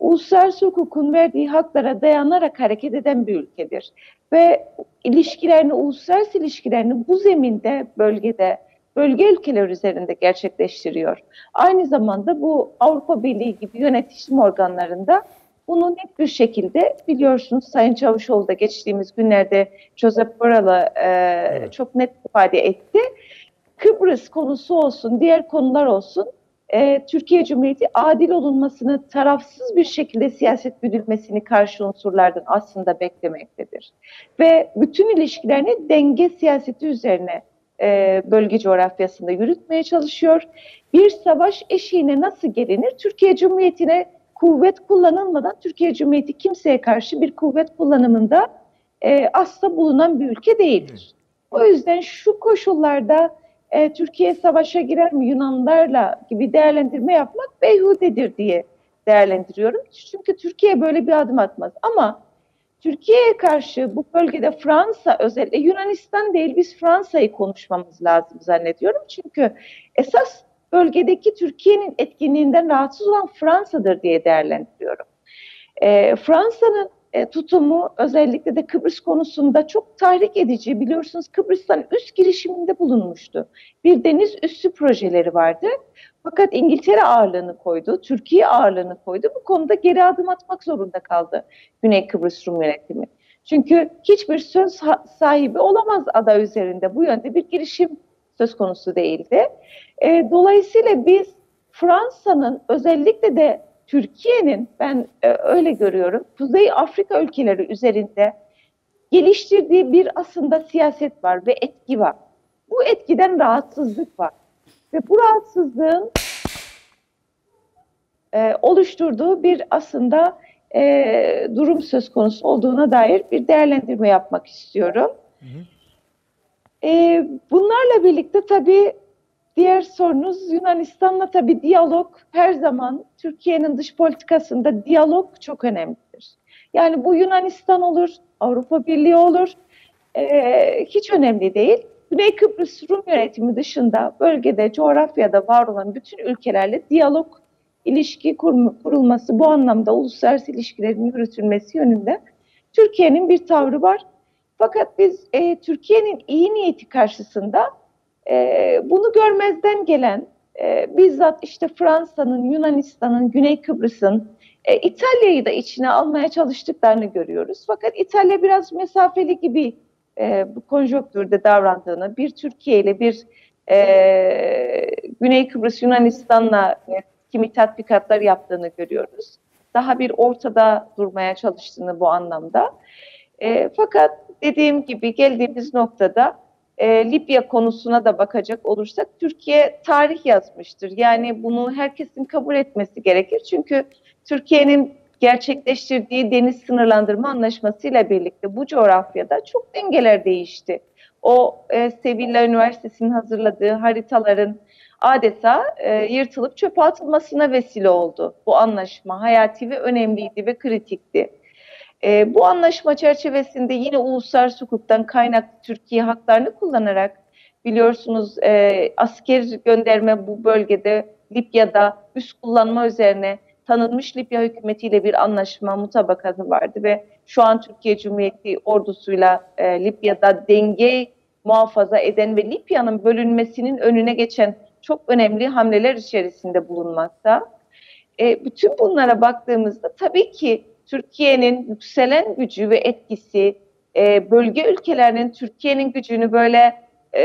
uluslararası hukukun verdiği haklara dayanarak hareket eden bir ülkedir. Ve uluslararası ilişkilerini bu zeminde, bölge ülkeler üzerinde gerçekleştiriyor. Aynı zamanda bu Avrupa Birliği gibi yönetici organlarında bunu net bir şekilde biliyorsunuz. Sayın Çavuşoğlu da geçtiğimiz günlerde Josep Borrell'a çok net ifade etti. Kıbrıs konusu olsun, diğer konular olsun, Türkiye Cumhuriyeti adil olunmasını, tarafsız bir şekilde siyaset güdülmesini karşı unsurlardan aslında beklemektedir. Ve bütün ilişkilerini denge siyaseti üzerine bölge coğrafyasında yürütmeye çalışıyor. Bir savaş eşiğine nasıl gelinir? Türkiye Cumhuriyeti'ne kuvvet kullanılmadan Türkiye Cumhuriyeti kimseye karşı bir kuvvet kullanımında asla bulunan bir ülke değildir. O yüzden şu koşullarda Türkiye savaşa girer mi Yunanlarla gibi değerlendirme yapmak beyhudedir diye değerlendiriyorum. Çünkü Türkiye böyle bir adım atmaz. Ama Türkiye'ye karşı bu bölgede Fransa, özellikle Yunanistan değil, biz Fransa'yı konuşmamız lazım zannediyorum. Çünkü esas bölgedeki Türkiye'nin etkinliğinden rahatsız olan Fransa'dır diye değerlendiriyorum. Fransa'nın tutumu özellikle de Kıbrıs konusunda çok tahrik edici. Biliyorsunuz Kıbrıs'tan üst girişiminde bulunmuştu. Bir deniz üssü projeleri vardı. Fakat İngiltere ağırlığını koydu, Türkiye ağırlığını koydu. Bu konuda geri adım atmak zorunda kaldı Güney Kıbrıs Rum yönetimi. Çünkü hiçbir söz sahibi olamaz ada üzerinde. Bu yönde bir girişim söz konusu değildi. Dolayısıyla biz Fransa'nın, özellikle de Türkiye'nin, ben öyle görüyorum, Kuzey Afrika ülkeleri üzerinde geliştirdiği bir aslında siyaset var ve etki var. Bu etkiden rahatsızlık var. Ve bu rahatsızlığın oluşturduğu bir aslında durum söz konusu olduğuna dair bir değerlendirme yapmak istiyorum. Bunlarla birlikte tabii diğer sorunuz Yunanistan'la tabii diyalog her zaman Türkiye'nin dış politikasında diyalog çok önemlidir. Yani bu Yunanistan olur, Avrupa Birliği olur, hiç önemli değil. Güney Kıbrıs Rum yönetimi dışında bölgede, coğrafyada var olan bütün ülkelerle diyalog, ilişki kurulması, bu anlamda uluslararası ilişkilerin yürütülmesi yönünde Türkiye'nin bir tavrı var. Fakat biz Türkiye'nin iyi niyeti karşısında bunu görmezden gelen, bizzat işte Fransa'nın, Yunanistan'ın, Güney Kıbrıs'ın, İtalya'yı da içine almaya çalıştıklarını görüyoruz. Fakat İtalya biraz mesafeli gibi bu konjonktürde davrandığını, bir Türkiye ile bir Güney Kıbrıs Yunanistan'la kimi tatbikatlar yaptığını görüyoruz. Daha bir ortada durmaya çalıştığını bu anlamda. Fakat dediğim gibi geldiğimiz noktada Libya konusuna da bakacak olursak Türkiye tarih yazmıştır. Yani bunu herkesin kabul etmesi gerekir. Çünkü Türkiye'nin gerçekleştirdiği deniz sınırlandırma anlaşmasıyla birlikte bu coğrafyada çok dengeler değişti. O Sevilla Üniversitesi'nin hazırladığı haritaların adeta yırtılıp çöpe atılmasına vesile oldu. Bu anlaşma hayati ve önemliydi ve kritikti. Bu anlaşma çerçevesinde yine uluslararası hukuktan kaynaklı Türkiye haklarını kullanarak biliyorsunuz asker gönderme bu bölgede Libya'da üs kullanma üzerine tanınmış Libya hükümetiyle bir anlaşma mutabakatı vardı ve şu an Türkiye Cumhuriyeti ordusuyla Libya'da denge muhafaza eden ve Libya'nın bölünmesinin önüne geçen çok önemli hamleler içerisinde bulunmakta. Bütün bunlara baktığımızda tabii ki Türkiye'nin yükselen gücü ve etkisi, bölge ülkelerinin Türkiye'nin gücünü böyle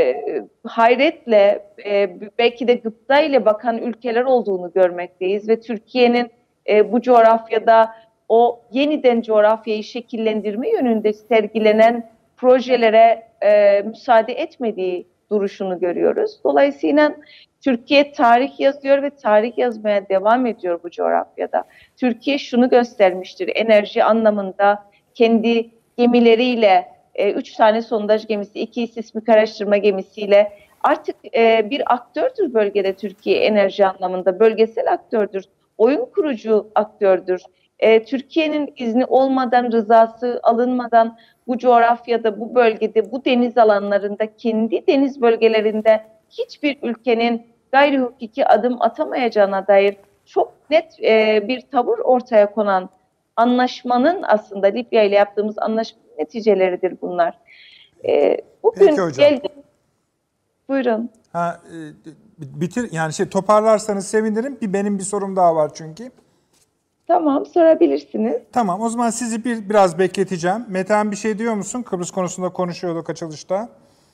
hayretle, belki de gıptayla bakan ülkeler olduğunu görmekteyiz ve Türkiye'nin bu coğrafyada o yeniden coğrafyayı şekillendirme yönünde sergilenen projelere müsaade etmediği duruşunu görüyoruz. Dolayısıyla Türkiye tarih yazıyor ve tarih yazmaya devam ediyor bu coğrafyada. Türkiye şunu göstermiştir, enerji anlamında kendi gemileriyle, 3 tane sondaj gemisi, 2 sismik araştırma gemisiyle artık bir aktördür bölgede Türkiye enerji anlamında, bölgesel aktördür, oyun kurucu aktördür. Türkiye'nin izni olmadan, rızası alınmadan bu coğrafyada, bu bölgede, bu deniz alanlarında, kendi deniz bölgelerinde hiçbir ülkenin gayri hukuki adım atamayacağına dair çok net bir tavır ortaya konan anlaşmanın, aslında Libya ile yaptığımız anlaşma neticeleridir bunlar. Bugün Peki hocam. Buyurun. Bitir yani toparlarsanız sevinirim. Benim bir sorum daha var çünkü. Tamam, sorabilirsiniz. Tamam, o zaman sizi biraz bekleteceğim. Metehan, bir şey diyor musun? Kıbrıs konusunda konuşuyorduk açılışta.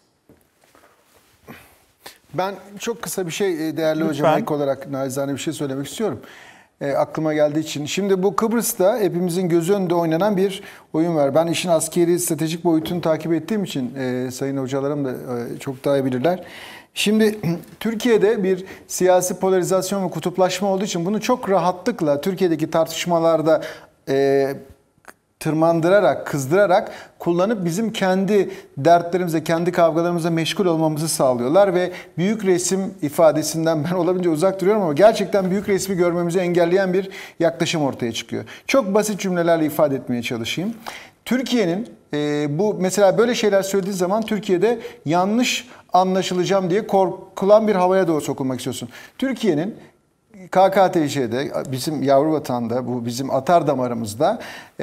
Ben çok kısa bir şey değerli Lütfen. hocam ek olarak naçizane bir şey söylemek istiyorum. Aklıma geldiği için. Şimdi bu Kıbrıs'ta hepimizin gözü önünde oynanan bir oyun var. Ben işin askeri stratejik boyutunu takip ettiğim için sayın hocalarım da çok daha iyi bilirler. Şimdi Türkiye'de bir siyasi polarizasyon ve kutuplaşma olduğu için bunu çok rahatlıkla Türkiye'deki tartışmalarda tırmandırarak, kızdırarak kullanıp bizim kendi dertlerimize, kendi kavgalarımıza meşgul olmamızı sağlıyorlar ve büyük resim ifadesinden ben olabildiğince uzak duruyorum ama gerçekten büyük resmi görmemizi engelleyen bir yaklaşım ortaya çıkıyor. Çok basit cümlelerle ifade etmeye çalışayım. Türkiye'nin bu mesela böyle şeyler söylediği zaman Türkiye'de yanlış anlaşılacağım diye korkulan bir havaya doğru sokulmak istiyorsun. Türkiye'nin KKTC'de, bizim yavru vatanda, bu bizim atar damarımızda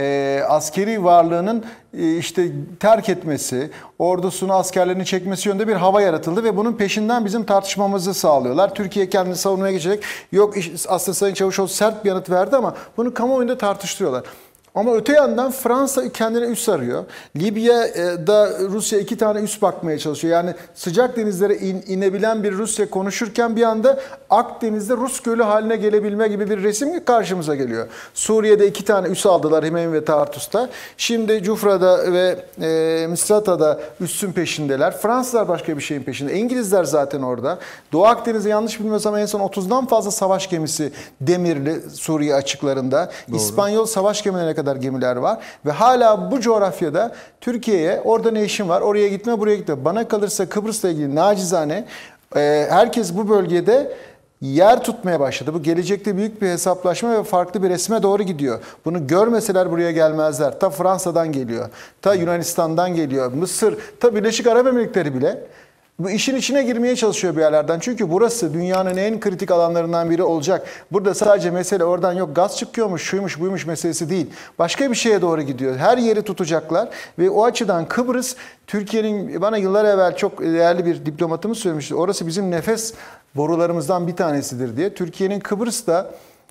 askeri varlığının işte terk etmesi, ordusunu, askerlerini çekmesi yönünde bir hava yaratıldı ve bunun peşinden bizim tartışmamızı sağlıyorlar. Türkiye kendini savunmaya geçecek. Yok, aslında Sayın Çavuşoğlu sert bir yanıt verdi ama bunu kamuoyunda tartıştırıyorlar. Ama öte yandan Fransa kendine üs arıyor. Libya'da Rusya 2 tane üs bakmaya çalışıyor. Yani sıcak denizlere inebilen bir Rusya konuşurken bir anda Akdeniz'de Rus gölü haline gelebilme gibi bir resim karşımıza geliyor. Suriye'de 2 tane üs aldılar, Himeyim ve Tartus'ta. Şimdi Cufra'da ve Misrata'da üssün peşindeler. Fransızlar başka bir şeyin peşinde. İngilizler zaten orada. Doğu Akdeniz'e yanlış bilmiyorsam en son 30'dan fazla savaş gemisi demirli Suriye açıklarında. Doğru. İspanyol savaş gemilerine kadar gemiler var ve hala bu coğrafyada Türkiye'ye orada ne işin var, oraya gitme, buraya gitme. Bana kalırsa Kıbrıs'la ilgili nacizane herkes bu bölgede yer tutmaya başladı. Bu gelecekte büyük bir hesaplaşma ve farklı bir resme doğru gidiyor. Bunu görmeseler buraya gelmezler. Ta Fransa'dan geliyor, ta Yunanistan'dan geliyor, Mısır, ta Birleşik Arap Emirlikleri bile bu işin içine girmeye çalışıyor bir yerlerden. Çünkü burası dünyanın en kritik alanlarından biri olacak. Burada sadece mesele oradan yok gaz çıkıyormuş, şuymuş, buymuş meselesi değil. Başka bir şeye doğru gidiyor. Her yeri tutacaklar ve o açıdan Kıbrıs, Türkiye'nin bana yıllar evvel çok değerli bir diplomatımız söylemişti. Orası bizim nefes borularımızdan bir tanesidir diye. Türkiye'nin Kıbrıs'ta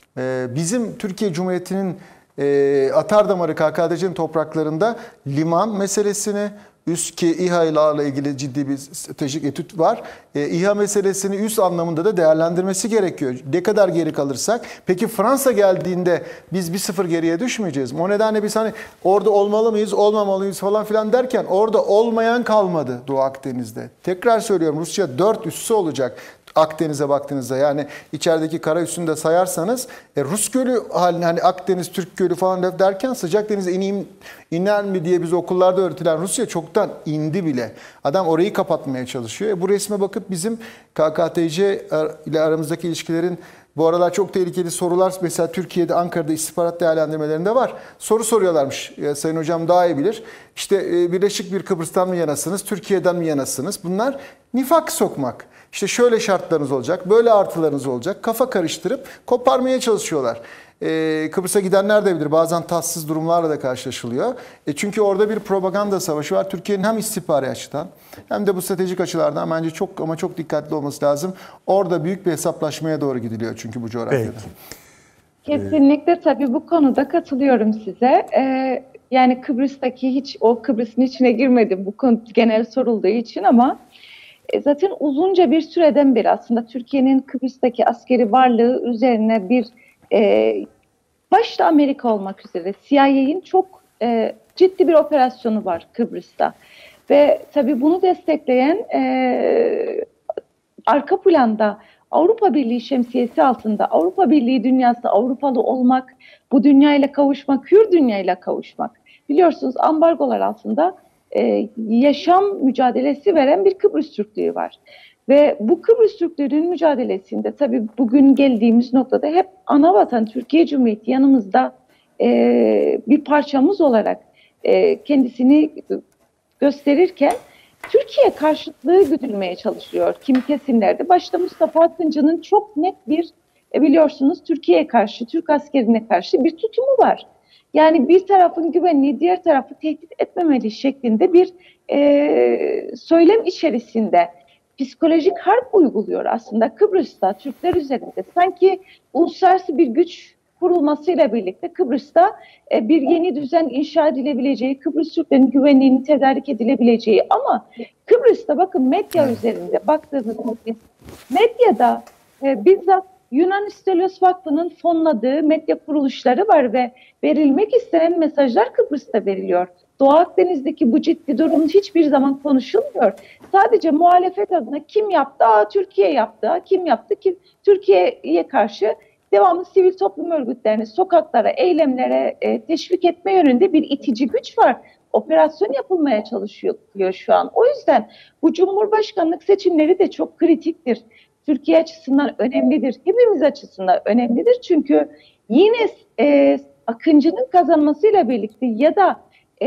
bizim Türkiye Cumhuriyeti'nin atar damarı KKTC'nin topraklarında liman meselesini, ki İHA'larla ilgili ciddi bir stratejik etüt var. İHA meselesini üst anlamında da değerlendirmesi gerekiyor. Ne kadar geri kalırsak. Peki Fransa geldiğinde biz 1-0 geriye düşmeyeceğiz mi? O nedenle biz hani orada olmalı mıyız, olmamalı mıyız falan filan derken orada olmayan kalmadı Doğu Akdeniz'de. Tekrar söylüyorum, Rusya 4 üssü olacak. Akdeniz'e baktığınızda, yani içerideki kara üssünü de sayarsanız Rus Gölü haline, hani Akdeniz, Türk Gölü falan derken sıcak denize iner mi diye biz okullarda öğretilen Rusya çoktan indi bile. Adam orayı kapatmaya çalışıyor. Bu resme bakıp bizim KKTC ile aramızdaki ilişkilerin bu aralar çok tehlikeli sorular, mesela Türkiye'de, Ankara'da istihbarat değerlendirmelerinde var. Soru soruyorlarmış. Sayın Hocam daha iyi bilir. İşte Birleşik bir Kıbrıs'tan mı yanasınız, Türkiye'den mi yanasınız? Bunlar nifak sokmak. İşte şöyle şartlarınız olacak, böyle artılarınız olacak. Kafa karıştırıp koparmaya çalışıyorlar. Kıbrıs'a gidenler de bilir. Bazen tatsız durumlarla da karşılaşılıyor. Çünkü orada bir propaganda savaşı var. Türkiye'nin hem istihbari açıdan hem de bu stratejik açılardan bence çok ama çok dikkatli olması lazım. Orada büyük bir hesaplaşmaya doğru gidiliyor çünkü bu coğrafyada. Peki. Kesinlikle, tabii bu konuda katılıyorum size. Yani Kıbrıs'taki hiç o Kıbrıs'ın içine girmedim bu konu genel sorulduğu için ama zaten uzunca bir süreden beri aslında Türkiye'nin Kıbrıs'taki askeri varlığı üzerine bir başta Amerika olmak üzere CIA'nin çok ciddi bir operasyonu var Kıbrıs'ta. Ve tabii bunu destekleyen arka planda Avrupa Birliği şemsiyesi altında Avrupa Birliği dünyası, Avrupalı olmak, bu dünyayla kavuşmak, hür dünyayla kavuşmak. Biliyorsunuz ambargolar altında yaşam mücadelesi veren bir Kıbrıs Türklüğü var. Ve bu Kıbrıs Türklüğünün mücadelesinde tabii bugün geldiğimiz noktada hep anavatan Türkiye Cumhuriyeti yanımızda bir parçamız olarak kendisini gösterirken Türkiye karşıtlığı güdülmeye çalışıyor kimi kesimlerde. Başta Mustafa Akıncı'nın çok net bir biliyorsunuz Türkiye'ye karşı, Türk askerine karşı bir tutumu var. Yani bir tarafın güvenliği diğer tarafı tehdit etmemeli şeklinde bir söylem içerisinde psikolojik harp uyguluyor aslında Kıbrıs'ta Türkler üzerinde. Sanki uluslararası bir güç kurulmasıyla birlikte Kıbrıs'ta bir yeni düzen inşa edilebileceği, Kıbrıs Türklerin güvenliğini tedarik edilebileceği, ama Kıbrıs'ta bakın medya üzerinde baktığımızda medyada bizzat Yunan İstelios Vakfı'nın fonladığı medya kuruluşları var ve verilmek istenen mesajlar Kıbrıs'ta veriliyor. Doğu Akdeniz'deki bu ciddi durum hiçbir zaman konuşulmuyor. Sadece muhalefet adına kim yaptı? Türkiye yaptı. Kim yaptı? Kim? Türkiye'ye karşı devamlı sivil toplum örgütlerini sokaklara, eylemlere teşvik etme yönünde bir itici güç var. Operasyon yapılmaya çalışıyor şu an. O yüzden bu Cumhurbaşkanlık seçimleri de çok kritiktir. Türkiye açısından önemlidir. Hepimiz açısından önemlidir. Çünkü yine Akıncı'nın kazanmasıyla birlikte ya da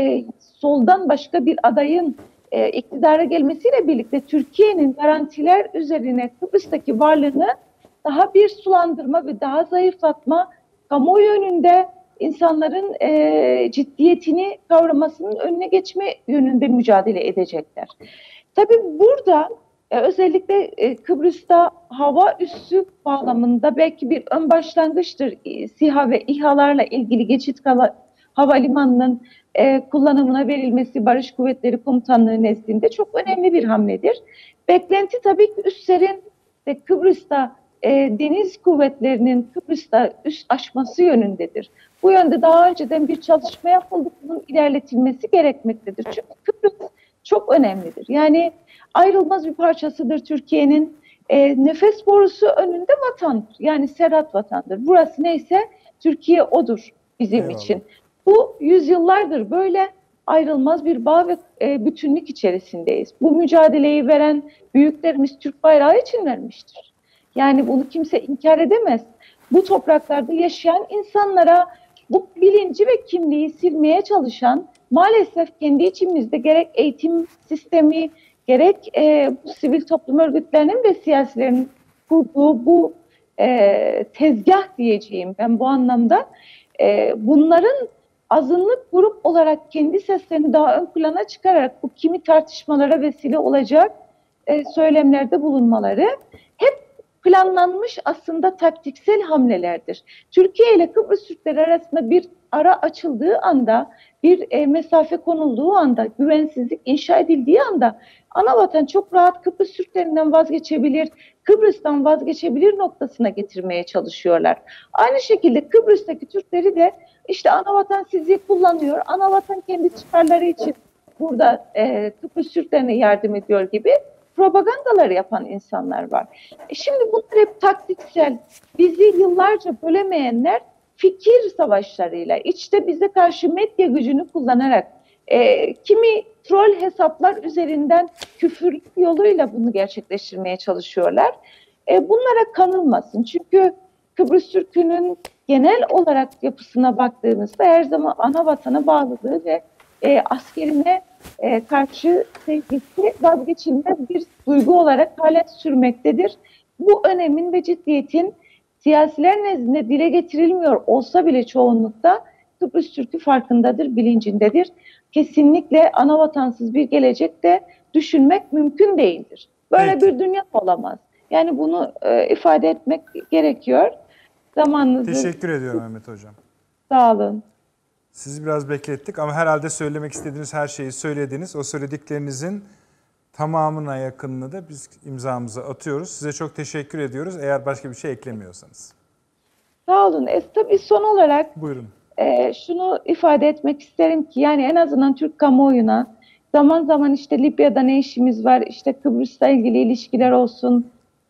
soldan başka bir adayın iktidara gelmesiyle birlikte Türkiye'nin garantiler üzerine Kıbrıs'taki varlığını daha bir sulandırma ve daha zayıflatma, kamuoyu önünde insanların ciddiyetini kavramasının önüne geçme yönünde mücadele edecekler. Tabii burada özellikle Kıbrıs'ta hava üssü bağlamında belki bir ön başlangıçtır. SİHA ve İHA'larla ilgili geçit havalimanının kullanımına verilmesi Barış Kuvvetleri Komutanlığı nezdinde çok önemli bir hamledir. Beklenti tabii ki üslerin ve Kıbrıs'ta deniz kuvvetlerinin Kıbrıs'ta üs aşması yönündedir. Bu yönde daha önceden bir çalışma yapıldı, bunun ilerletilmesi gerekmektedir. Çünkü Kıbrıs çok önemlidir. Yani ayrılmaz bir parçasıdır Türkiye'nin. Nefes borusu önünde vatandır. Yani Serhat vatandır. Burası neyse Türkiye odur bizim için. Bu yüzyıllardır böyle ayrılmaz bir bağ ve bütünlük içerisindeyiz. Bu mücadeleyi veren büyüklerimiz Türk bayrağı için vermiştir. Yani bunu kimse inkar edemez. Bu topraklarda yaşayan insanlara bu bilinci ve kimliği silmeye çalışan, maalesef kendi içimizde gerek eğitim sistemi, gerek bu sivil toplum örgütlerinin ve siyasilerin kurduğu bu tezgah diyeceğim ben bu anlamda, bunların azınlık grup olarak kendi seslerini daha ön plana çıkararak bu kimi tartışmalara vesile olacak söylemlerde bulunmaları hep planlanmış aslında taktiksel hamlelerdir. Türkiye ile Kıbrıs Türkleri arasında bir ara açıldığı anda, bir mesafe konulduğu anda, güvensizlik inşa edildiği anda anavatan çok rahat Kıbrıs Türklerinden vazgeçebilir, Kıbrıs'tan vazgeçebilir noktasına getirmeye çalışıyorlar. Aynı şekilde Kıbrıs'taki Türkleri de işte anavatan sizi kullanıyor, anavatan kendi çıkarları için burada Kıbrıs Türklerine yardım ediyor gibi propagandaları yapan insanlar var. Şimdi bunlar hep taktiksel, bizi yıllarca bölemeyenler fikir savaşlarıyla, içte bize karşı medya gücünü kullanarak, kimi troll hesaplar üzerinden küfür yoluyla bunu gerçekleştirmeye çalışıyorlar. Bunlara kanılmasın. Çünkü Kıbrıs Türk'ünün genel olarak yapısına baktığımızda her zaman ana vatana bağlılığı ve askerine karşı sevgisi vazgeçilmez bir duygu olarak halen sürmektedir. Bu önemin ve ciddiyetin siyasiler nezdinde dile getirilmiyor olsa bile çoğunlukta Kıbrıs Türk'ü farkındadır, bilincindedir. Kesinlikle anavatansız bir gelecekte düşünmek mümkün değildir. Böyle Evet. bir dünya olamaz. Yani bunu ifade etmek gerekiyor. Zamanınızı Teşekkür ediyorum Mehmet Hocam. sağ olun. Sizi biraz beklettik ama herhalde söylemek istediğiniz her şeyi söylediniz. O söylediklerinizin tamamına yakınını da biz imzamızı atıyoruz. Size çok teşekkür ediyoruz eğer başka bir şey eklemiyorsanız. Sağ olun. Tabii son olarak Buyurun. şunu ifade etmek isterim ki yani en azından Türk kamuoyuna zaman zaman işte Libya'da ne işimiz var, işte Kıbrıs'la ilgili ilişkiler olsun,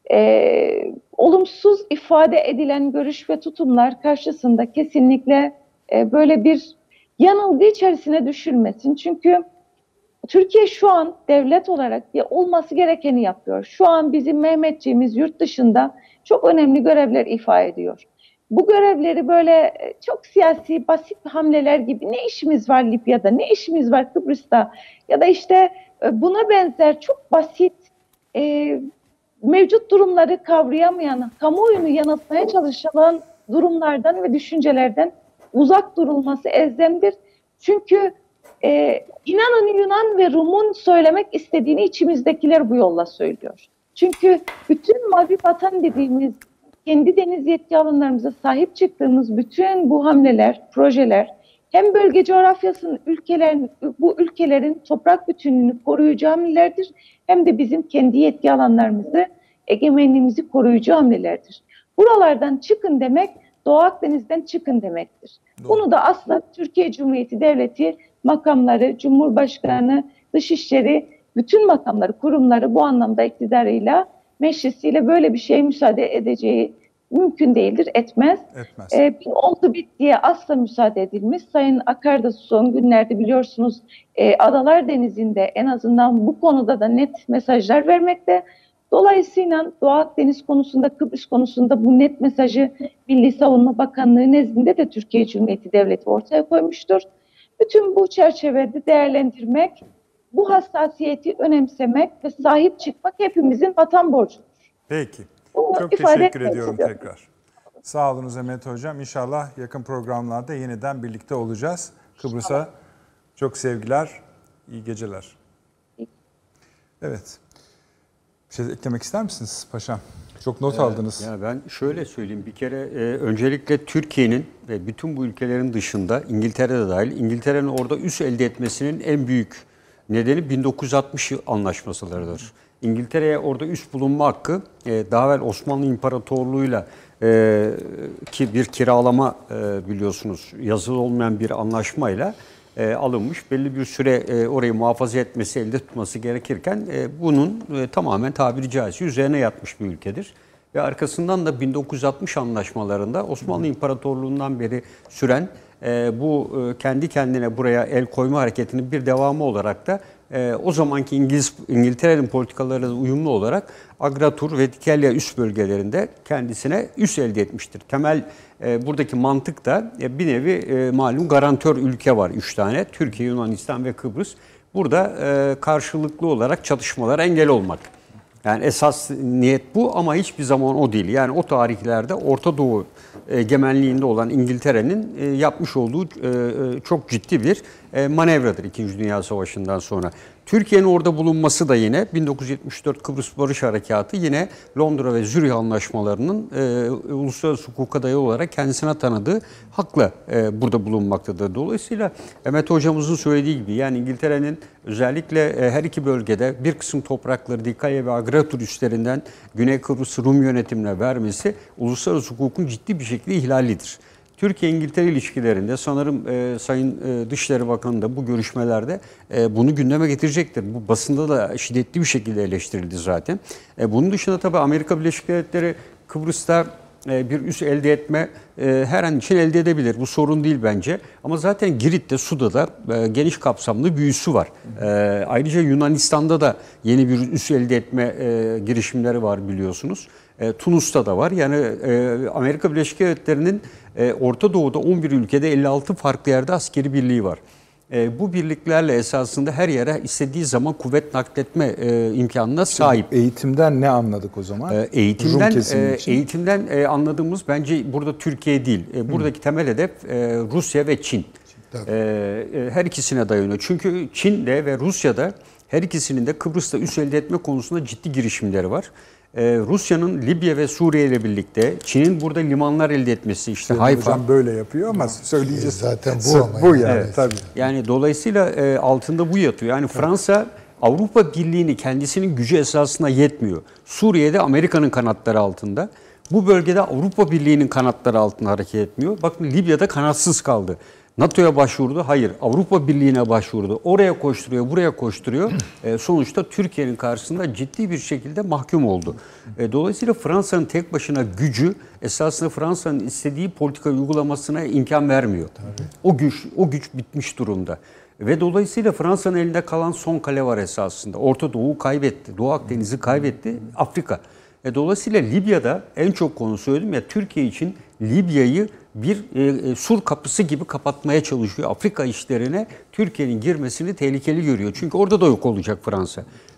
olumsuz ifade edilen görüş ve tutumlar karşısında kesinlikle böyle bir yanılgı içerisine düşülmesin. Çünkü Türkiye şu an devlet olarak olması gerekeni yapıyor. Şu an bizim Mehmetçiğimiz yurt dışında çok önemli görevler ifa ediyor. Bu görevleri böyle çok siyasi, basit hamleler gibi ne işimiz var Libya'da, ne işimiz var Kıbrıs'ta ya da işte buna benzer çok basit mevcut durumları kavrayamayan, kamuoyunu yanıltmaya çalışılan durumlardan ve düşüncelerden uzak durulması elzemdir. Çünkü inanın Yunan ve Rum'un söylemek istediğini içimizdekiler bu yolla söylüyor. Çünkü bütün mavi vatan dediğimiz, kendi deniz yetki alanlarımıza sahip çıktığımız bütün bu hamleler, projeler hem bölge coğrafyasının bu ülkelerin toprak bütünlüğünü koruyucu hamlelerdir, hem de bizim kendi yetki alanlarımızı, egemenliğimizi koruyucu hamlelerdir. Buralardan çıkın demek, Doğu Akdeniz'den çıkın demektir. Doğru. Bunu da asla Türkiye Cumhuriyeti Devleti makamları, Cumhurbaşkanı, Dışişleri, bütün makamları, kurumları bu anlamda iktidarıyla, meclisiyle böyle bir şeye müsaade edeceği mümkün değildir, etmez. Oldu bittiye asla müsaade edilmez. Sayın Akar da son günlerde biliyorsunuz Adalar Denizi'nde en azından bu konuda da net mesajlar vermekte. Dolayısıyla Doğu Akdeniz konusunda, Kıbrıs konusunda bu net mesajı Milli Savunma Bakanlığı nezdinde de Türkiye Cumhuriyeti Devleti ortaya koymuştur. Bütün bu çerçevede değerlendirmek, bu hassasiyeti önemsemek ve sahip çıkmak hepimizin vatan borcudur. Peki. Çok teşekkür ediyorum tekrar. Sağ olun Mehmet Hocam. İnşallah yakın programlarda yeniden birlikte olacağız. Kıbrıs'a çok sevgiler, iyi geceler. Evet. Bir şey eklemek ister misiniz paşam? Çok not aldınız. Ya ben şöyle söyleyeyim. Bir kere öncelikle Türkiye'nin ve bütün bu ülkelerin dışında, İngiltere'de dahil, İngiltere'nin orada üs elde etmesinin en büyük nedeni 1960 anlaşmalarıdır. İngiltere'ye orada üs bulunma hakkı daha evvel Osmanlı İmparatorluğu'yla ki bir kiralama biliyorsunuz yazılı olmayan bir anlaşmayla alınmış. Belli bir süre orayı muhafaza etmesi, elde tutması gerekirken bunun tamamen tabiri caizse üzerine yatmış bir ülkedir. Ve arkasından da 1960 anlaşmalarında Osmanlı İmparatorluğu'ndan beri süren bu kendi kendine buraya el koyma hareketinin bir devamı olarak da o zamanki İngiltere'nin politikalarıyla uyumlu olarak Agratur ve Dikelya üs bölgelerinde kendisine üs elde etmiştir. Temel buradaki mantık da bir nevi malum garantör ülke var 3 tane. Türkiye, Yunanistan ve Kıbrıs. Burada karşılıklı olarak çatışmalara engel olmak. Yani esas niyet bu ama hiçbir zaman o değil. Yani o tarihlerde Orta Doğu egemenliğinde olan İngiltere'nin yapmış olduğu çok ciddi bir manevradır 2. Dünya Savaşı'ndan sonra. Türkiye'nin orada bulunması da yine 1974 Kıbrıs Barış Harekatı yine Londra ve Zürih anlaşmalarının uluslararası hukuka dayalı olarak kendisine tanıdığı hakla burada bulunmaktadır. Dolayısıyla Mehmet Hocamızın söylediği gibi yani İngiltere'nin özellikle her iki bölgede bir kısım toprakları Dikalya ve Agratur üstlerinden Güney Kıbrıs Rum yönetimine vermesi uluslararası hukukun ciddi bir şekilde ihlalidir. Türkiye-İngiltere ilişkilerinde sanırım Sayın Dışişleri Bakanı da bu görüşmelerde bunu gündeme getirecektir. Bu basında da şiddetli bir şekilde eleştirildi zaten. Bunun dışında tabii Amerika Birleşik Devletleri Kıbrıs'ta bir üs elde etme her an için elde edebilir. Bu sorun değil bence. Ama zaten Girit'te, Suda'da geniş kapsamlı bir üssü var. Ayrıca Yunanistan'da da yeni bir üs elde etme girişimleri var biliyorsunuz. Tunus'ta da var. Yani Amerika Birleşik Devletleri'nin Orta Doğu'da 11 ülkede 56 farklı yerde askeri birliği var. Bu birliklerle esasında her yere istediği zaman kuvvet nakletme imkanına sahip. Eğitimden ne anladık o zaman? Eğitimden anladığımız bence burada Türkiye değil. Buradaki temel hedef Rusya ve Çin. Her ikisine dayanıyor. Çünkü Çin'de ve Rusya'da her ikisinin de Kıbrıs'ta üs elde etme konusunda ciddi girişimleri var. Rusya'nın Libya ve Suriye ile birlikte Çin'in burada limanlar elde etmesi işte Hayfa. Hocam böyle yapıyor ama söyleyeceğiz. Zaten bu ama. Bu yani evet. Tabii. Yani dolayısıyla altında bu yatıyor. Yani Fransa Avrupa Birliği'ni kendisinin gücü esasına yetmiyor. Suriye'de Amerika'nın kanatları altında. Bu bölgede Avrupa Birliği'nin kanatları altında hareket etmiyor. Bakın Libya'da kanatsız kaldı. NATO'ya başvurdu. Hayır. Avrupa Birliği'ne başvurdu. Oraya koşturuyor, buraya koşturuyor. Sonuçta Türkiye'nin karşısında ciddi bir şekilde mahkum oldu. Dolayısıyla Fransa'nın tek başına gücü esasında Fransa'nın istediği politika uygulamasına imkan vermiyor. Tabii. O güç bitmiş durumda. Ve dolayısıyla Fransa'nın elinde kalan son kale var esasında. Orta Doğu'yu kaybetti. Doğu Akdeniz'i kaybetti. Afrika. Dolayısıyla Libya'da en çok konu söyledim ya Türkiye için Libya'yı bir sur kapısı gibi kapatmaya çalışıyor. Afrika işlerine Türkiye'nin girmesini tehlikeli görüyor. Çünkü orada da yok olacak Fransa.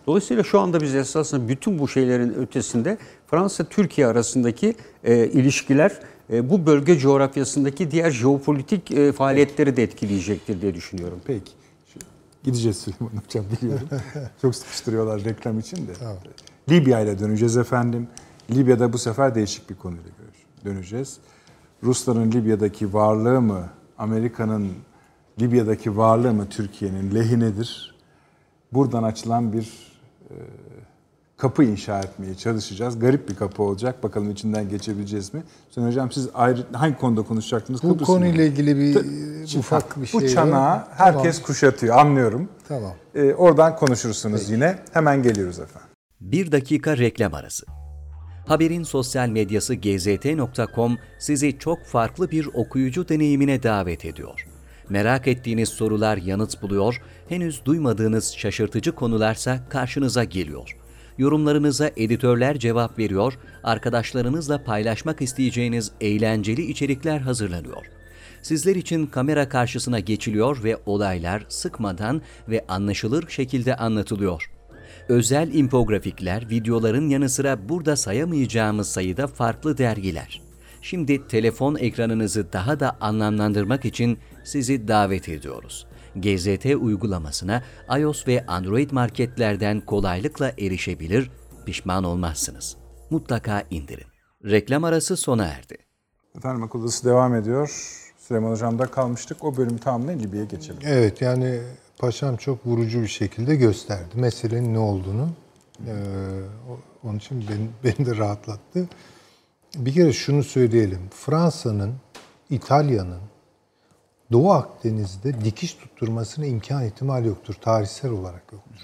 Dolayısıyla şu anda biz esasında bütün bu şeylerin ötesinde Fransa-Türkiye arasındaki ilişkiler bu bölge coğrafyasındaki diğer jeopolitik faaliyetleri de etkileyecektir diye düşünüyorum. Peki. Gideceğiz Süleyman Hocam biliyorum. Çok sıkıştırıyorlar reklam için de. Tamam. Libya ile döneceğiz efendim. Libya'da bu sefer değişik bir konuyla döneceğiz. Rusların Libya'daki varlığı mı, Amerika'nın Libya'daki varlığı mı Türkiye'nin lehinedir? Buradan açılan bir kapı inşa etmeye çalışacağız. Garip bir kapı olacak. Bakalım içinden geçebileceğiz mi? Sonra hocam siz ayrı hangi konuda konuşacaktınız? Bu konuyla ilgili bir ufak bir şey. Bu çanağı herkes kuşatıyor. Anlıyorum. Tamam. Oradan konuşursunuz yine. Hemen geliyoruz efendim. 1 dakika reklam arası. Haberin sosyal medyası gzt.com sizi çok farklı bir okuyucu deneyimine davet ediyor. Merak ettiğiniz sorular yanıt buluyor, henüz duymadığınız şaşırtıcı konularsa karşınıza geliyor. Yorumlarınıza editörler cevap veriyor, arkadaşlarınızla paylaşmak isteyeceğiniz eğlenceli içerikler hazırlanıyor. Sizler için kamera karşısına geçiliyor ve olaylar sıkmadan ve anlaşılır şekilde anlatılıyor. Özel infografikler, videoların yanı sıra burada sayamayacağımız sayıda farklı dergiler. Şimdi telefon ekranınızı daha da anlamlandırmak için sizi davet ediyoruz. GZT uygulamasına iOS ve Android marketlerden kolaylıkla erişebilir, pişman olmazsınız. Mutlaka indirin. Reklam arası sona erdi. Efendim akıl odası devam ediyor. Süleyman Hocam'da kalmıştık. O bölümü tamamlayın Libya'ya geçelim. Evet yani paşam çok vurucu bir şekilde gösterdi meselenin ne olduğunu. Onun için beni de rahatlattı. Bir kere şunu söyleyelim. Fransa'nın, İtalya'nın Doğu Akdeniz'de dikiş tutturmasına imkan ihtimali yoktur. Tarihsel olarak yoktur.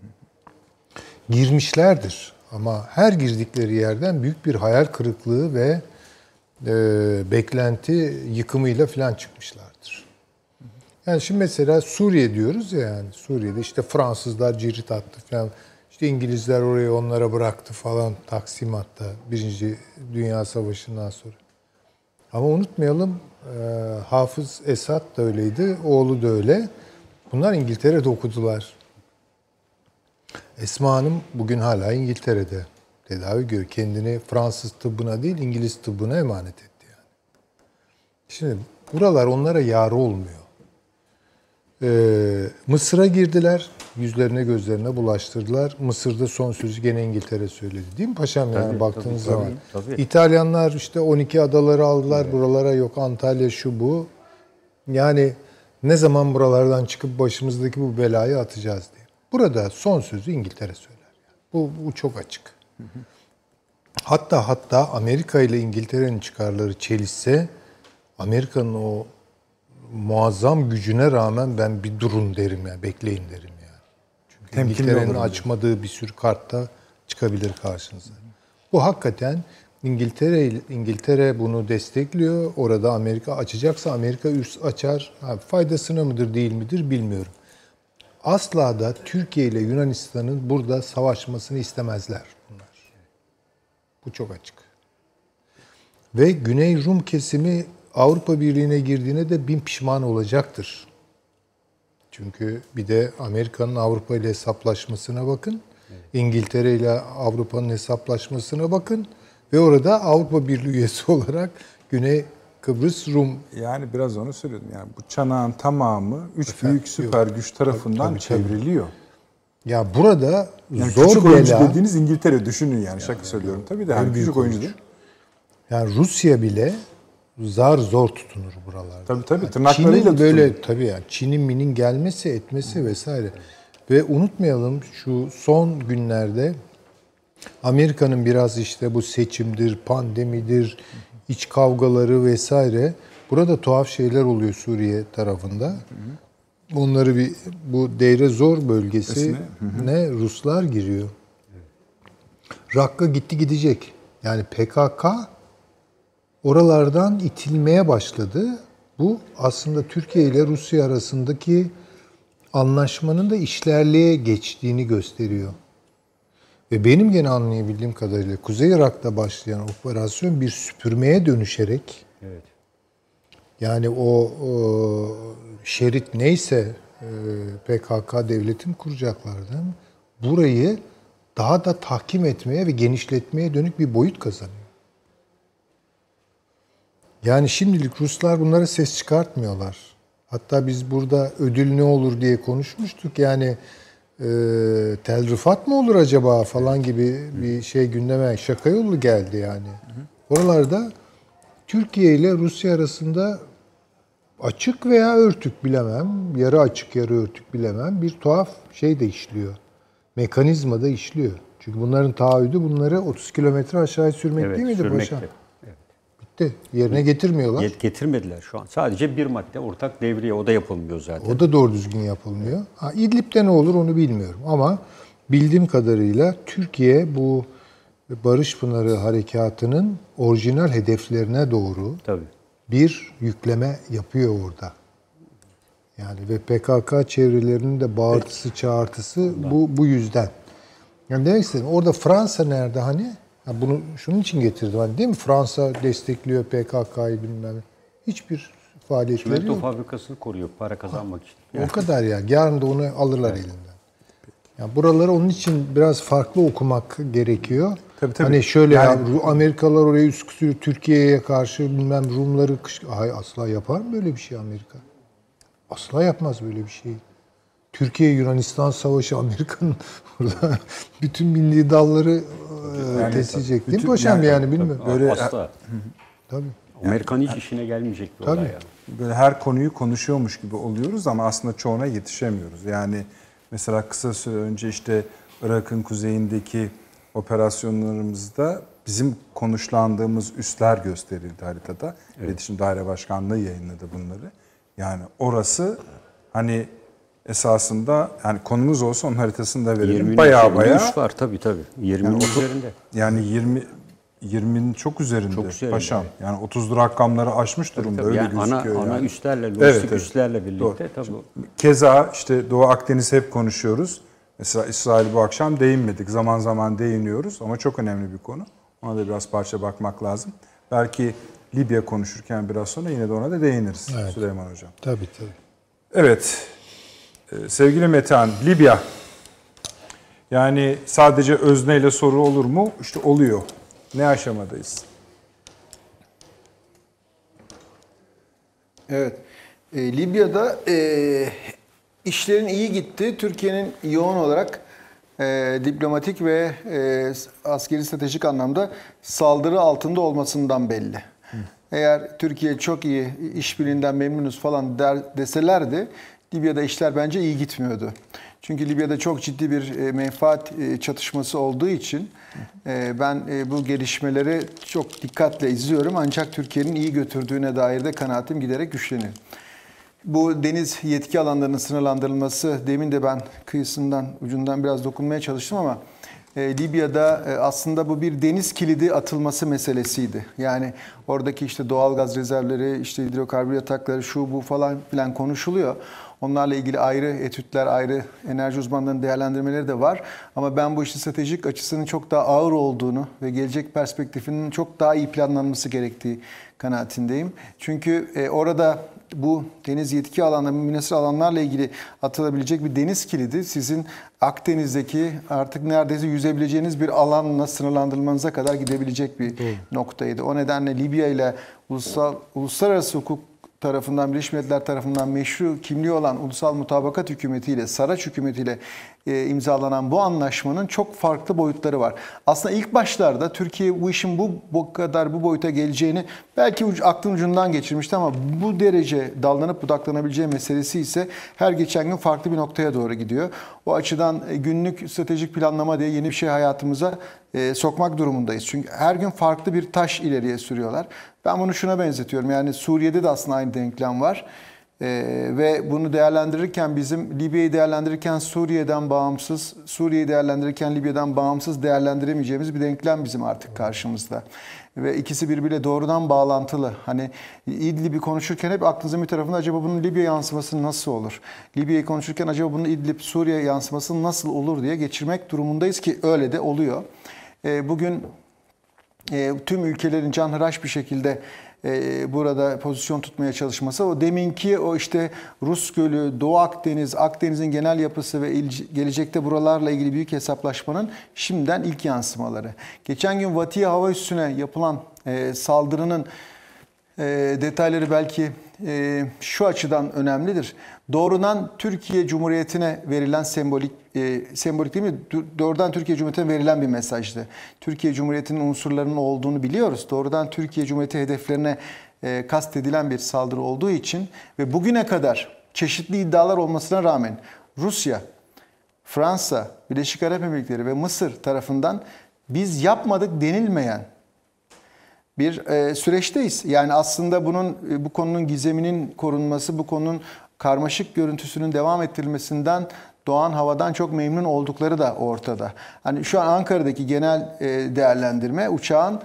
Girmişlerdir ama her girdikleri yerden büyük bir hayal kırıklığı ve beklenti yıkımıyla falan çıkmışlardır. Yani şimdi mesela Suriye diyoruz ya, yani Suriye'de işte Fransızlar cirit attı falan. İşte İngilizler orayı onlara bıraktı falan Taksimat'ta 1. Dünya Savaşı'ndan sonra. Ama unutmayalım Hafız Esad da öyleydi, oğlu da öyle. Bunlar İngiltere'de okudular. Esma Hanım bugün hala İngiltere'de tedavi görüyor. Kendini Fransız tıbbına değil İngiliz tıbbına emanet etti yani. Şimdi buralar onlara yar olmuyor. Mısır'a girdiler. Yüzlerine gözlerine bulaştırdılar. Mısır'da son sözü gene İngiltere söyledi. Değil mi paşam yani tabii, baktığınız tabii, zaman. tabii. İtalyanlar işte 12 adaları aldılar. Evet. Buralara yok Antalya şu bu. Yani ne zaman buralardan çıkıp başımızdaki bu belayı atacağız diye. Burada son sözü İngiltere söyler. Yani. Bu çok açık. Hı hı. Hatta Amerika ile İngiltere'nin çıkarları çelişse Amerika'nın o muazzam gücüne rağmen ben bir durun derim yani, bekleyin derim yani. Çünkü İngiltere'nin açmadığı bir sürü kart da çıkabilir karşınıza. Bu hakikaten İngiltere bunu destekliyor. Orada Amerika açacaksa Amerika ürs açar. Faydasına mıdır değil midir bilmiyorum. Asla da Türkiye ile Yunanistan'ın burada savaşmasını istemezler bunlar. Bu çok açık. Ve Güney Rum kesimi Avrupa Birliği'ne girdiğine de bin pişman olacaktır. Çünkü bir de Amerika'nın Avrupa ile hesaplaşmasına bakın. Evet. İngiltere ile Avrupa'nın hesaplaşmasına bakın. Ve orada Avrupa Birliği üyesi olarak Güney Kıbrıs Rum. Yani biraz onu söylüyordum. Yani bu çanağın tamamı büyük süper güç tarafından çevriliyor. Ya burada yani zor küçük bela. oyuncu dediğiniz İngiltere düşünün yani şaka söylüyorum. Tabii de hani küçük oyuncu değil. Yani Rusya bile zor tutunur buralarda. Tabii tırnaklarıyla Çin'in böyle tutunur. tabii yani Çin'in gelmesi etmesi vesaire. Ve unutmayalım şu son günlerde Amerika'nın biraz işte bu seçimdir, pandemidir, iç kavgaları vesaire. Burada tuhaf şeyler oluyor Suriye tarafında. Onları bu Deir Zor bölgesine Ruslar giriyor. Rakka gitti gidecek. Yani PKK oralardan itilmeye başladı. Bu aslında Türkiye ile Rusya arasındaki anlaşmanın da işlerliğe geçtiğini gösteriyor. Ve benim gene anlayabildiğim kadarıyla Kuzey Irak'ta başlayan operasyon bir süpürmeye dönüşerek, evet. Yani o şerit neyse PKK devleti mi kuracaklar değil mi? burayı daha da tahkim etmeye ve genişletmeye dönük bir boyut kazanıyor. Yani şimdilik Ruslar bunlara ses çıkartmıyorlar. Hatta biz burada ödül ne olur diye konuşmuştuk. Yani Tel Rifat mı olur acaba falan gibi bir şey gündeme, şaka yolu geldi yani. Oralarda Türkiye ile Rusya arasında açık veya örtük bilemem, yarı açık yarı örtük bilemem bir tuhaf şey de işliyor. Mekanizma da işliyor. Çünkü bunların taahhüdü bunları 30 kilometre aşağıya sürmek değil miydi paşa? Evet. Bitti. Yerine getirmiyorlar. Getirmediler şu an. Sadece bir madde ortak devriye, o da yapılmıyor zaten. O da doğru düzgün yapılmıyor. İdlib'de ne olur onu bilmiyorum ama bildiğim kadarıyla Türkiye bu Barış Pınarı Harekatı'nın orijinal hedeflerine doğru Tabii. bir yükleme yapıyor orada. Yani ve PKK çevrelerinin de bağırtısı, çağırtısı bu yüzden. Yani demek istedim, orada Fransa nerede hani? Bunu şunun için getirdim hani, değil mi? Fransa destekliyor PKK'yı bilmem ne. Hiçbir faaliyetleri Çimento yok. fabrikasını koruyor para kazanmak için. O kadar ya. Yarın da onu alırlar elinden. Yani buraları onun için biraz farklı okumak gerekiyor. Tabii. Hani şöyle Yani, Amerikalılar oraya üst sürüyor, Türkiye'ye karşı bilmem Rumları hayır, asla yapar mı böyle bir şey Amerika? Asla yapmaz böyle bir şey. Türkiye-Yunanistan savaşı, Amerika'nın burada bütün milli dalları tesicek değil mi paşam yani bilmiyorum. Böyle Asla. Tabii. Amerika'nın hiç işine gelmeyecek bir olay Tabii. yani. böyle her konuyu konuşuyormuş gibi oluyoruz ama aslında çoğuna yetişemiyoruz. Yani mesela kısa süre önce işte Irak'ın kuzeyindeki operasyonlarımızda bizim konuşlandığımız üsler gösterildi haritada. Evet. İletişim Daire Başkanlığı yayınladı bunları. Yani orası hani esasında yani konumuz olsa onun haritasını da verelim. Bayağı. Üs var tabii. 20'nin üzerinde. Yani 20'nin çok üzerinde, Çok üzerinde, paşam. evet. Yani 30'lu rakamları aşmış durumda Tabii, öyle yani gözüküyor. ana yani. üslerle, lojistik üslerle birlikte Doğru. tabii. Keza işte Doğu Akdeniz hep konuşuyoruz. Mesela İsrail bu akşam değinmedik. Zaman zaman değiniyoruz ama çok önemli bir konu. Ona da biraz parça bakmak lazım. Belki Libya konuşurken biraz sonra yine de ona da değiniriz Süleyman Hocam. Tabii. Evet. Sevgili Metehan, Libya. Yani sadece özneyle soru olur mu? İşte oluyor. Ne aşamadayız? Evet. Libya'da işlerin iyi gitti. Türkiye'nin yoğun olarak diplomatik ve askeri stratejik anlamda saldırı altında olmasından belli. Eğer Türkiye çok iyi işbirliğinden memnunuz falan deselerdi Libya'da işler bence iyi gitmiyordu. Çünkü Libya'da çok ciddi bir menfaat çatışması olduğu için ben bu gelişmeleri çok dikkatle izliyorum. Ancak Türkiye'nin iyi götürdüğüne dair de kanaatim giderek güçleniyor. Bu deniz yetki alanlarının sınırlandırılması, demin de ben kıyısından, ucundan biraz dokunmaya çalıştım ama Libya'da aslında bu bir deniz kilidi atılması meselesiydi. Yani oradaki işte doğal gaz rezervleri, işte hidrokarbür yatakları, şu bu falan filan konuşuluyor. Onlarla ilgili ayrı etütler, ayrı enerji uzmanlarının değerlendirmeleri de var. Ama ben bu işin stratejik açısının çok daha ağır olduğunu ve gelecek perspektifinin çok daha iyi planlanması gerektiği kanaatindeyim. Çünkü orada bu deniz yetki alanları, münhasır alanlarla ilgili atılabilecek bir deniz kilidi sizin Akdeniz'deki artık neredeyse yüzebileceğiniz bir alanla sınırlandırılmanıza kadar gidebilecek bir noktaydı. O nedenle Libya ile uluslararası hukuk tarafından, Birleşmiş Milletler tarafından meşru kimliği olan Ulusal Mutabakat Hükümeti ile Saraç Hükümeti ile imzalanan bu anlaşmanın çok farklı boyutları var. Aslında ilk başlarda Türkiye bu işin bu kadar bu boyuta geleceğini belki aklın ucundan geçirmişti ama bu derece dallanıp budaklanabileceği meselesi ise her geçen gün farklı bir noktaya doğru gidiyor. O açıdan günlük stratejik planlama diye yeni bir şey hayatımıza sokmak durumundayız. Çünkü her gün farklı bir taş ileriye sürüyorlar. Ben bunu şuna benzetiyorum. Yani Suriye'de de aslında aynı denklem var. Ve bunu değerlendirirken bizim Libya'yı değerlendirirken Suriye'den bağımsız, Suriye'yi değerlendirirken Libya'dan bağımsız değerlendiremeyeceğimiz bir denklem bizim artık karşımızda. Ve ikisi birbiriyle doğrudan bağlantılı. Hani İdlib'i konuşurken hep aklınızın bir tarafında acaba bunun Libya yansıması nasıl olur? Libya'yı konuşurken acaba bunun İdlib, Suriye yansıması nasıl olur diye geçirmek durumundayız ki öyle de oluyor. Bugün tüm ülkelerin canhıraş bir şekilde burada pozisyon tutmaya çalışması, o deminki o işte Rus Gölü, Doğu Akdeniz, Akdeniz'in genel yapısı ve gelecekte buralarla ilgili büyük hesaplaşmanın şimdiden ilk yansımaları. Geçen gün Vatiye hava üssüne yapılan saldırının detayları belki şu açıdan önemlidir. Doğrudan Türkiye Cumhuriyeti'ne verilen sembolik değil mi? Doğrudan Türkiye Cumhuriyeti'ne verilen bir mesajdı. Türkiye Cumhuriyeti'nin unsurlarının olduğunu biliyoruz. Doğrudan Türkiye Cumhuriyeti hedeflerine kastedilen bir saldırı olduğu için ve bugüne kadar çeşitli iddialar olmasına rağmen Rusya, Fransa, Birleşik Arap Emirlikleri ve Mısır tarafından biz yapmadık denilmeyen bir süreçteyiz. Yani aslında bu konunun gizeminin korunması, bu konunun karmaşık görüntüsünün devam ettirilmesinden doğan havadan çok memnun oldukları da ortada. Hani şu an Ankara'daki genel değerlendirme uçağın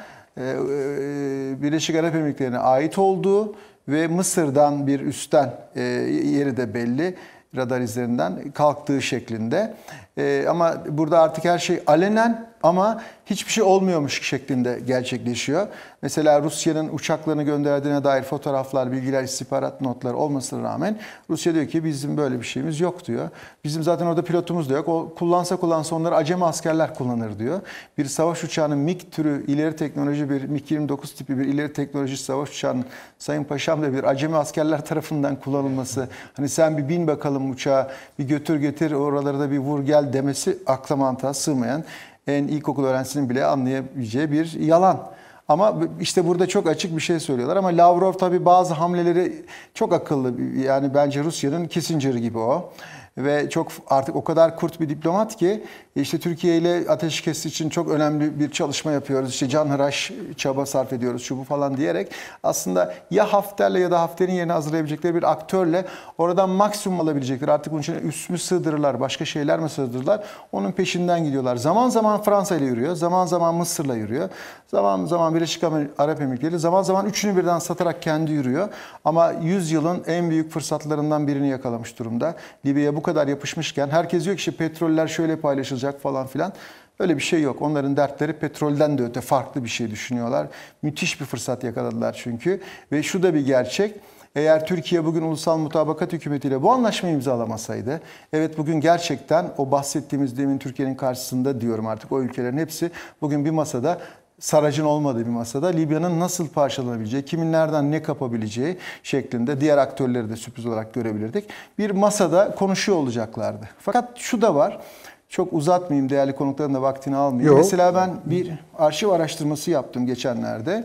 Birleşik Arap Emirlikleri'ne ait olduğu ve Mısır'dan bir üstten yeri de belli, radar izlerinden kalktığı şeklinde. Ama burada artık her şey alenen ama hiçbir şey olmuyormuş şeklinde gerçekleşiyor. Mesela Rusya'nın uçaklarını gönderdiğine dair fotoğraflar, bilgiler, istihbarat notları olmasına rağmen Rusya diyor ki bizim böyle bir şeyimiz yok diyor. Bizim zaten orada pilotumuz da yok. O kullansa onları acemi askerler kullanır diyor. Bir savaş uçağının MiG türü ileri teknoloji bir MiG-29 tipi bir ileri teknoloji savaş uçağının Sayın Paşam da bir acemi askerler tarafından kullanılması. Hani sen bir bin bakalım uçağa, bir götür getir oraları da bir vur gel demesi akla mantığa sığmayan, en ilkokul öğrencisinin bile anlayabileceği bir yalan. Ama işte burada çok açık bir şey söylüyorlar. Ama Lavrov tabii bazı hamleleri çok akıllı. Yani bence Rusya'nın Kissinger'ı gibi o. Ve çok artık o kadar kurt bir diplomat ki işte Türkiye ile ateşkes için çok önemli bir çalışma yapıyoruz. İşte canhıraş çaba sarf ediyoruz şu bu falan diyerek aslında ya Hafter'le ya da Hafter'in yerine hazırlayabilecekleri bir aktörle oradan maksimum alabilecekleri, artık bunun için üst mü sığdırırlar, başka şeyler mi sığdırırlar, onun peşinden gidiyorlar. Zaman zaman Fransa ile yürüyor, zaman zaman Mısır'la yürüyor, zaman zaman Birleşik Arap Emirlikleri, zaman zaman üçünü birden satarak kendi yürüyor. Ama 100 yılın en büyük fırsatlarından birini yakalamış durumda. Libya'ya bu kadar yapışmışken herkes diyor ki işte petroller şöyle paylaşılacak falan filan. Öyle bir şey yok. Onların dertleri petrolden de öte farklı bir şey düşünüyorlar. Müthiş bir fırsat yakaladılar çünkü. Ve şu da bir gerçek. Eğer Türkiye bugün ulusal mutabakat hükümetiyle bu anlaşmayı imzalamasaydı, evet bugün gerçekten o bahsettiğimiz demin Türkiye'nin karşısında diyorum artık o ülkelerin hepsi bugün bir masada, Sarac'ın olmadığı bir masada Libya'nın nasıl parçalanabileceği, kimin nereden ne kapabileceği şeklinde diğer aktörleri de sürpriz olarak görebilirdik. Bir masada konuşuyor olacaklardı. Fakat şu da var, çok uzatmayayım, değerli konukların da vaktini almayayım. Yok. Mesela ben bir arşiv araştırması yaptım geçenlerde.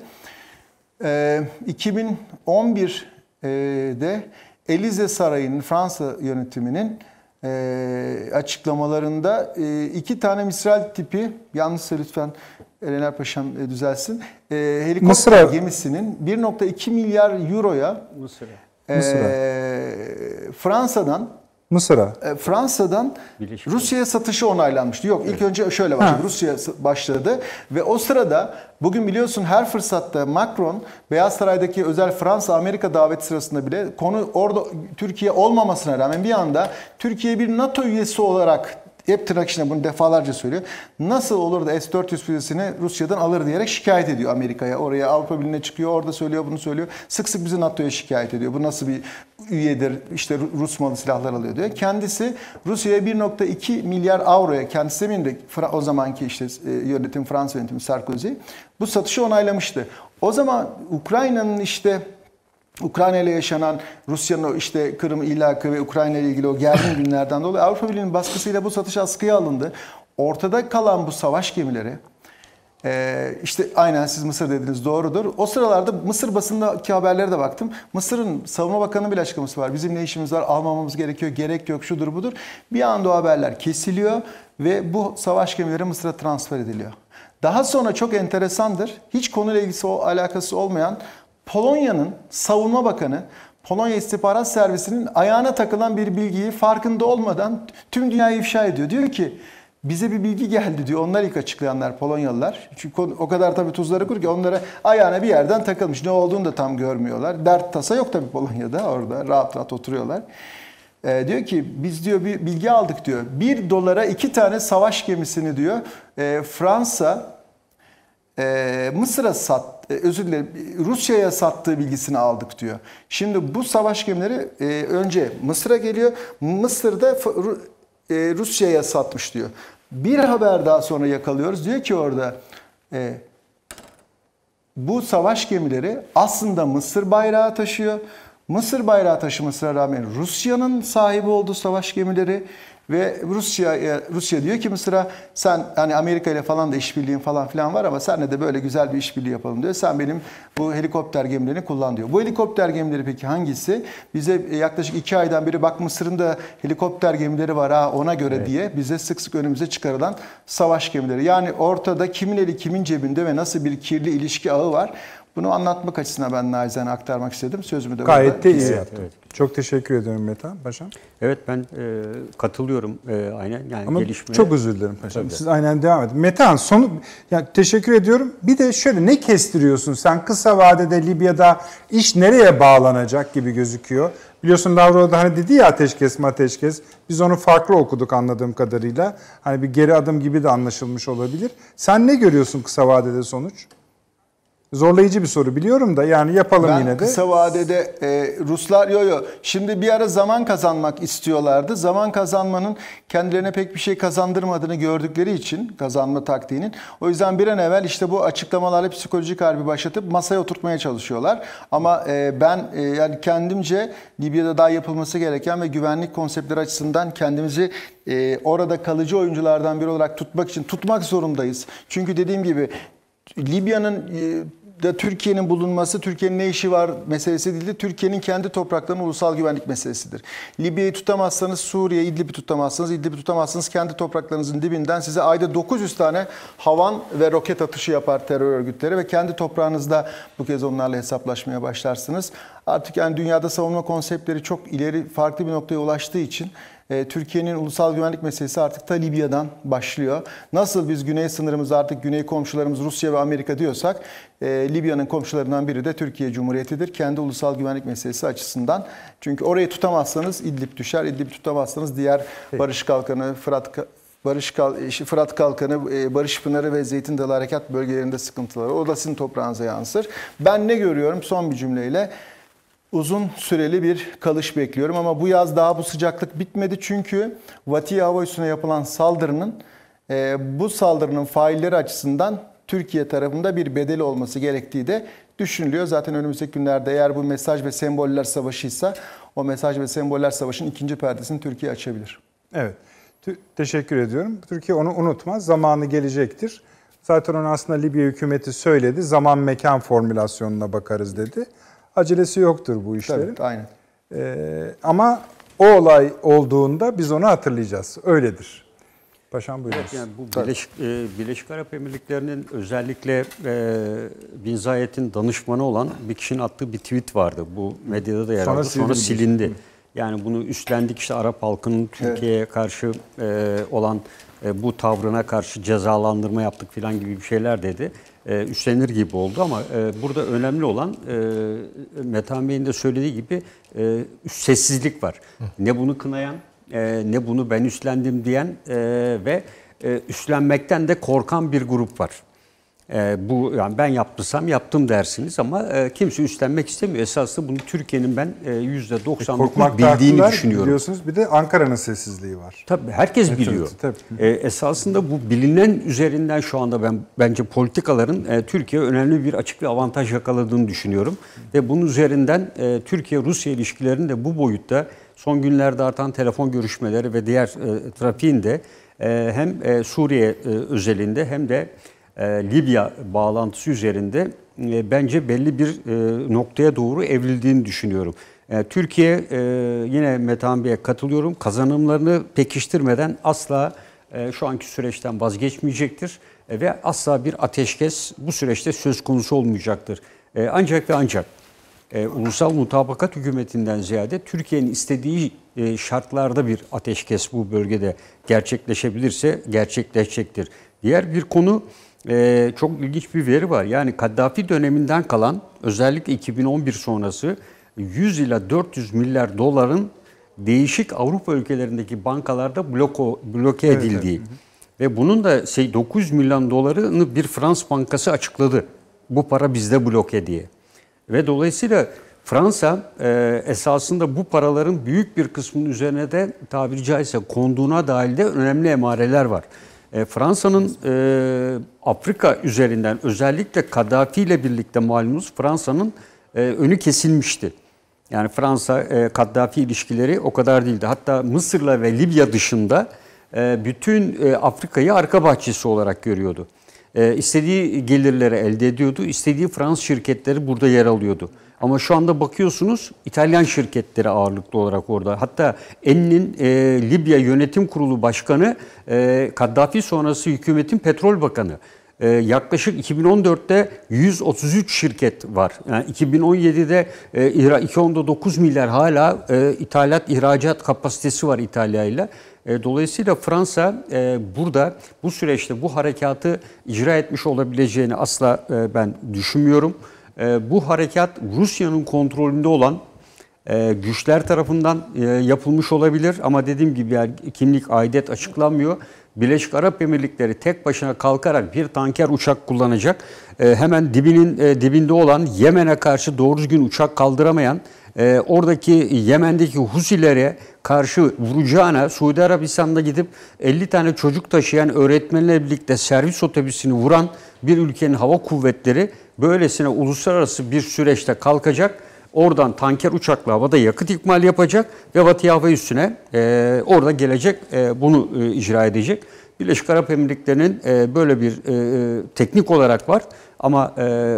2011'de Elize Sarayı'nın, Fransa yönetiminin açıklamalarında 2 misral tipi, yanlışsa lütfen Erener Paşam düzelsin, helikopter gemisinin 1.2 milyar euroya Fransa'dan Rusya'ya satışı onaylanmıştı. Yok, ilk önce şöyle başladı. Rusya başladı ve o sırada bugün biliyorsun her fırsatta Macron Beyaz Saray'daki özel Fransa-Amerika daveti sırasında bile konu orada Türkiye olmamasına rağmen bir anda Türkiye bir NATO üyesi olarak, hep tırnak içinde bunu defalarca söylüyor, nasıl olur da S-400 füzesini Rusya'dan alır diyerek şikayet ediyor Amerika'ya. Oraya Avrupa Birliği'ne çıkıyor, orada söylüyor, bunu söylüyor. Sık sık bizi NATO'ya şikayet ediyor. Bu nasıl bir üyedir, işte Rus malı silahlar alıyor diyor. Kendisi Rusya'ya 1.2 milyar avroya, kendisi demeyeyim de o zamanki işte yönetim, Fransa yönetimi Sarkozy bu satışı onaylamıştı. O zaman Ukrayna'nın işte Ukrayna ile yaşanan Rusya'nın işte Kırım ilhakı ve Ukrayna ile ilgili o gergin günlerden dolayı Avrupa Birliği'nin baskısıyla bu satış askıya alındı. Ortada kalan bu savaş gemileri, işte aynen siz Mısır dediniz, doğrudur. O sıralarda Mısır basındaki haberlere de baktım. Mısır'ın savunma bakanı bile açıklaması var. Bizim ne işimiz var, almamamız gerekiyor, gerek yok, şudur budur. Bir anda o haberler kesiliyor ve bu savaş gemileri Mısır'a transfer ediliyor. Daha sonra çok enteresandır, hiç konuyla ilgisi alakası olmayan Polonya'nın savunma bakanı, Polonya İstihbarat Servisi'nin ayağına takılan bir bilgiyi farkında olmadan tüm dünyaya ifşa ediyor. Diyor ki bize bir bilgi geldi diyor. Onlar ilk açıklayanlar Polonyalılar. Çünkü o kadar tabii tuzları kuru ki onlara ayağına bir yerden takılmış. Ne olduğunu da tam görmüyorlar. Dert tasa yok tabii Polonya'da, orada rahat rahat oturuyorlar. Diyor ki biz diyor bir bilgi aldık diyor. $1 2 savaş gemisini diyor Fransa Mısır'a özür dilerim, Rusya'ya sattığı bilgisini aldık diyor. Şimdi bu savaş gemileri önce Mısır'a geliyor. Mısır'da Rusya'ya satmış diyor. Bir haber daha sonra yakalıyoruz. Diyor ki orada bu savaş gemileri aslında Mısır bayrağı taşıyor. Mısır bayrağı taşımasına rağmen Rusya'nın sahibi olduğu savaş gemileri ve Rusya diyor ki Mısır'a, sen hani Amerika ile falan da işbirliğin falan filan var ama seninle de böyle güzel bir işbirliği yapalım diyor. Sen benim bu helikopter gemilerini kullan diyor. Bu helikopter gemileri peki hangisi? Bize yaklaşık 2 aydan beri bak Mısır'ın da helikopter gemileri var ha ona göre diye bize sık sık önümüze çıkarılan savaş gemileri. Yani ortada kimin eli kimin cebinde ve nasıl bir kirli ilişki ağı var. Bunu anlatmak açısından ben nacizane aktarmak istedim. Sözümü de gayet de iyi burada yaptın. Evet. Çok teşekkür ediyorum Metehan Paşam. Evet, ben katılıyorum aynen. Yani ama gelişmeye... çok özür dilerim Paşam. Siz aynen devam edin. Metehan yani teşekkür ediyorum. Bir de şöyle ne kestiriyorsun sen? Kısa vadede Libya'da iş nereye bağlanacak gibi gözüküyor. Biliyorsun Lavrov da hani dedi ya ateşkes. Biz onu farklı okuduk anladığım kadarıyla. Hani bir geri adım gibi de anlaşılmış olabilir. Sen ne görüyorsun kısa vadede sonuç? Zorlayıcı bir soru biliyorum da yani yapalım yine de. Ben kısa vadede Ruslar şimdi bir ara zaman kazanmak istiyorlardı. Zaman kazanmanın kendilerine pek bir şey kazandırmadığını gördükleri için kazanma taktiğinin. O yüzden bir an evvel işte bu açıklamalarla psikolojik harbi başlatıp masaya oturtmaya çalışıyorlar. Ama ben yani kendimce Libya'da daha yapılması gereken ve güvenlik konseptleri açısından kendimizi orada kalıcı oyunculardan biri olarak tutmak zorundayız. Çünkü dediğim gibi Libya'nın da Türkiye'nin bulunması, Türkiye'nin ne işi var meselesi değil de Türkiye'nin kendi topraklarının ulusal güvenlik meselesidir. Libya'yı tutamazsanız Suriye, İdlib'i tutamazsınız. İdlib'i tutamazsanız kendi topraklarınızın dibinden size ayda 900 tane havan ve roket atışı yapar terör örgütleri ve kendi toprağınızda bu kez onlarla hesaplaşmaya başlarsınız. Artık yani dünyada savunma konseptleri çok ileri farklı bir noktaya ulaştığı için Türkiye'nin ulusal güvenlik meselesi artık da Libya'dan başlıyor. Nasıl biz güney sınırımızda artık güney komşularımız Rusya ve Amerika diyorsak Libya'nın komşularından biri de Türkiye Cumhuriyeti'dir. Kendi ulusal güvenlik meselesi açısından. Çünkü orayı tutamazsanız İdlib düşer. İdlib tutamazsanız diğer Barış Kalkanı, Fırat Kalkanı, Barış Pınarı ve Zeytin Dalı Harekat bölgelerinde sıkıntılar. O da sizin toprağınıza yansır. Ben ne görüyorum son bir cümleyle? Uzun süreli bir kalış bekliyorum ama bu yaz daha bu sıcaklık bitmedi. Çünkü Vatiye hava üssüne yapılan saldırının bu saldırının failleri açısından Türkiye tarafında bir bedeli olması gerektiği de düşünülüyor. Zaten önümüzdeki günlerde eğer bu mesaj ve semboller savaşıysa o mesaj ve semboller savaşının ikinci perdesini Türkiye açabilir. Evet. Teşekkür ediyorum. Türkiye onu unutmaz. Zamanı gelecektir. Zaten onu aslında Libya hükümeti söyledi. Zaman mekan formülasyonuna bakarız dedi. Acelesi yoktur bu işlerin. Tabii, aynen. Ama o olay olduğunda biz onu hatırlayacağız. Öyledir. Paşam buyurun. Evet, yani bu Birleşik Arap Emirlikleri'nin özellikle Bin Zayed'in danışmanı olan bir kişinin attığı bir tweet vardı. Bu medyada da yer aldı. Sonra silindi. Yani bunu üstlendik işte Arap halkının Türkiye'ye karşı olan bu tavrına karşı cezalandırma yaptık falan gibi bir şeyler dedi. Üstlenir gibi oldu ama burada önemli olan Metehan Bey'in de söylediği gibi sessizlik var. Ne bunu kınayan ne bunu ben üstlendim diyen ve üstlenmekten de korkan bir grup var. Bu yani ben yaptım dersiniz ama kimse üstlenmek istemiyor. Esasında bunu Türkiye'nin ben %99 bildiğini düşünüyorum. Biliyorsunuz bir de Ankara'nın sessizliği var. Tabii herkes biliyor. Tabii. Esasında bu bilinen üzerinden şu anda bence politikaların Türkiye önemli bir açık bir avantaj yakaladığını düşünüyorum. Ve bunun üzerinden Türkiye-Rusya ilişkilerinin de bu boyutta son günlerde artan telefon görüşmeleri ve diğer trafiğin de hem Suriye özelinde hem de Libya bağlantısı üzerinde bence belli bir noktaya doğru evrildiğini düşünüyorum. Türkiye yine Metehan Bey'e katılıyorum. Kazanımlarını pekiştirmeden asla şu anki süreçten vazgeçmeyecektir ve asla bir ateşkes bu süreçte söz konusu olmayacaktır. Ancak ve ancak ulusal mutabakat hükümetinden ziyade Türkiye'nin istediği şartlarda bir ateşkes bu bölgede gerçekleşebilirse gerçekleşecektir. Diğer bir konu çok ilginç bir veri var. Yani Kaddafi döneminden kalan özellikle 2011 sonrası 100 ila 400 milyar doların değişik Avrupa ülkelerindeki bankalarda bloke edildiği ve bunun da 900 milyon dolarını bir Fransız bankası açıkladı bu para bizde bloke diye. Ve dolayısıyla Fransa esasında bu paraların büyük bir kısmının üzerine de tabiri caizse konduğuna dair de önemli emareler var. Fransa'nın Afrika üzerinden özellikle Kaddafi ile birlikte malumunuz Fransa'nın önü kesilmişti. Yani Fransa-Kaddafi ilişkileri o kadar değildi. Hatta Mısır'la ve Libya dışında bütün Afrika'yı arka bahçesi olarak görüyordu. İstediği gelirleri elde ediyordu. İstediği Fransız şirketleri burada yer alıyordu. Ama şu anda bakıyorsunuz İtalyan şirketleri ağırlıklı olarak orada. Hatta Enni'nin Libya Yönetim Kurulu Başkanı, Kaddafi sonrası hükümetin petrol bakanı. Yaklaşık 2014'te 133 şirket var. Yani 2017'de 2.9 milyar hala ithalat, ihracat kapasitesi var İtalya ile. Dolayısıyla Fransa burada bu süreçte bu harekatı icra etmiş olabileceğini asla ben düşünmüyorum. Bu harekat Rusya'nın kontrolünde olan güçler tarafından yapılmış olabilir ama dediğim gibi yani kimlik, aidet açıklanmıyor. Birleşik Arap Emirlikleri tek başına kalkarak bir tanker uçak kullanacak. Hemen dibinde olan Yemen'e karşı doğru düzgün uçak kaldıramayan oradaki Yemen'deki Husilere karşı vuracağına Suudi Arabistan'da gidip 50 tane çocuk taşıyan öğretmenlerle birlikte servis otobüsünü vuran bir ülkenin hava kuvvetleri böylesine uluslararası bir süreçte kalkacak. Oradan tanker uçakla havada yakıt ikmali yapacak ve Batı Hava Üssü'ne orada gelecek bunu icra edecek. Birleşik Arap Emirlikleri'nin böyle bir teknik olarak var ama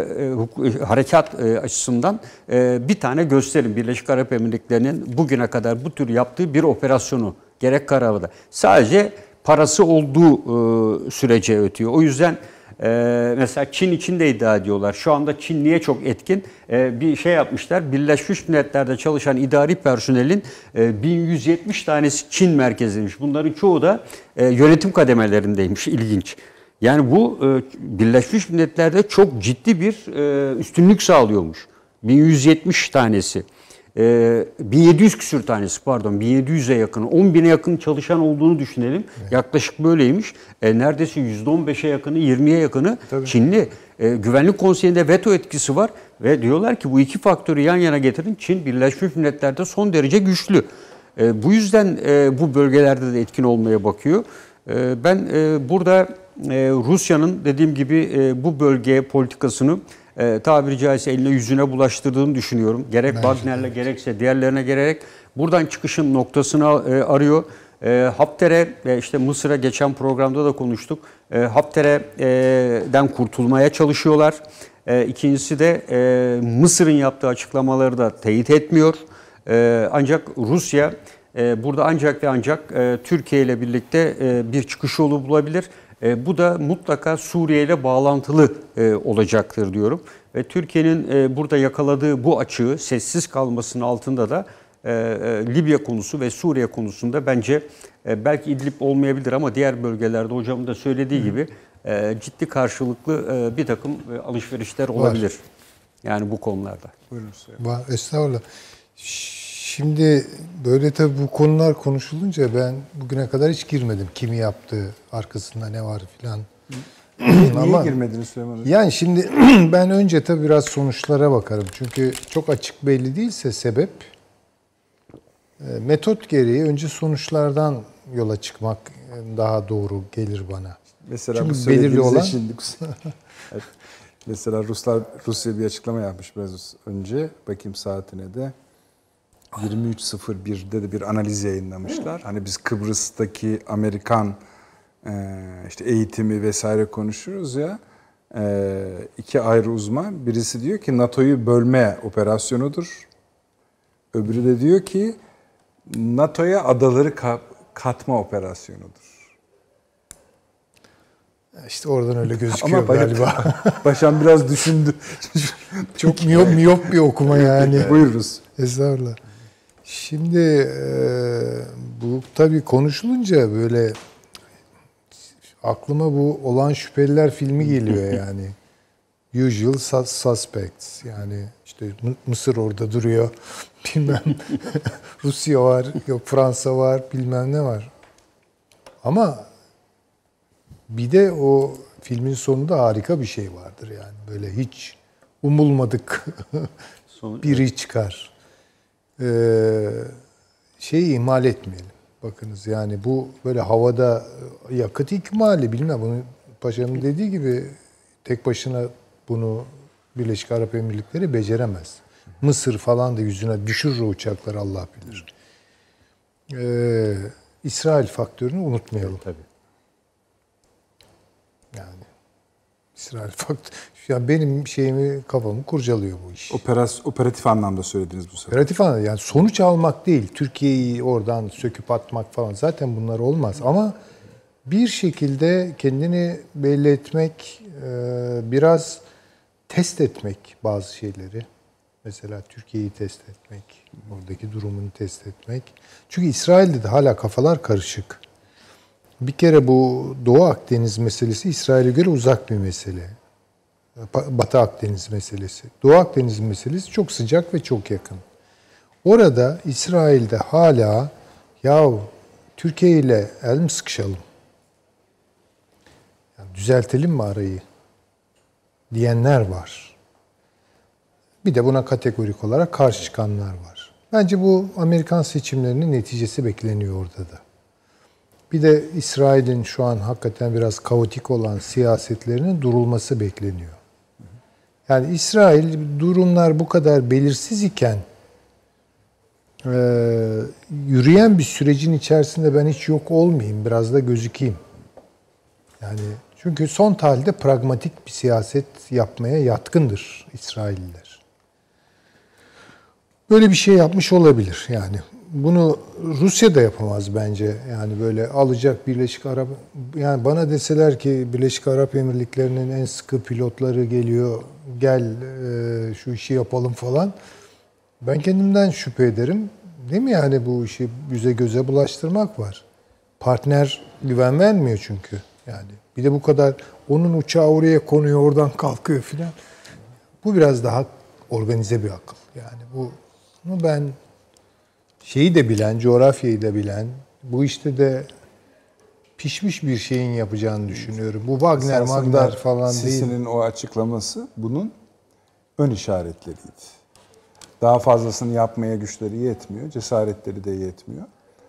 harekat açısından bir tane gösterin. Birleşik Arap Emirlikleri'nin bugüne kadar bu tür yaptığı bir operasyonu gerek karahavada sadece parası olduğu sürece ötüyor. O yüzden mesela Çin için de iddia ediyorlar. Şu anda Çin niye çok etkin? Bir şey yapmışlar. Birleşmiş Milletler'de çalışan idari personelin 1170 tanesi Çin merkezliymiş. Bunların çoğu da yönetim kademelerindeymiş. İlginç. Yani bu Birleşmiş Milletler'de çok ciddi bir üstünlük sağlıyormuş. 1170 tanesi. 1700 küsür tanesi 1700'e yakın 10.000'e yakın çalışan olduğunu düşünelim. Evet. Yaklaşık böyleymiş. Neredeyse %15'e yakını 20'ye yakını tabii. Çinli. Güvenlik Konseyi'nde veto etkisi var ve diyorlar ki bu iki faktörü yan yana getirin. Çin Birleşmiş Milletler'de son derece güçlü. Bu yüzden bu bölgelerde de etkin olmaya bakıyor. Ben burada Rusya'nın dediğim gibi bu bölgeye politikasını tabiri caizse eline yüzüne bulaştırdığını düşünüyorum. Gerek Wagner'le gerekse diğerlerine gelerek buradan çıkışın noktasını arıyor. Hafter'e işte Mısır'a geçen programda da konuştuk. Hafter'den kurtulmaya çalışıyorlar. İkincisi de Mısır'ın yaptığı açıklamaları da teyit etmiyor. Ancak Rusya burada ancak ve ancak Türkiye ile birlikte bir çıkış yolu bulabilir. Bu da mutlaka Suriye ile bağlantılı olacaktır diyorum. Ve Türkiye'nin burada yakaladığı bu açığı sessiz kalmasının altında da Libya konusu ve Suriye konusunda bence belki İdlib olmayabilir ama diğer bölgelerde hocamın da söylediği gibi ciddi karşılıklı bir takım alışverişler olabilir. Var. Yani bu konularda. Buyurun. Var, estağfurullah. Şimdi böyle tabii bu konular konuşulunca ben bugüne kadar hiç girmedim. Kimi yaptı, arkasında ne var filan. Niye girmediniz Süleyman Hocam? Yani şimdi ben önce tabii biraz sonuçlara bakarım. Çünkü çok açık belli değilse sebep, metot gereği önce sonuçlardan yola çıkmak daha doğru gelir bana. Mesela çünkü bu belirli olan... Şimdi, evet. Mesela Rusya bir açıklama yapmış biraz önce. Bakayım saatine de. 23.01'de de bir analiz yayınlamışlar. Hani biz Kıbrıs'taki Amerikan işte eğitimi vesaire konuşuruz ya. İki ayrı uzman. Birisi diyor ki NATO'yu bölme operasyonudur. Öbürü de diyor ki NATO'ya adaları katma operasyonudur. İşte oradan öyle gözüküyor ama galiba. Paşam biraz düşündü. Çok miyop bir okuma yani. Buyurunuz. Estağfurullah. Şimdi bu tabii konuşulunca böyle aklıma bu Olan Şüpheliler filmi geliyor yani. Usual Suspects. Yani işte Mısır orada duruyor. Bilmem Rusya var, yok Fransa var, bilmem ne var. Ama bir de o filmin sonunda harika bir şey vardır yani. Böyle hiç umulmadık biri çıkar. Şeyi ihmal etmeyelim. Bakınız yani bu böyle havada yakıt ikmali bilmem, bunu paşanın dediği gibi tek başına bunu Birleşik Arap Emirlikleri beceremez. Mısır falan da yüzüne düşürür o uçakları, Allah bilir. İsrail faktörünü unutmayalım. Tabii. Yani İsrail faktörü. Yani benim şeyimi, kafamı kurcalıyor bu iş. Operatif anlamda söylediniz bu sefer. Operatif anlamda yani sonuç almak değil, Türkiye'yi oradan söküp atmak falan, zaten bunlar olmaz. Ama bir şekilde kendini belli etmek, biraz test etmek bazı şeyleri. Mesela Türkiye'yi test etmek, oradaki durumunu test etmek. Çünkü İsrail'de de hala kafalar karışık. Bir kere bu Doğu Akdeniz meselesi İsrail'e göre uzak bir mesele. Batı Akdeniz meselesi. Doğu Akdeniz meselesi çok sıcak ve çok yakın. Orada İsrail'de hala Türkiye ile el mi sıkışalım? Yani düzeltelim mi arayı? Diyenler var. Bir de buna kategorik olarak karşı çıkanlar var. Bence bu Amerikan seçimlerinin neticesi bekleniyor orada da. Bir de İsrail'in şu an hakikaten biraz kaotik olan siyasetlerinin durulması bekleniyor. Yani İsrail, durumlar bu kadar belirsiz iken yürüyen bir sürecin içerisinde ben hiç yok olmayayım, biraz da gözükeyim. Yani çünkü son tahlilde pragmatik bir siyaset yapmaya yatkındır İsrailliler. Böyle bir şey yapmış olabilir yani. Bunu Rusya da yapamaz bence. Yani böyle alacak Birleşik Arap... Yani bana deseler ki Birleşik Arap Emirlikleri'nin en sıkı pilotları geliyor, gel şu işi yapalım falan. Ben kendimden şüphe ederim. Değil mi yani, bu işi yüze göze bulaştırmak var. Partner güven vermiyor çünkü. Yani bir de bu kadar onun uçağı oraya konuyor, oradan kalkıyor filan. Bu biraz daha organize bir akıl. Yani bunu ben şeyi de bilen, coğrafyayı da bilen, bu işte de pişmiş bir şeyin yapacağını düşünüyorum. Bu Wagner falan değil. Sisi'nin o açıklaması bunun ön işaretleriydi. Daha fazlasını yapmaya güçleri yetmiyor, cesaretleri de yetmiyor.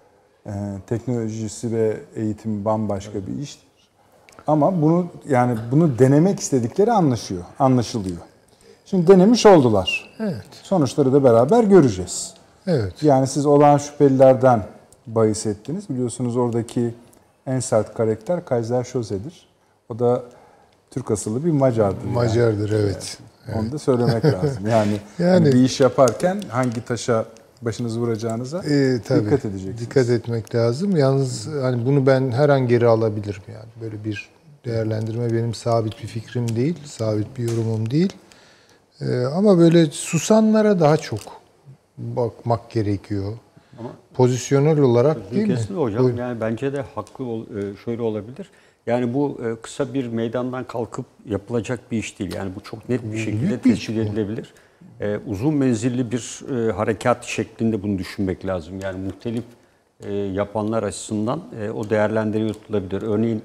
Teknolojisi ve eğitimi bambaşka bir iş. Ama bunu denemek istedikleri anlaşılıyor. Şimdi denemiş oldular. Evet. Sonuçları da beraber göreceğiz. Evet. Yani siz olağan şüphelilerden bahis ettiniz. Biliyorsunuz oradaki en sert karakter Kaiser Söze'dir. O da Türk asıllı bir Macardır. Macardır, evet. Yani. Onu da söylemek lazım. Yani bir iş yaparken hangi taşa başınızı vuracağınıza dikkat edeceksiniz. Dikkat etmek lazım. Yalnız hani bunu ben her an geri alabilirim yani. Böyle bir değerlendirme benim sabit bir fikrim değil, sabit bir yorumum değil. Ama böyle susanlara daha çok bakmak gerekiyor. Ama pozisyonel olarak değil mi? Kesinlikle hocam. Buyurun. Yani bence de haklı şöyle olabilir. Yani bu kısa bir meydandan kalkıp yapılacak bir iş değil. Yani bu çok net bir şekilde tespit edilebilir. Uzun menzilli bir harekat şeklinde bunu düşünmek lazım. Yani muhtelif yapanlar açısından o değerlendiriliyor. Örneğin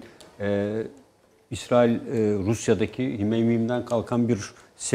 İsrail Rusya'daki Himeymi'den kalkan bir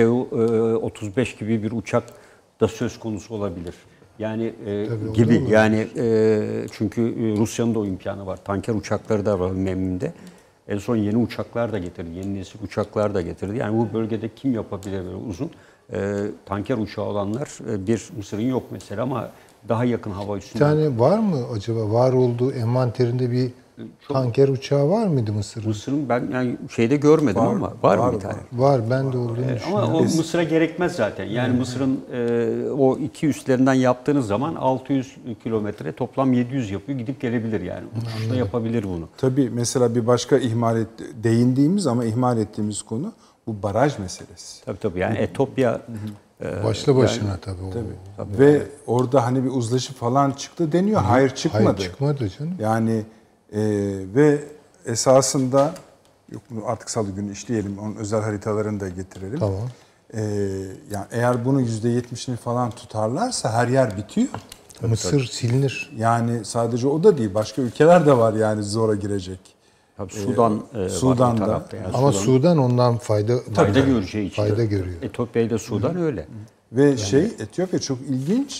Su-35 gibi bir uçak da söz konusu olabilir. Yani gibi yani çünkü Rusya'nın da o imkanı var. Tanker uçakları da var Himeymi'de. En son yeni uçaklar da getirdi. Yeni nesil uçaklar da getirdi. Yani bu bölgede kim yapabilir böyle uzun? Tanker uçağı olanlar bir Mısır'ın yok mesela ama daha yakın hava üssünde. Bir tane var mı acaba? Var olduğu envanterinde bir tanker uçağı var mıydı Mısır'ın? Mısır'ın ben yani şeyde görmedim ama var mı bir tane? Var, ben de olduğunu düşünüyorum. Ama o Mısır'a gerekmez zaten. Yani Mısır'ın o iki üstlerinden yaptığınız zaman 600 kilometre toplam 700 yapıyor. Gidip gelebilir yani. Uçuşla yapabilir bunu. Tabii mesela bir başka değindiğimiz ama ihmal ettiğimiz konu bu baraj meselesi. Tabii yani Etopya başlı başına yani, tabii. Ve orada hani bir uzlaşı falan çıktı deniyor. Hayır çıkmadı. Hayır çıkmadı canım. Yani ve esasında artık salı günü işleyelim. Onun özel haritalarını da getirelim. Tamam. Yani eğer bunu %70'ini falan tutarlarsa her yer bitiyor. Mısır silinir. Yani sadece o da değil. Başka ülkeler de var yani zora girecek. Tabii Sudan Sudan'da. var bir tarafta. Yani Ama Sudan ondan fayda göreceği için. Fayda görüyor. Etiyopya ile Sudan öyle. Ve Etiyopya çok ilginç.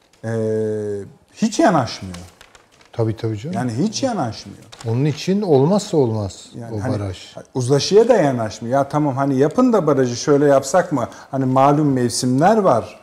Hiç yanaşmıyor. Tabii canım. Yani hiç yanaşmıyor. Onun için olmazsa olmaz Yani o baraj. Uzlaşıya da yanaşmıyor. Ya tamam hani yapın da barajı şöyle yapsak mı? Hani malum mevsimler var.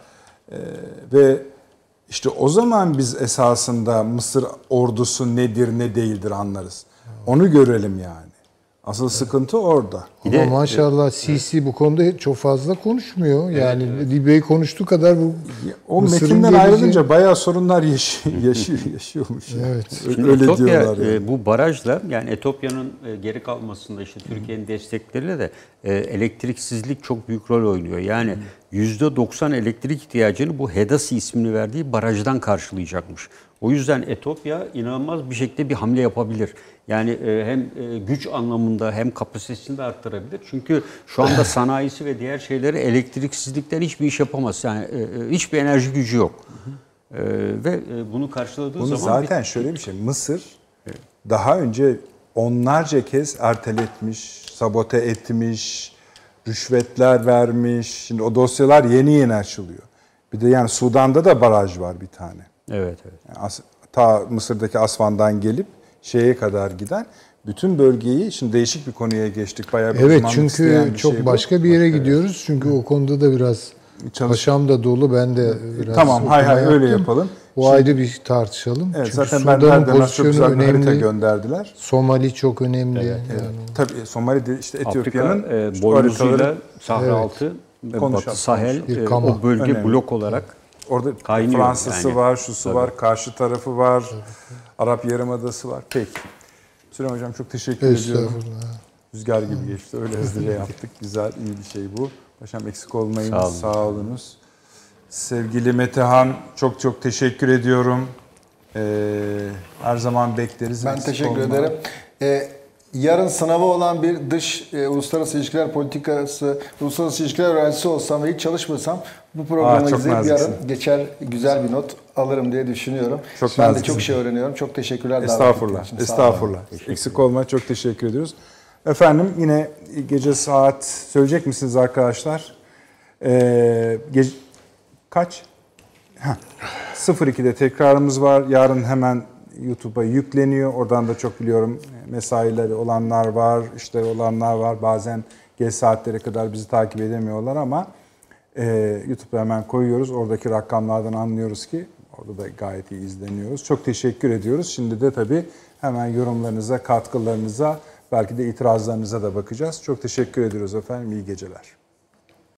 Ve işte o zaman biz esasında Mısır ordusu nedir ne değildir anlarız. Onu görelim yani. Asıl sıkıntı orada. Ama maşallah Sisi bu konuda çok fazla konuşmuyor. Yani Libya'yı konuştuğu kadar bu O Mısır'ın metinden geleceği- ayrılınca bayağı sorunlar yaşıyormuş. Yani. Evet. Şimdi Öyle Etiyopya diyorlar yani. bu barajla yani Etiyopya'nın geri kalmasında işte Türkiye'nin destekleriyle de elektriksizlik çok büyük rol oynuyor. Yani %90 elektrik ihtiyacını bu Hedasi ismini verdiği barajdan karşılayacakmış. O yüzden Etiyopya inanılmaz bir şekilde bir hamle yapabilir. Yani hem güç anlamında hem kapasitesini de arttırabilir. Çünkü şu anda sanayisi ve diğer şeyleri elektriksizlikten hiçbir iş yapamaz. Yani hiçbir enerji gücü yok. Ve bunu karşıladığı Bunu zaman... zaten şöyle bir şey. Mısır daha önce onlarca kez erteletmiş, sabote etmiş, rüşvetler vermiş. Şimdi o dosyalar yeni açılıyor. Bir de yani Sudan'da da baraj var bir tane. Evet. Yani ta Mısır'daki Asvan'dan gelip şeye kadar giden bütün bölgeyi, şimdi değişik bir konuya geçtik. Bayağı bir Evet, uzmanlık çünkü isteyen bir çok şey bu. başka bir yere gidiyoruz. Çünkü o konuda da biraz paşam da dolu, ben de biraz Tamam, hay okuma öyle yaptım. yapalım. O ayrı bir tartışalım. Evet, Çünkü zaten Sudan'ın benden çok pozisyonu güzel bir harita önemli. gönderdiler. Somali çok önemli. Yani. Tabii Somali'de işte Etiyopya'nın Afrika boynuzuyla Sahra Evet. altı, Konuşalım. Batı Sahel Bir kama. o bölge Önemli. blok olarak orada kaynıyor Fransız'ı yani. var, şusu var, karşı tarafı var, Arap Yarımadası var. Peki. Süleyman Hocam çok teşekkür ediyorum. Estağfurullah. Rüzgar gibi geçti. Öyle hızlıca yaptık. Güzel, iyi bir şey bu. Paşam eksik olmayın. Sağ olun. Sağ olunuz. Sevgili Metehan çok teşekkür ediyorum. Her zaman bekleriz. Ben eksik teşekkür olma. ederim. Yarın sınavı olan bir dış uluslararası ilişkiler politikası, uluslararası ilişkiler öğrencisi olsam ve hiç çalışmasam bu programı çok izleyip naziksin. yarın geçer güzel bir not alırım diye düşünüyorum. Çok ben de naziksin. çok şey öğreniyorum. Çok teşekkürler. davet Estağfurullah. ettiğiniz için. Sağ olun. Estağfurullah. Eksik olma. Çok teşekkür ediyoruz. Efendim yine gece saat söyleyecek misiniz arkadaşlar? Kaç? 02'de tekrarımız var. Yarın hemen YouTube'a yükleniyor. Oradan da çok biliyorum mesaileri olanlar var, işleri olanlar var. Bazen geç saatlere kadar bizi takip edemiyorlar ama YouTube'a hemen koyuyoruz. Oradaki rakamlardan anlıyoruz ki orada da gayet iyi izleniyoruz. Çok teşekkür ediyoruz. Şimdi de tabii hemen yorumlarınıza, katkılarınıza, belki de itirazlarınıza da bakacağız. Çok teşekkür ediyoruz efendim. İyi geceler.